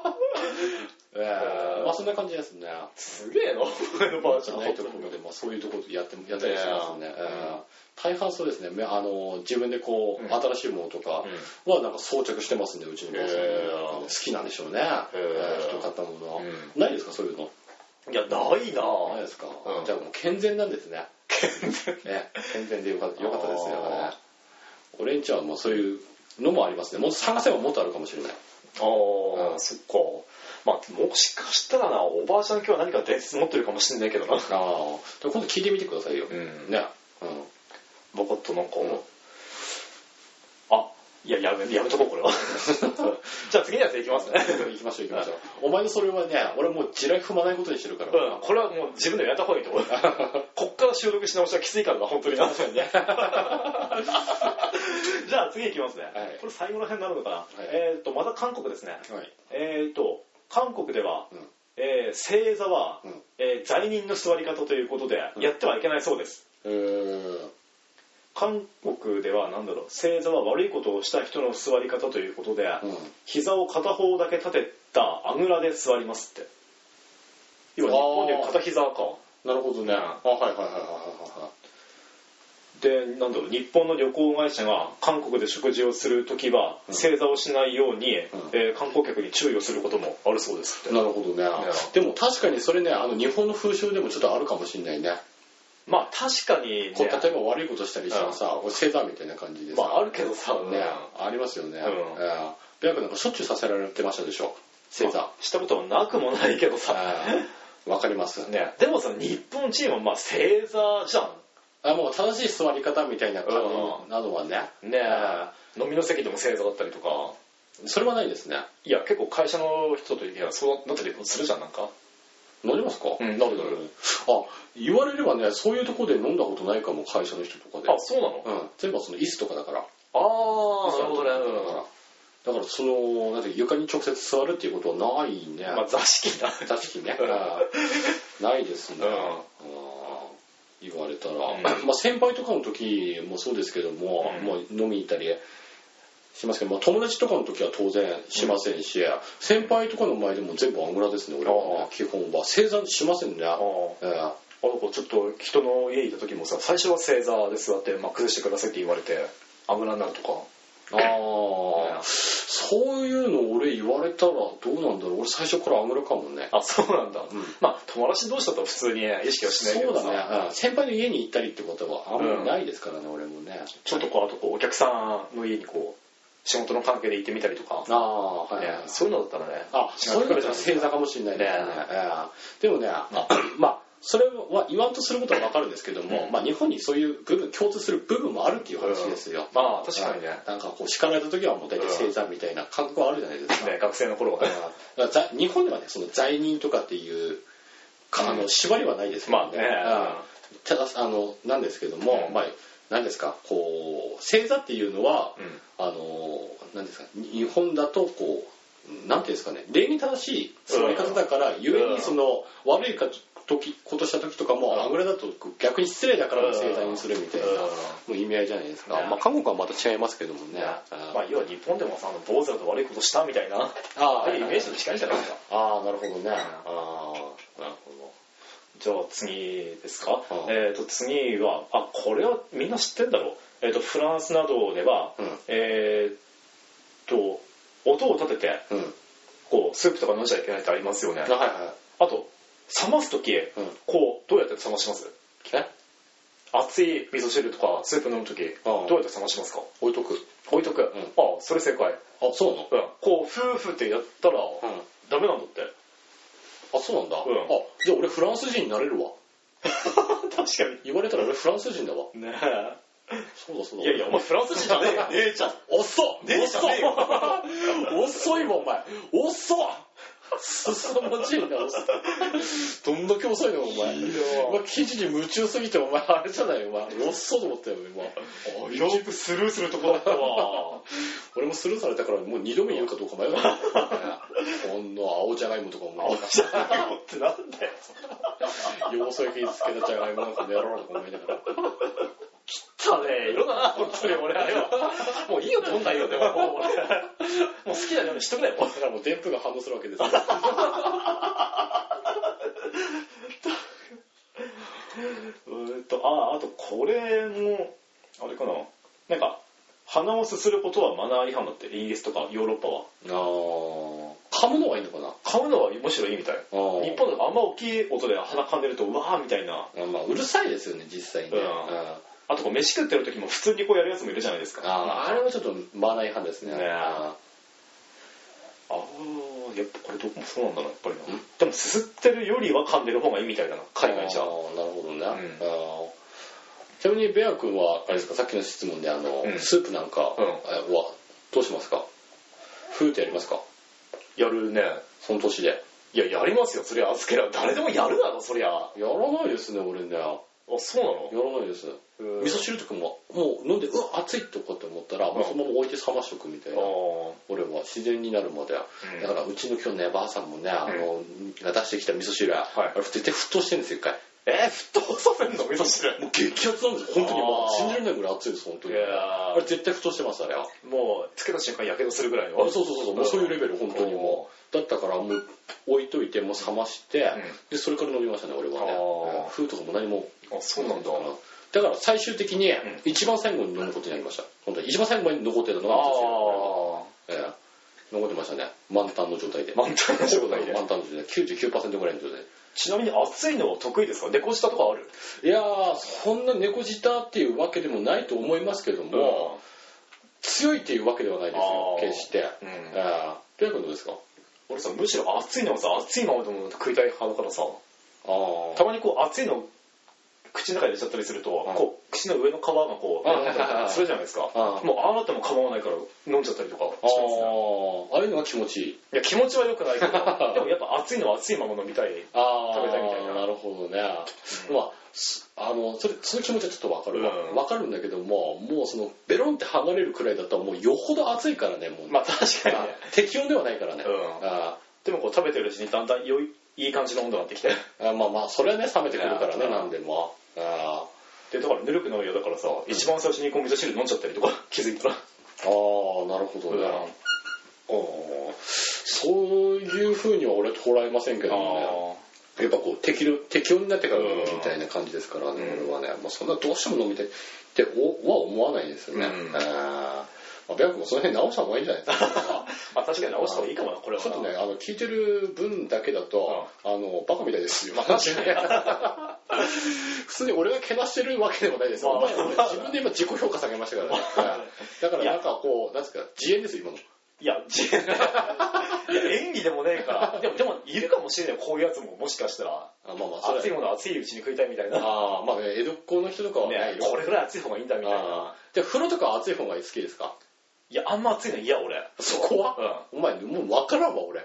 Speaker 1: えー、まあそんな感じですね。
Speaker 2: すげえな、お前のばあちゃん。
Speaker 1: ないところで、まあそういうところでやってやったりしますね。大半そうですね。あの自分でこう、うん、新しいものとかはなんか装着してますね、うちのばあさん、ね。好きなんでしょうね。人買ったものは、うん。ないですか、そういうの？
Speaker 2: いや、ないな。
Speaker 1: ないですか。うん、じゃあもう健全なんですね。健全。ね、健全でよかった、よかったですよね。俺んちはもうそういうのもありますね。もう探せばもっとあるかもしれない。
Speaker 2: ああ、うん、そっか。まあ、もしかしたらな、おばあちゃん今日は何か伝説持ってるかもしれないけどな。あ
Speaker 1: あ、今度聞いてみてくださいよ。うん、ね。うん。
Speaker 2: バカッとなんか、うん、あ、いや、やめ、やめとこう、これは。じゃあ次のやつ行きますね。
Speaker 1: 行きましょう、行きましょう。お前のそれはね、俺もう地雷踏まないことにしてるから。
Speaker 2: うん、これはもう自分でやった方がいいと思う。こっから収録し直しはきついからな、本当にな。じゃあ次行きますね。はい、これ最後の辺になるのかな。はい、えっと、また韓国ですね。はい、えっと、韓国では、うん、えー、正座は、うん、えー、罪人の座り方ということで、やってはいけないそうです。うん、韓国ではなんだろう、正座は悪いことをした人の座り方ということで、うん、膝を片方だけ立てたあぐらで座りますって。要は日本で片膝か。
Speaker 1: なるほどね。あ、はいはいはいはいはい。
Speaker 2: で、なんだろう、日本の旅行会社が韓国で食事をするときは、うん、正座をしないように、うん、えー、観光客に注意をすることもあるそうですって。
Speaker 1: なるほどね。ね、でも確かにそれね、あの日本の風習でもちょっとあるかもしれないね。
Speaker 2: まあ確かに、ね、
Speaker 1: こう例えば悪いことしたりしたらさ、うん、正座みたいな感じでさ、
Speaker 2: まああるけどさ、
Speaker 1: ね、ありますよね。うん、えー、なんかしょっちゅうさせられてましたでしょ、正座。まあ、
Speaker 2: したことはなくもないけどさ。
Speaker 1: わかります。
Speaker 2: ね。でもさ、日本チームはまあ正座じゃん。
Speaker 1: あ、もう正しい座り方みたいな感じなどはね。
Speaker 2: ねえ。飲みの席でも正座だったりとか。
Speaker 1: それはないですね。
Speaker 2: いや、結構会社の人といやそうなったりするじゃん、なんか。
Speaker 1: 飲みますか？
Speaker 2: うん、なるなる。
Speaker 1: あ、言われればね、そういうところで飲んだことないかも、会社の人とかで。
Speaker 2: あ、そうなの？
Speaker 1: うん。全部その椅子とかだから。あ
Speaker 2: あ、なるほどね。
Speaker 1: だからその、なんて床に直接座るっていうことはないね。
Speaker 2: まあ座敷だ。
Speaker 1: 座敷ね。ないですね。うん、言われたら、うん、まあ先輩とかの時もそうですけども、うん、もう飲みに行ったりしますけど、まあ、友達とかの時は当然しませんし、うん、先輩とかの前でも全部あぐらですね、俺はね。基本は正座しませんね。あ、
Speaker 2: えー、あのちょっと人の家にいた時もさ、最初は正座で座って、まあ、崩してくださいって言われてあぐらになるとか。
Speaker 1: ああ、ね、そういうの俺言われたらどうなんだろう。俺最初からあぐらかもね。
Speaker 2: あ、そうなんだ。うん、まあ友達同士だと普通に意識はしないけどさ。
Speaker 1: そうだね、うん。先輩の家に行ったりってことはあんまりないですからね、うん、俺もね。
Speaker 2: ちょっとこうあとこうお客さんの家にこう仕事の関係で行ってみたりとか。
Speaker 1: ああ、はい、
Speaker 2: ね。そういうのだったらね。
Speaker 1: あ、そういうのだったら正座かもしれないですね。ね、でもね、まあ。それは言わんとすることは分かるんですけども、うん、まあ日本にそういう部分、共通する部分もあるっていう話ですよ。
Speaker 2: うん、まあ確かにね。
Speaker 1: なんかこう叱られた時はもう大体正座みたいな感覚はあるじゃないですか。
Speaker 2: ね、学生の頃はね。
Speaker 1: だから日本ではね、その罪人とかっていう、あの、縛りはないですけどね。まあね。うん、ただ、あの、なんですけども、うん、まあ、何ですか、こう、正座っていうのは、うん、あの、何ですか、日本だとこう、なんていうんですかね、礼儀正しい座り方だから、ゆえにその、悪いか、時ことした時とかもあぐらだと逆に失礼だから正座にするみたいなもう意味合いじゃないですか、ね、まあ韓国はまた違いますけどもね、
Speaker 2: まあ要は日本でもさ、あの坊主だと悪いことしたみたいなあイメージと近いじゃないですか。
Speaker 1: ああ、なるほどね。ああ、なるほど。
Speaker 2: じゃあ次ですか。えっと次は、あ、これはみんな知ってんだろう。えっとフランスなどでは、うん、えっと音を立てて、うん、こうスープとか飲んじゃいけないってありますよね。
Speaker 1: はいはい。
Speaker 2: あと冷ますとき、うん、こうどうやって冷まします？え？熱い味噌汁とかスープ飲むとき、どうやって冷ましますか？
Speaker 1: 置いとく。
Speaker 2: 置いとく。うん、あ、それ正解。
Speaker 1: あ、そうなの？
Speaker 2: うん。こうフーフーってやったら、うん、ダメなんだって。
Speaker 1: あ、そうなんだ。
Speaker 2: うん。
Speaker 1: あ、じゃあ俺フランス人になれるわ。
Speaker 2: 確かに。
Speaker 1: 言われたら俺フランス人だわ。
Speaker 2: ねえ。
Speaker 1: そうだそうだ。
Speaker 2: いやいや、お前フランス人じゃねえよ。姉ちゃん。
Speaker 1: 遅っ
Speaker 2: 姉ちゃんねえよ。
Speaker 1: 遅いもん、お前。遅っすさまじいな、遅い。どんだけ遅いの、お前。お前、記事に夢中すぎて、お前、あれじゃないよ、お前。遅っと思ったよ、今。
Speaker 2: よくスルーするとこだったわ。
Speaker 1: 俺もスルーされたから、もう二度目言うかどうか迷うな。ほんの青じゃがいもとかも。
Speaker 2: 青じゃがいもってなんだよ。
Speaker 1: 要素液につけたじゃがいもなんかねやろうとか思いながら。
Speaker 2: 汚ねえ色だな、本当に俺はよ。もういいよ、どんないよ、でも。もうもう好きなようにしとくれよ。
Speaker 1: だからもう、でんぷんが反応するわけですよ。
Speaker 2: うんと、あ、あとこれも、あれかな。なんか、鼻をすすることはマナー違反だって、イギリスとかヨーロッパは。
Speaker 1: あー。噛むのはいいのかな。
Speaker 2: 噛むのはむしろいいみたい。日本だとあんま大きい音で鼻噛んでると、うわーみたいな。
Speaker 1: まあ、うるさいですよね、実際にね。
Speaker 2: うん、あとこう飯食ってる時も普通にこうやるやつもいるじゃないですか。
Speaker 1: ああれはちょっとマナー違反ですね。
Speaker 2: ねああ、やっぱこれどこもそうなんだな、やっぱりな。でもすすってるよりは噛んでる方がいいみたいだな、海外じゃ。
Speaker 1: ああ、なるほどね。うん、
Speaker 2: あ
Speaker 1: ちなみにベア君はあれですか、さっきの質問であの、うん、スープなんかはどうしますか？フーってやりますか？
Speaker 2: やるね。
Speaker 1: その年で。
Speaker 2: いや、やりますよ、そりゃ。預けりゃ誰でもやるだろ、そりゃ。や
Speaker 1: らないですね、俺ね。あ、
Speaker 2: そうなの？
Speaker 1: やらないです。味噌汁とかももう飲んでうわ熱いとかって思ったら、もうそのまま置いて冷ましとくみたいな。俺は自然になるまで、うん、だからうちの今日ねばあさんもね、あの、うん、が出してきた味噌汁、はい、あれ絶対沸騰してるんですよ一回。
Speaker 2: えー、沸騰させんの味噌汁？
Speaker 1: もう激熱なんですよ本当に。もう信じられないぐらい熱いです本当に。あれ絶対沸騰してますあれは。
Speaker 2: もうつけた瞬間やけどするぐらいの。
Speaker 1: そうそうそうそう、もうそういうレベル本当にもう。だったからもう置いといてもう冷まして、うん、でそれから飲みましたね俺はね。風とかも何も。
Speaker 2: あ、そうなんだ。
Speaker 1: だから最終的に一番最後に飲むことになりました。本当に一番最後まで残ってたのが味噌汁。えー、残ってましたね。満タンの状態で。
Speaker 2: 満タンの状態で。
Speaker 1: 満タンの状態で きゅうじゅうきゅうパーセント ぐらいの状態で。
Speaker 2: ちなみに熱いのは得意ですか？猫舌とかある？
Speaker 1: いやー、そんな猫舌っていうわけでもないと思いますけども、うん、強いっていうわけではないですよ決して。うん、あどういうことですか？
Speaker 2: 俺さ、むしろ熱いのがさ、熱いままでも食いたい派だからさ、あたまにこう熱いの口の中に入れちゃったりすると、うん、こう口の上の皮がこうするじゃないですか。もうああなっても構わないから飲んじゃったりとかしてますね。
Speaker 1: ああいうのが気持ちいい。
Speaker 2: いや気持ちは良くないけど、でもやっぱ熱いのは熱いまま飲みたい、
Speaker 1: あ
Speaker 2: 食べたいみたいな。
Speaker 1: なるほどね。うん、まああのそれその気持ちはちょっとわかるわ、うん、わかるんだけども、もうそのベロンって剥がれるくらいだったらもうよほど熱いからね、もう。
Speaker 2: まあ確かにね。
Speaker 1: 適温ではないからね。
Speaker 2: うん、あでもこう食べてるうちにだんだん良いいい感じの温度になってきて。
Speaker 1: あまあまあそれはね冷めてくるからね、なんでも。あ
Speaker 2: でだからぬるくなるよだからさ、うん、一番最初にこう味噌汁飲んじゃったりとか気づいたら。あ
Speaker 1: あなるほどね。うん、あそういう風には俺捉えませんけどね。やっぱこう適量適温になってから飲むみたいな感じですからね、うん、俺はね、まあ、そんなどうしても飲みたいっては思わないですよね。うん、あまあ、ベア君もその辺直した方がいいんじゃないですか。
Speaker 2: あ確かに直した方がいいかもな、これは。
Speaker 1: ちょっとね、あの聞いてる分だけだと、うん、あのバカみたいですよ。
Speaker 2: 確かに
Speaker 1: 普通に俺がけなしてるわけでもないですよ。お前自分で今自己評価下げましたからね。だからなんかこうなんですか自演です今の。
Speaker 2: いや自演いや演技でもねえから。でもでもいるかもしれないこういうやつももしかしたら。あまあまあ熱いもの熱いうちに食いたいみたいな。
Speaker 1: ああまあね江戸っ子の人とかはね、
Speaker 2: ねこれぐらい熱い方がいいんだみたいな。
Speaker 1: じゃあ風呂とかは熱い方が好きですか？
Speaker 2: いやあんま熱いの嫌俺。
Speaker 1: そこは？うん、お前もう分からんわ俺。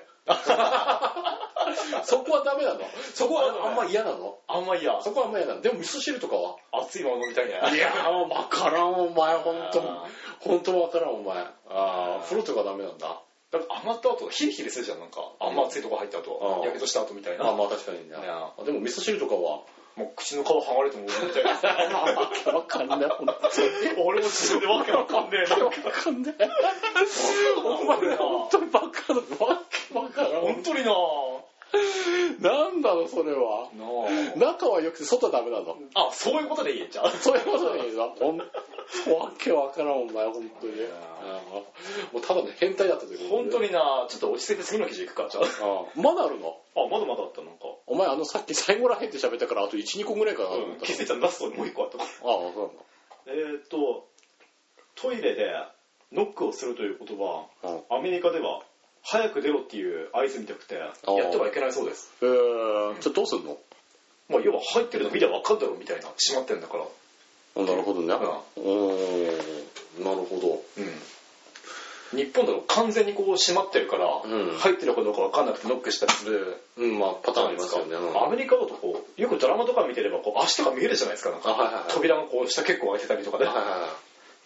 Speaker 1: そこはダメなの？そこはあんま嫌なの？
Speaker 2: あんま嫌。
Speaker 1: そこはあんま嫌なの。でも味噌汁とかは
Speaker 2: 熱いまま飲みたいね。
Speaker 1: いやー分からんお前ほんとほんと分からんお前。ああ風呂とかダメなんだ。
Speaker 2: だって余った後ヒリヒリするじゃんなんかあんま熱いとこ入った後やけどした後みたいな。
Speaker 1: あまあ確かにね。でも味噌汁とかは
Speaker 2: もう口の皮剥がれても飲みたいです。わ
Speaker 1: けわかんないほんと。
Speaker 2: 俺も自分でわけわかんねえな。
Speaker 1: わかんねえ。お前ほんとにバカだ。わけわからん。
Speaker 2: ほんとにな。
Speaker 1: なんだろそれは。中は良くて外はダメなの。
Speaker 2: あそういうことでいいじゃん。
Speaker 1: そういうことでいいぞ。ほんわけわからんお前ほんとに。もうただの変態だったという
Speaker 2: ことで。ほんとにな。ちょっと落ち着いて次の記事行くかじゃあ。
Speaker 1: まだあるの？
Speaker 2: あまだまだあったなんか。
Speaker 1: お前あのさっき最後らへんって喋ったからあといち、にこぐらいかなと思った。
Speaker 2: うん、気づいたらラストもういっこあったから。
Speaker 1: ああそうなんだ。
Speaker 2: えーっとトイレでノックをするということは、うん、アメリカでは早く出ろっていう合図みたくてやってはいけないそうです。
Speaker 1: へー、じゃあどうすんの？
Speaker 2: まあ要は入ってるの見りゃ分かんだろみたいな閉まってんだから。
Speaker 1: なるほどね。うん。なるほど。
Speaker 2: うん。日本だと完全にこう閉まってるから、うん、入ってるかどうか分かんなくてノックしたりする、
Speaker 1: うん、まあパターンありますよね。
Speaker 2: アメリカだとこうよくドラマとか見てればこう足とか見えるじゃないですか。なんか、はいはいはい、扉がこう下結構開いてたりとかで、はいはいはい、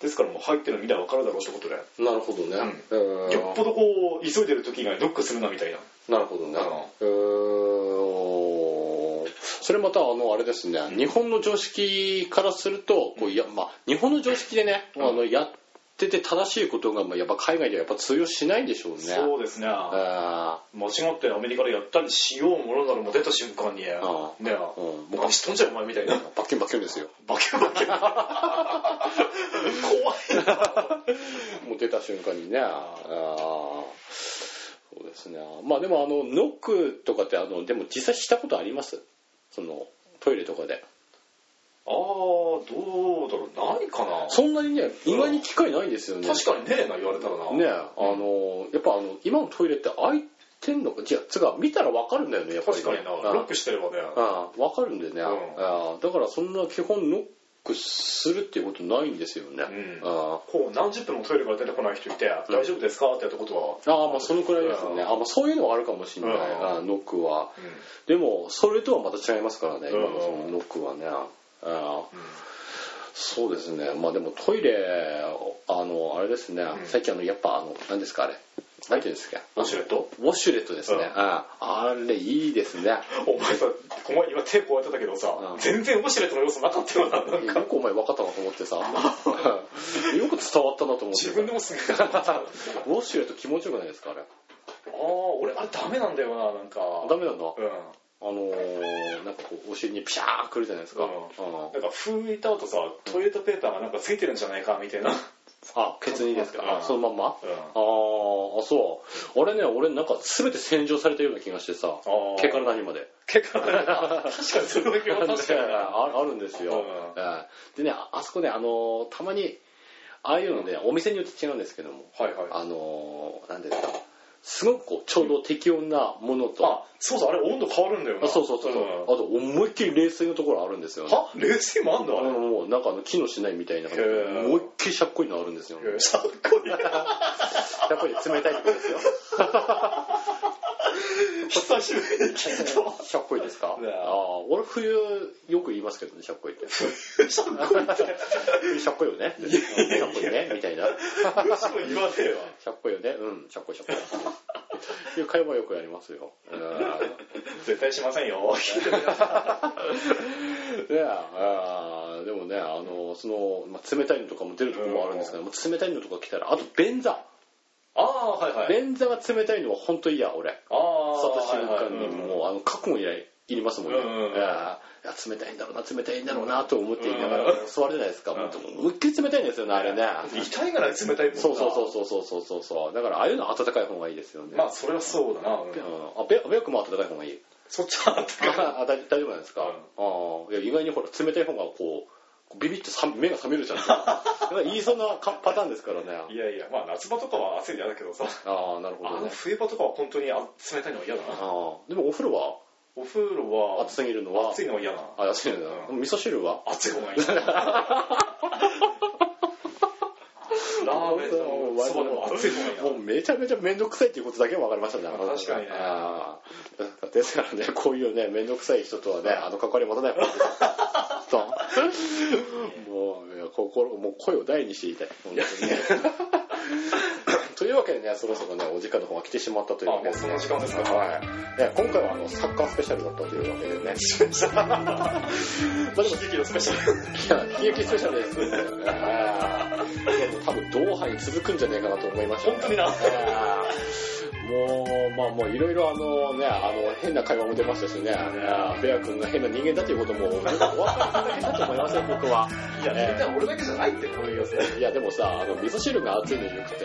Speaker 2: ですからもう入ってるの見たら分かるだろうってことで。
Speaker 1: なるほどね。
Speaker 2: うん、よっぽどこう急いでる時以外ノックするなみたいな。
Speaker 1: なるほどね。うん、それまたあのあれですね。日本の常識からするとこういやまあ日本の常識でね、うん、あのやってて正しいことがやっぱ海外ではやっぱ通用しないんでしょうね。
Speaker 2: そうですね。間違ってアメリカでやったりしようものならもう出た瞬間にね、うん、もう何しとんじゃんお前みたいな。
Speaker 1: バッキュンバッキュンですよ。
Speaker 2: バッキュンバッキュン。怖いな。
Speaker 1: もう出た瞬間にね。あそうですね。まあでもあのノックとかってあのでも実際したことあります？そのトイレとかで。
Speaker 2: ああどうだろうないかな。
Speaker 1: そんなにね意外に機会ないんですよね。
Speaker 2: 確かにねえな言われたらな。
Speaker 1: ねえあのやっぱあの今のトイレって開いてんのか違うつか見たらわかるんだよねやっぱり、ね。
Speaker 2: 確かになロックしてればね。
Speaker 1: ああわかるんでね、うん、あだからそんな基本ノックするっていうことないんですよね。うん、
Speaker 2: あこう何十分もトイレから出てこない人いて、うん、大丈夫ですかってやったことは。
Speaker 1: ああまあそのくらいですね。あまあそういうのはあるかもしれない。あノックは、うん、でもそれとはまた違いますからね今のそのノックはね。ああ。うんそうですね。まあでもトイレあのあれですね。うん、最近あのやっぱあの何ですかあれ。何て言うんですか。
Speaker 2: ウォシュレット？
Speaker 1: ウォシュレットですね。うん、あ, あれいいですね。
Speaker 2: お前さ、お前今手こうやってたけどさ、うん、全然ウォシュレットの要素なかったよな。なんか
Speaker 1: よくお前分かったなと思ってさ、よく伝わったなと思って。
Speaker 2: 自分でもすげえ。
Speaker 1: ウォシュレット気持ちよくないですかあれ。
Speaker 2: ああ俺あれダメなんだよななんか。
Speaker 1: ダメなんだ。
Speaker 2: うん。
Speaker 1: あのー、なんかこうお尻にピシャーくるじゃないですか、うん、
Speaker 2: なんか拭いた後さトイレットペーパーがなんかついてるんじゃないかみたいな。
Speaker 1: あケツにですか、うん、そのまんま、うん、ああそう俺ね俺なんか全て洗浄されたような気がしてさ毛から何まで
Speaker 2: 毛から何確かにそれだけは確かに
Speaker 1: あ, あるんですよ、うん、でねあそこねあのー、たまにああいうのねお店によって違うんですけども、はいはい、あのー、なんですかすごくこうちょうど適温なものと、
Speaker 2: あそうそうあれ温度変わるんだよな。
Speaker 1: そうそうそう、うん、あと思いっきり冷水のところあるんですよね。
Speaker 2: は冷水もあんのあれ。
Speaker 1: もうなんかあの機能しないみたいな感じで思いっきりしゃっこいのあるんですよ、ね、
Speaker 2: しゃっこいやっ
Speaker 1: ぱり冷たいところですよ。
Speaker 2: 久しぶりに聞いた。
Speaker 1: しゃっこいですか？ああ俺冬よく言いますけどねしゃっこいって。
Speaker 2: しゃっこいって
Speaker 1: しゃっこいよね。しゃっこいねみたいな。
Speaker 2: むしろ言わねえわ。
Speaker 1: しゃっこいよね。うんしゃっこいしゃっこい。いう会話よくやりますよ。
Speaker 2: 絶対しませんよ。
Speaker 1: いやあでもねあのその、まあ、冷たいのとかも出るところもあるんですけど、も冷たいのとか来たらあと便座。
Speaker 2: ああはいはい。
Speaker 1: 便座が冷たいのは本当嫌俺。ああ。座った瞬間にもうあの覚悟いりますもんね。うんうん、いや冷たいんだろうな冷たいんだろうなと思っていながら座るじゃないですか。もう思いっきり冷たいんですよねあれね。
Speaker 2: 痛いぐらい冷たいもんな。
Speaker 1: そうそうそうそうそうそうそう。だからああいうのは温かい方がいいですよね。
Speaker 2: まあそれはそうだな。うん、あ
Speaker 1: ベベア君も温かい方がいい。
Speaker 2: そっちは温かい。
Speaker 1: あ大丈夫なんですか。うん、あいや意外にほら冷たい方がこうビビッと目が覚めるじゃん。言いそうなパターンですからね。
Speaker 2: いやいやまあ夏場とかは暑いん嫌だけどさ。
Speaker 1: ああなるほど、ね。
Speaker 2: あの冬場とかは本当に冷たいのは嫌だな。あ
Speaker 1: でもお風呂は。
Speaker 2: お風呂は
Speaker 1: 暑すぎるのは
Speaker 2: 暑いのは嫌な。
Speaker 1: あ暑いのだ、うん、味噌汁は
Speaker 2: 熱い方がいい。ラーメンのそばでも熱い方がいいな。
Speaker 1: もうめちゃめちゃ面倒くさいっていうことだけは分かりましたね。
Speaker 2: 確かにね。
Speaker 1: あですからねこういうね面倒くさい人とはねあの関わり持たない方がいいともういや心もう声を大にしていたい本当にね。というわけでねそろそろねお時間の方が来てしまったというわけですね。
Speaker 2: あもうその時間ですか。
Speaker 1: はい。ね今回はあのサッカースペシャルだったというわけでね。まあでも悲劇のスペシャル。いや悲劇スペシャルです。多分ドーハに続くんじゃねえかなと思いました、ね。
Speaker 2: 本当にな。
Speaker 1: もうまあもういろいろあのねあの変な会話も出ましたしね。ベア君が変な人間だということもお分かりいただけたと思いますよ僕は。
Speaker 2: いや、えー、俺だけじゃないってこういうやつ。
Speaker 1: いやでもさあの味噌汁が熱いのによくて、うん、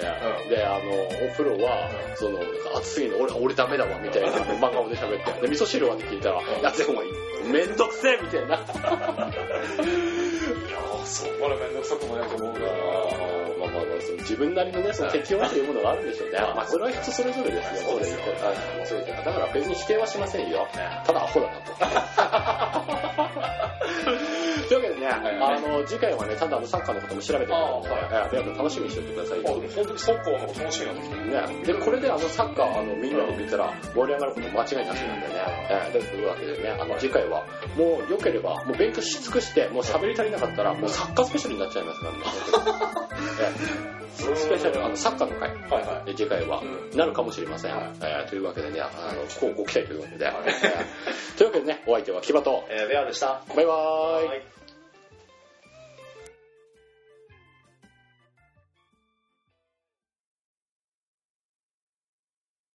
Speaker 1: であのお風呂は、うん、その熱すぎるの俺俺ダメだわみたいな真顔で喋ってで味噌汁はって聞いたら、うん、熱い方がいいめんどくせえみたいな。いや
Speaker 2: そこまでめんどくさくもないと思うな。
Speaker 1: まあまあまあその自分なりのねその適応というものがあるんでしょうね。まあそれは人それぞれですよ。そうですよ。そうですよ。だから別に否定はしませんよ。ただアホだなと。というわけでね、 あの次回はねちゃんとあのサッカーのことも調べてくるので、はい、ベア君楽しみにしておいてくださいよ。
Speaker 2: 本当にサッカーのこと楽しみなんですけど
Speaker 1: ね。でこれであのサッカーあのみんなで見たら盛り上がること間違いなしなんでね。えー、でというわけでねあの次回はもう良ければもう勉強し尽くしてもう喋り足りなかったらもうサッカースペシャルになっちゃいますからね。えー、スペシャルあのサッカーの回、はいはい、次回はなるかもしれません。はい、えー、というわけでねあのこうご期待というわけで、はい、というわけでねお相手はキバと、
Speaker 2: えー、ベアでした。
Speaker 1: バイバーイ。はい。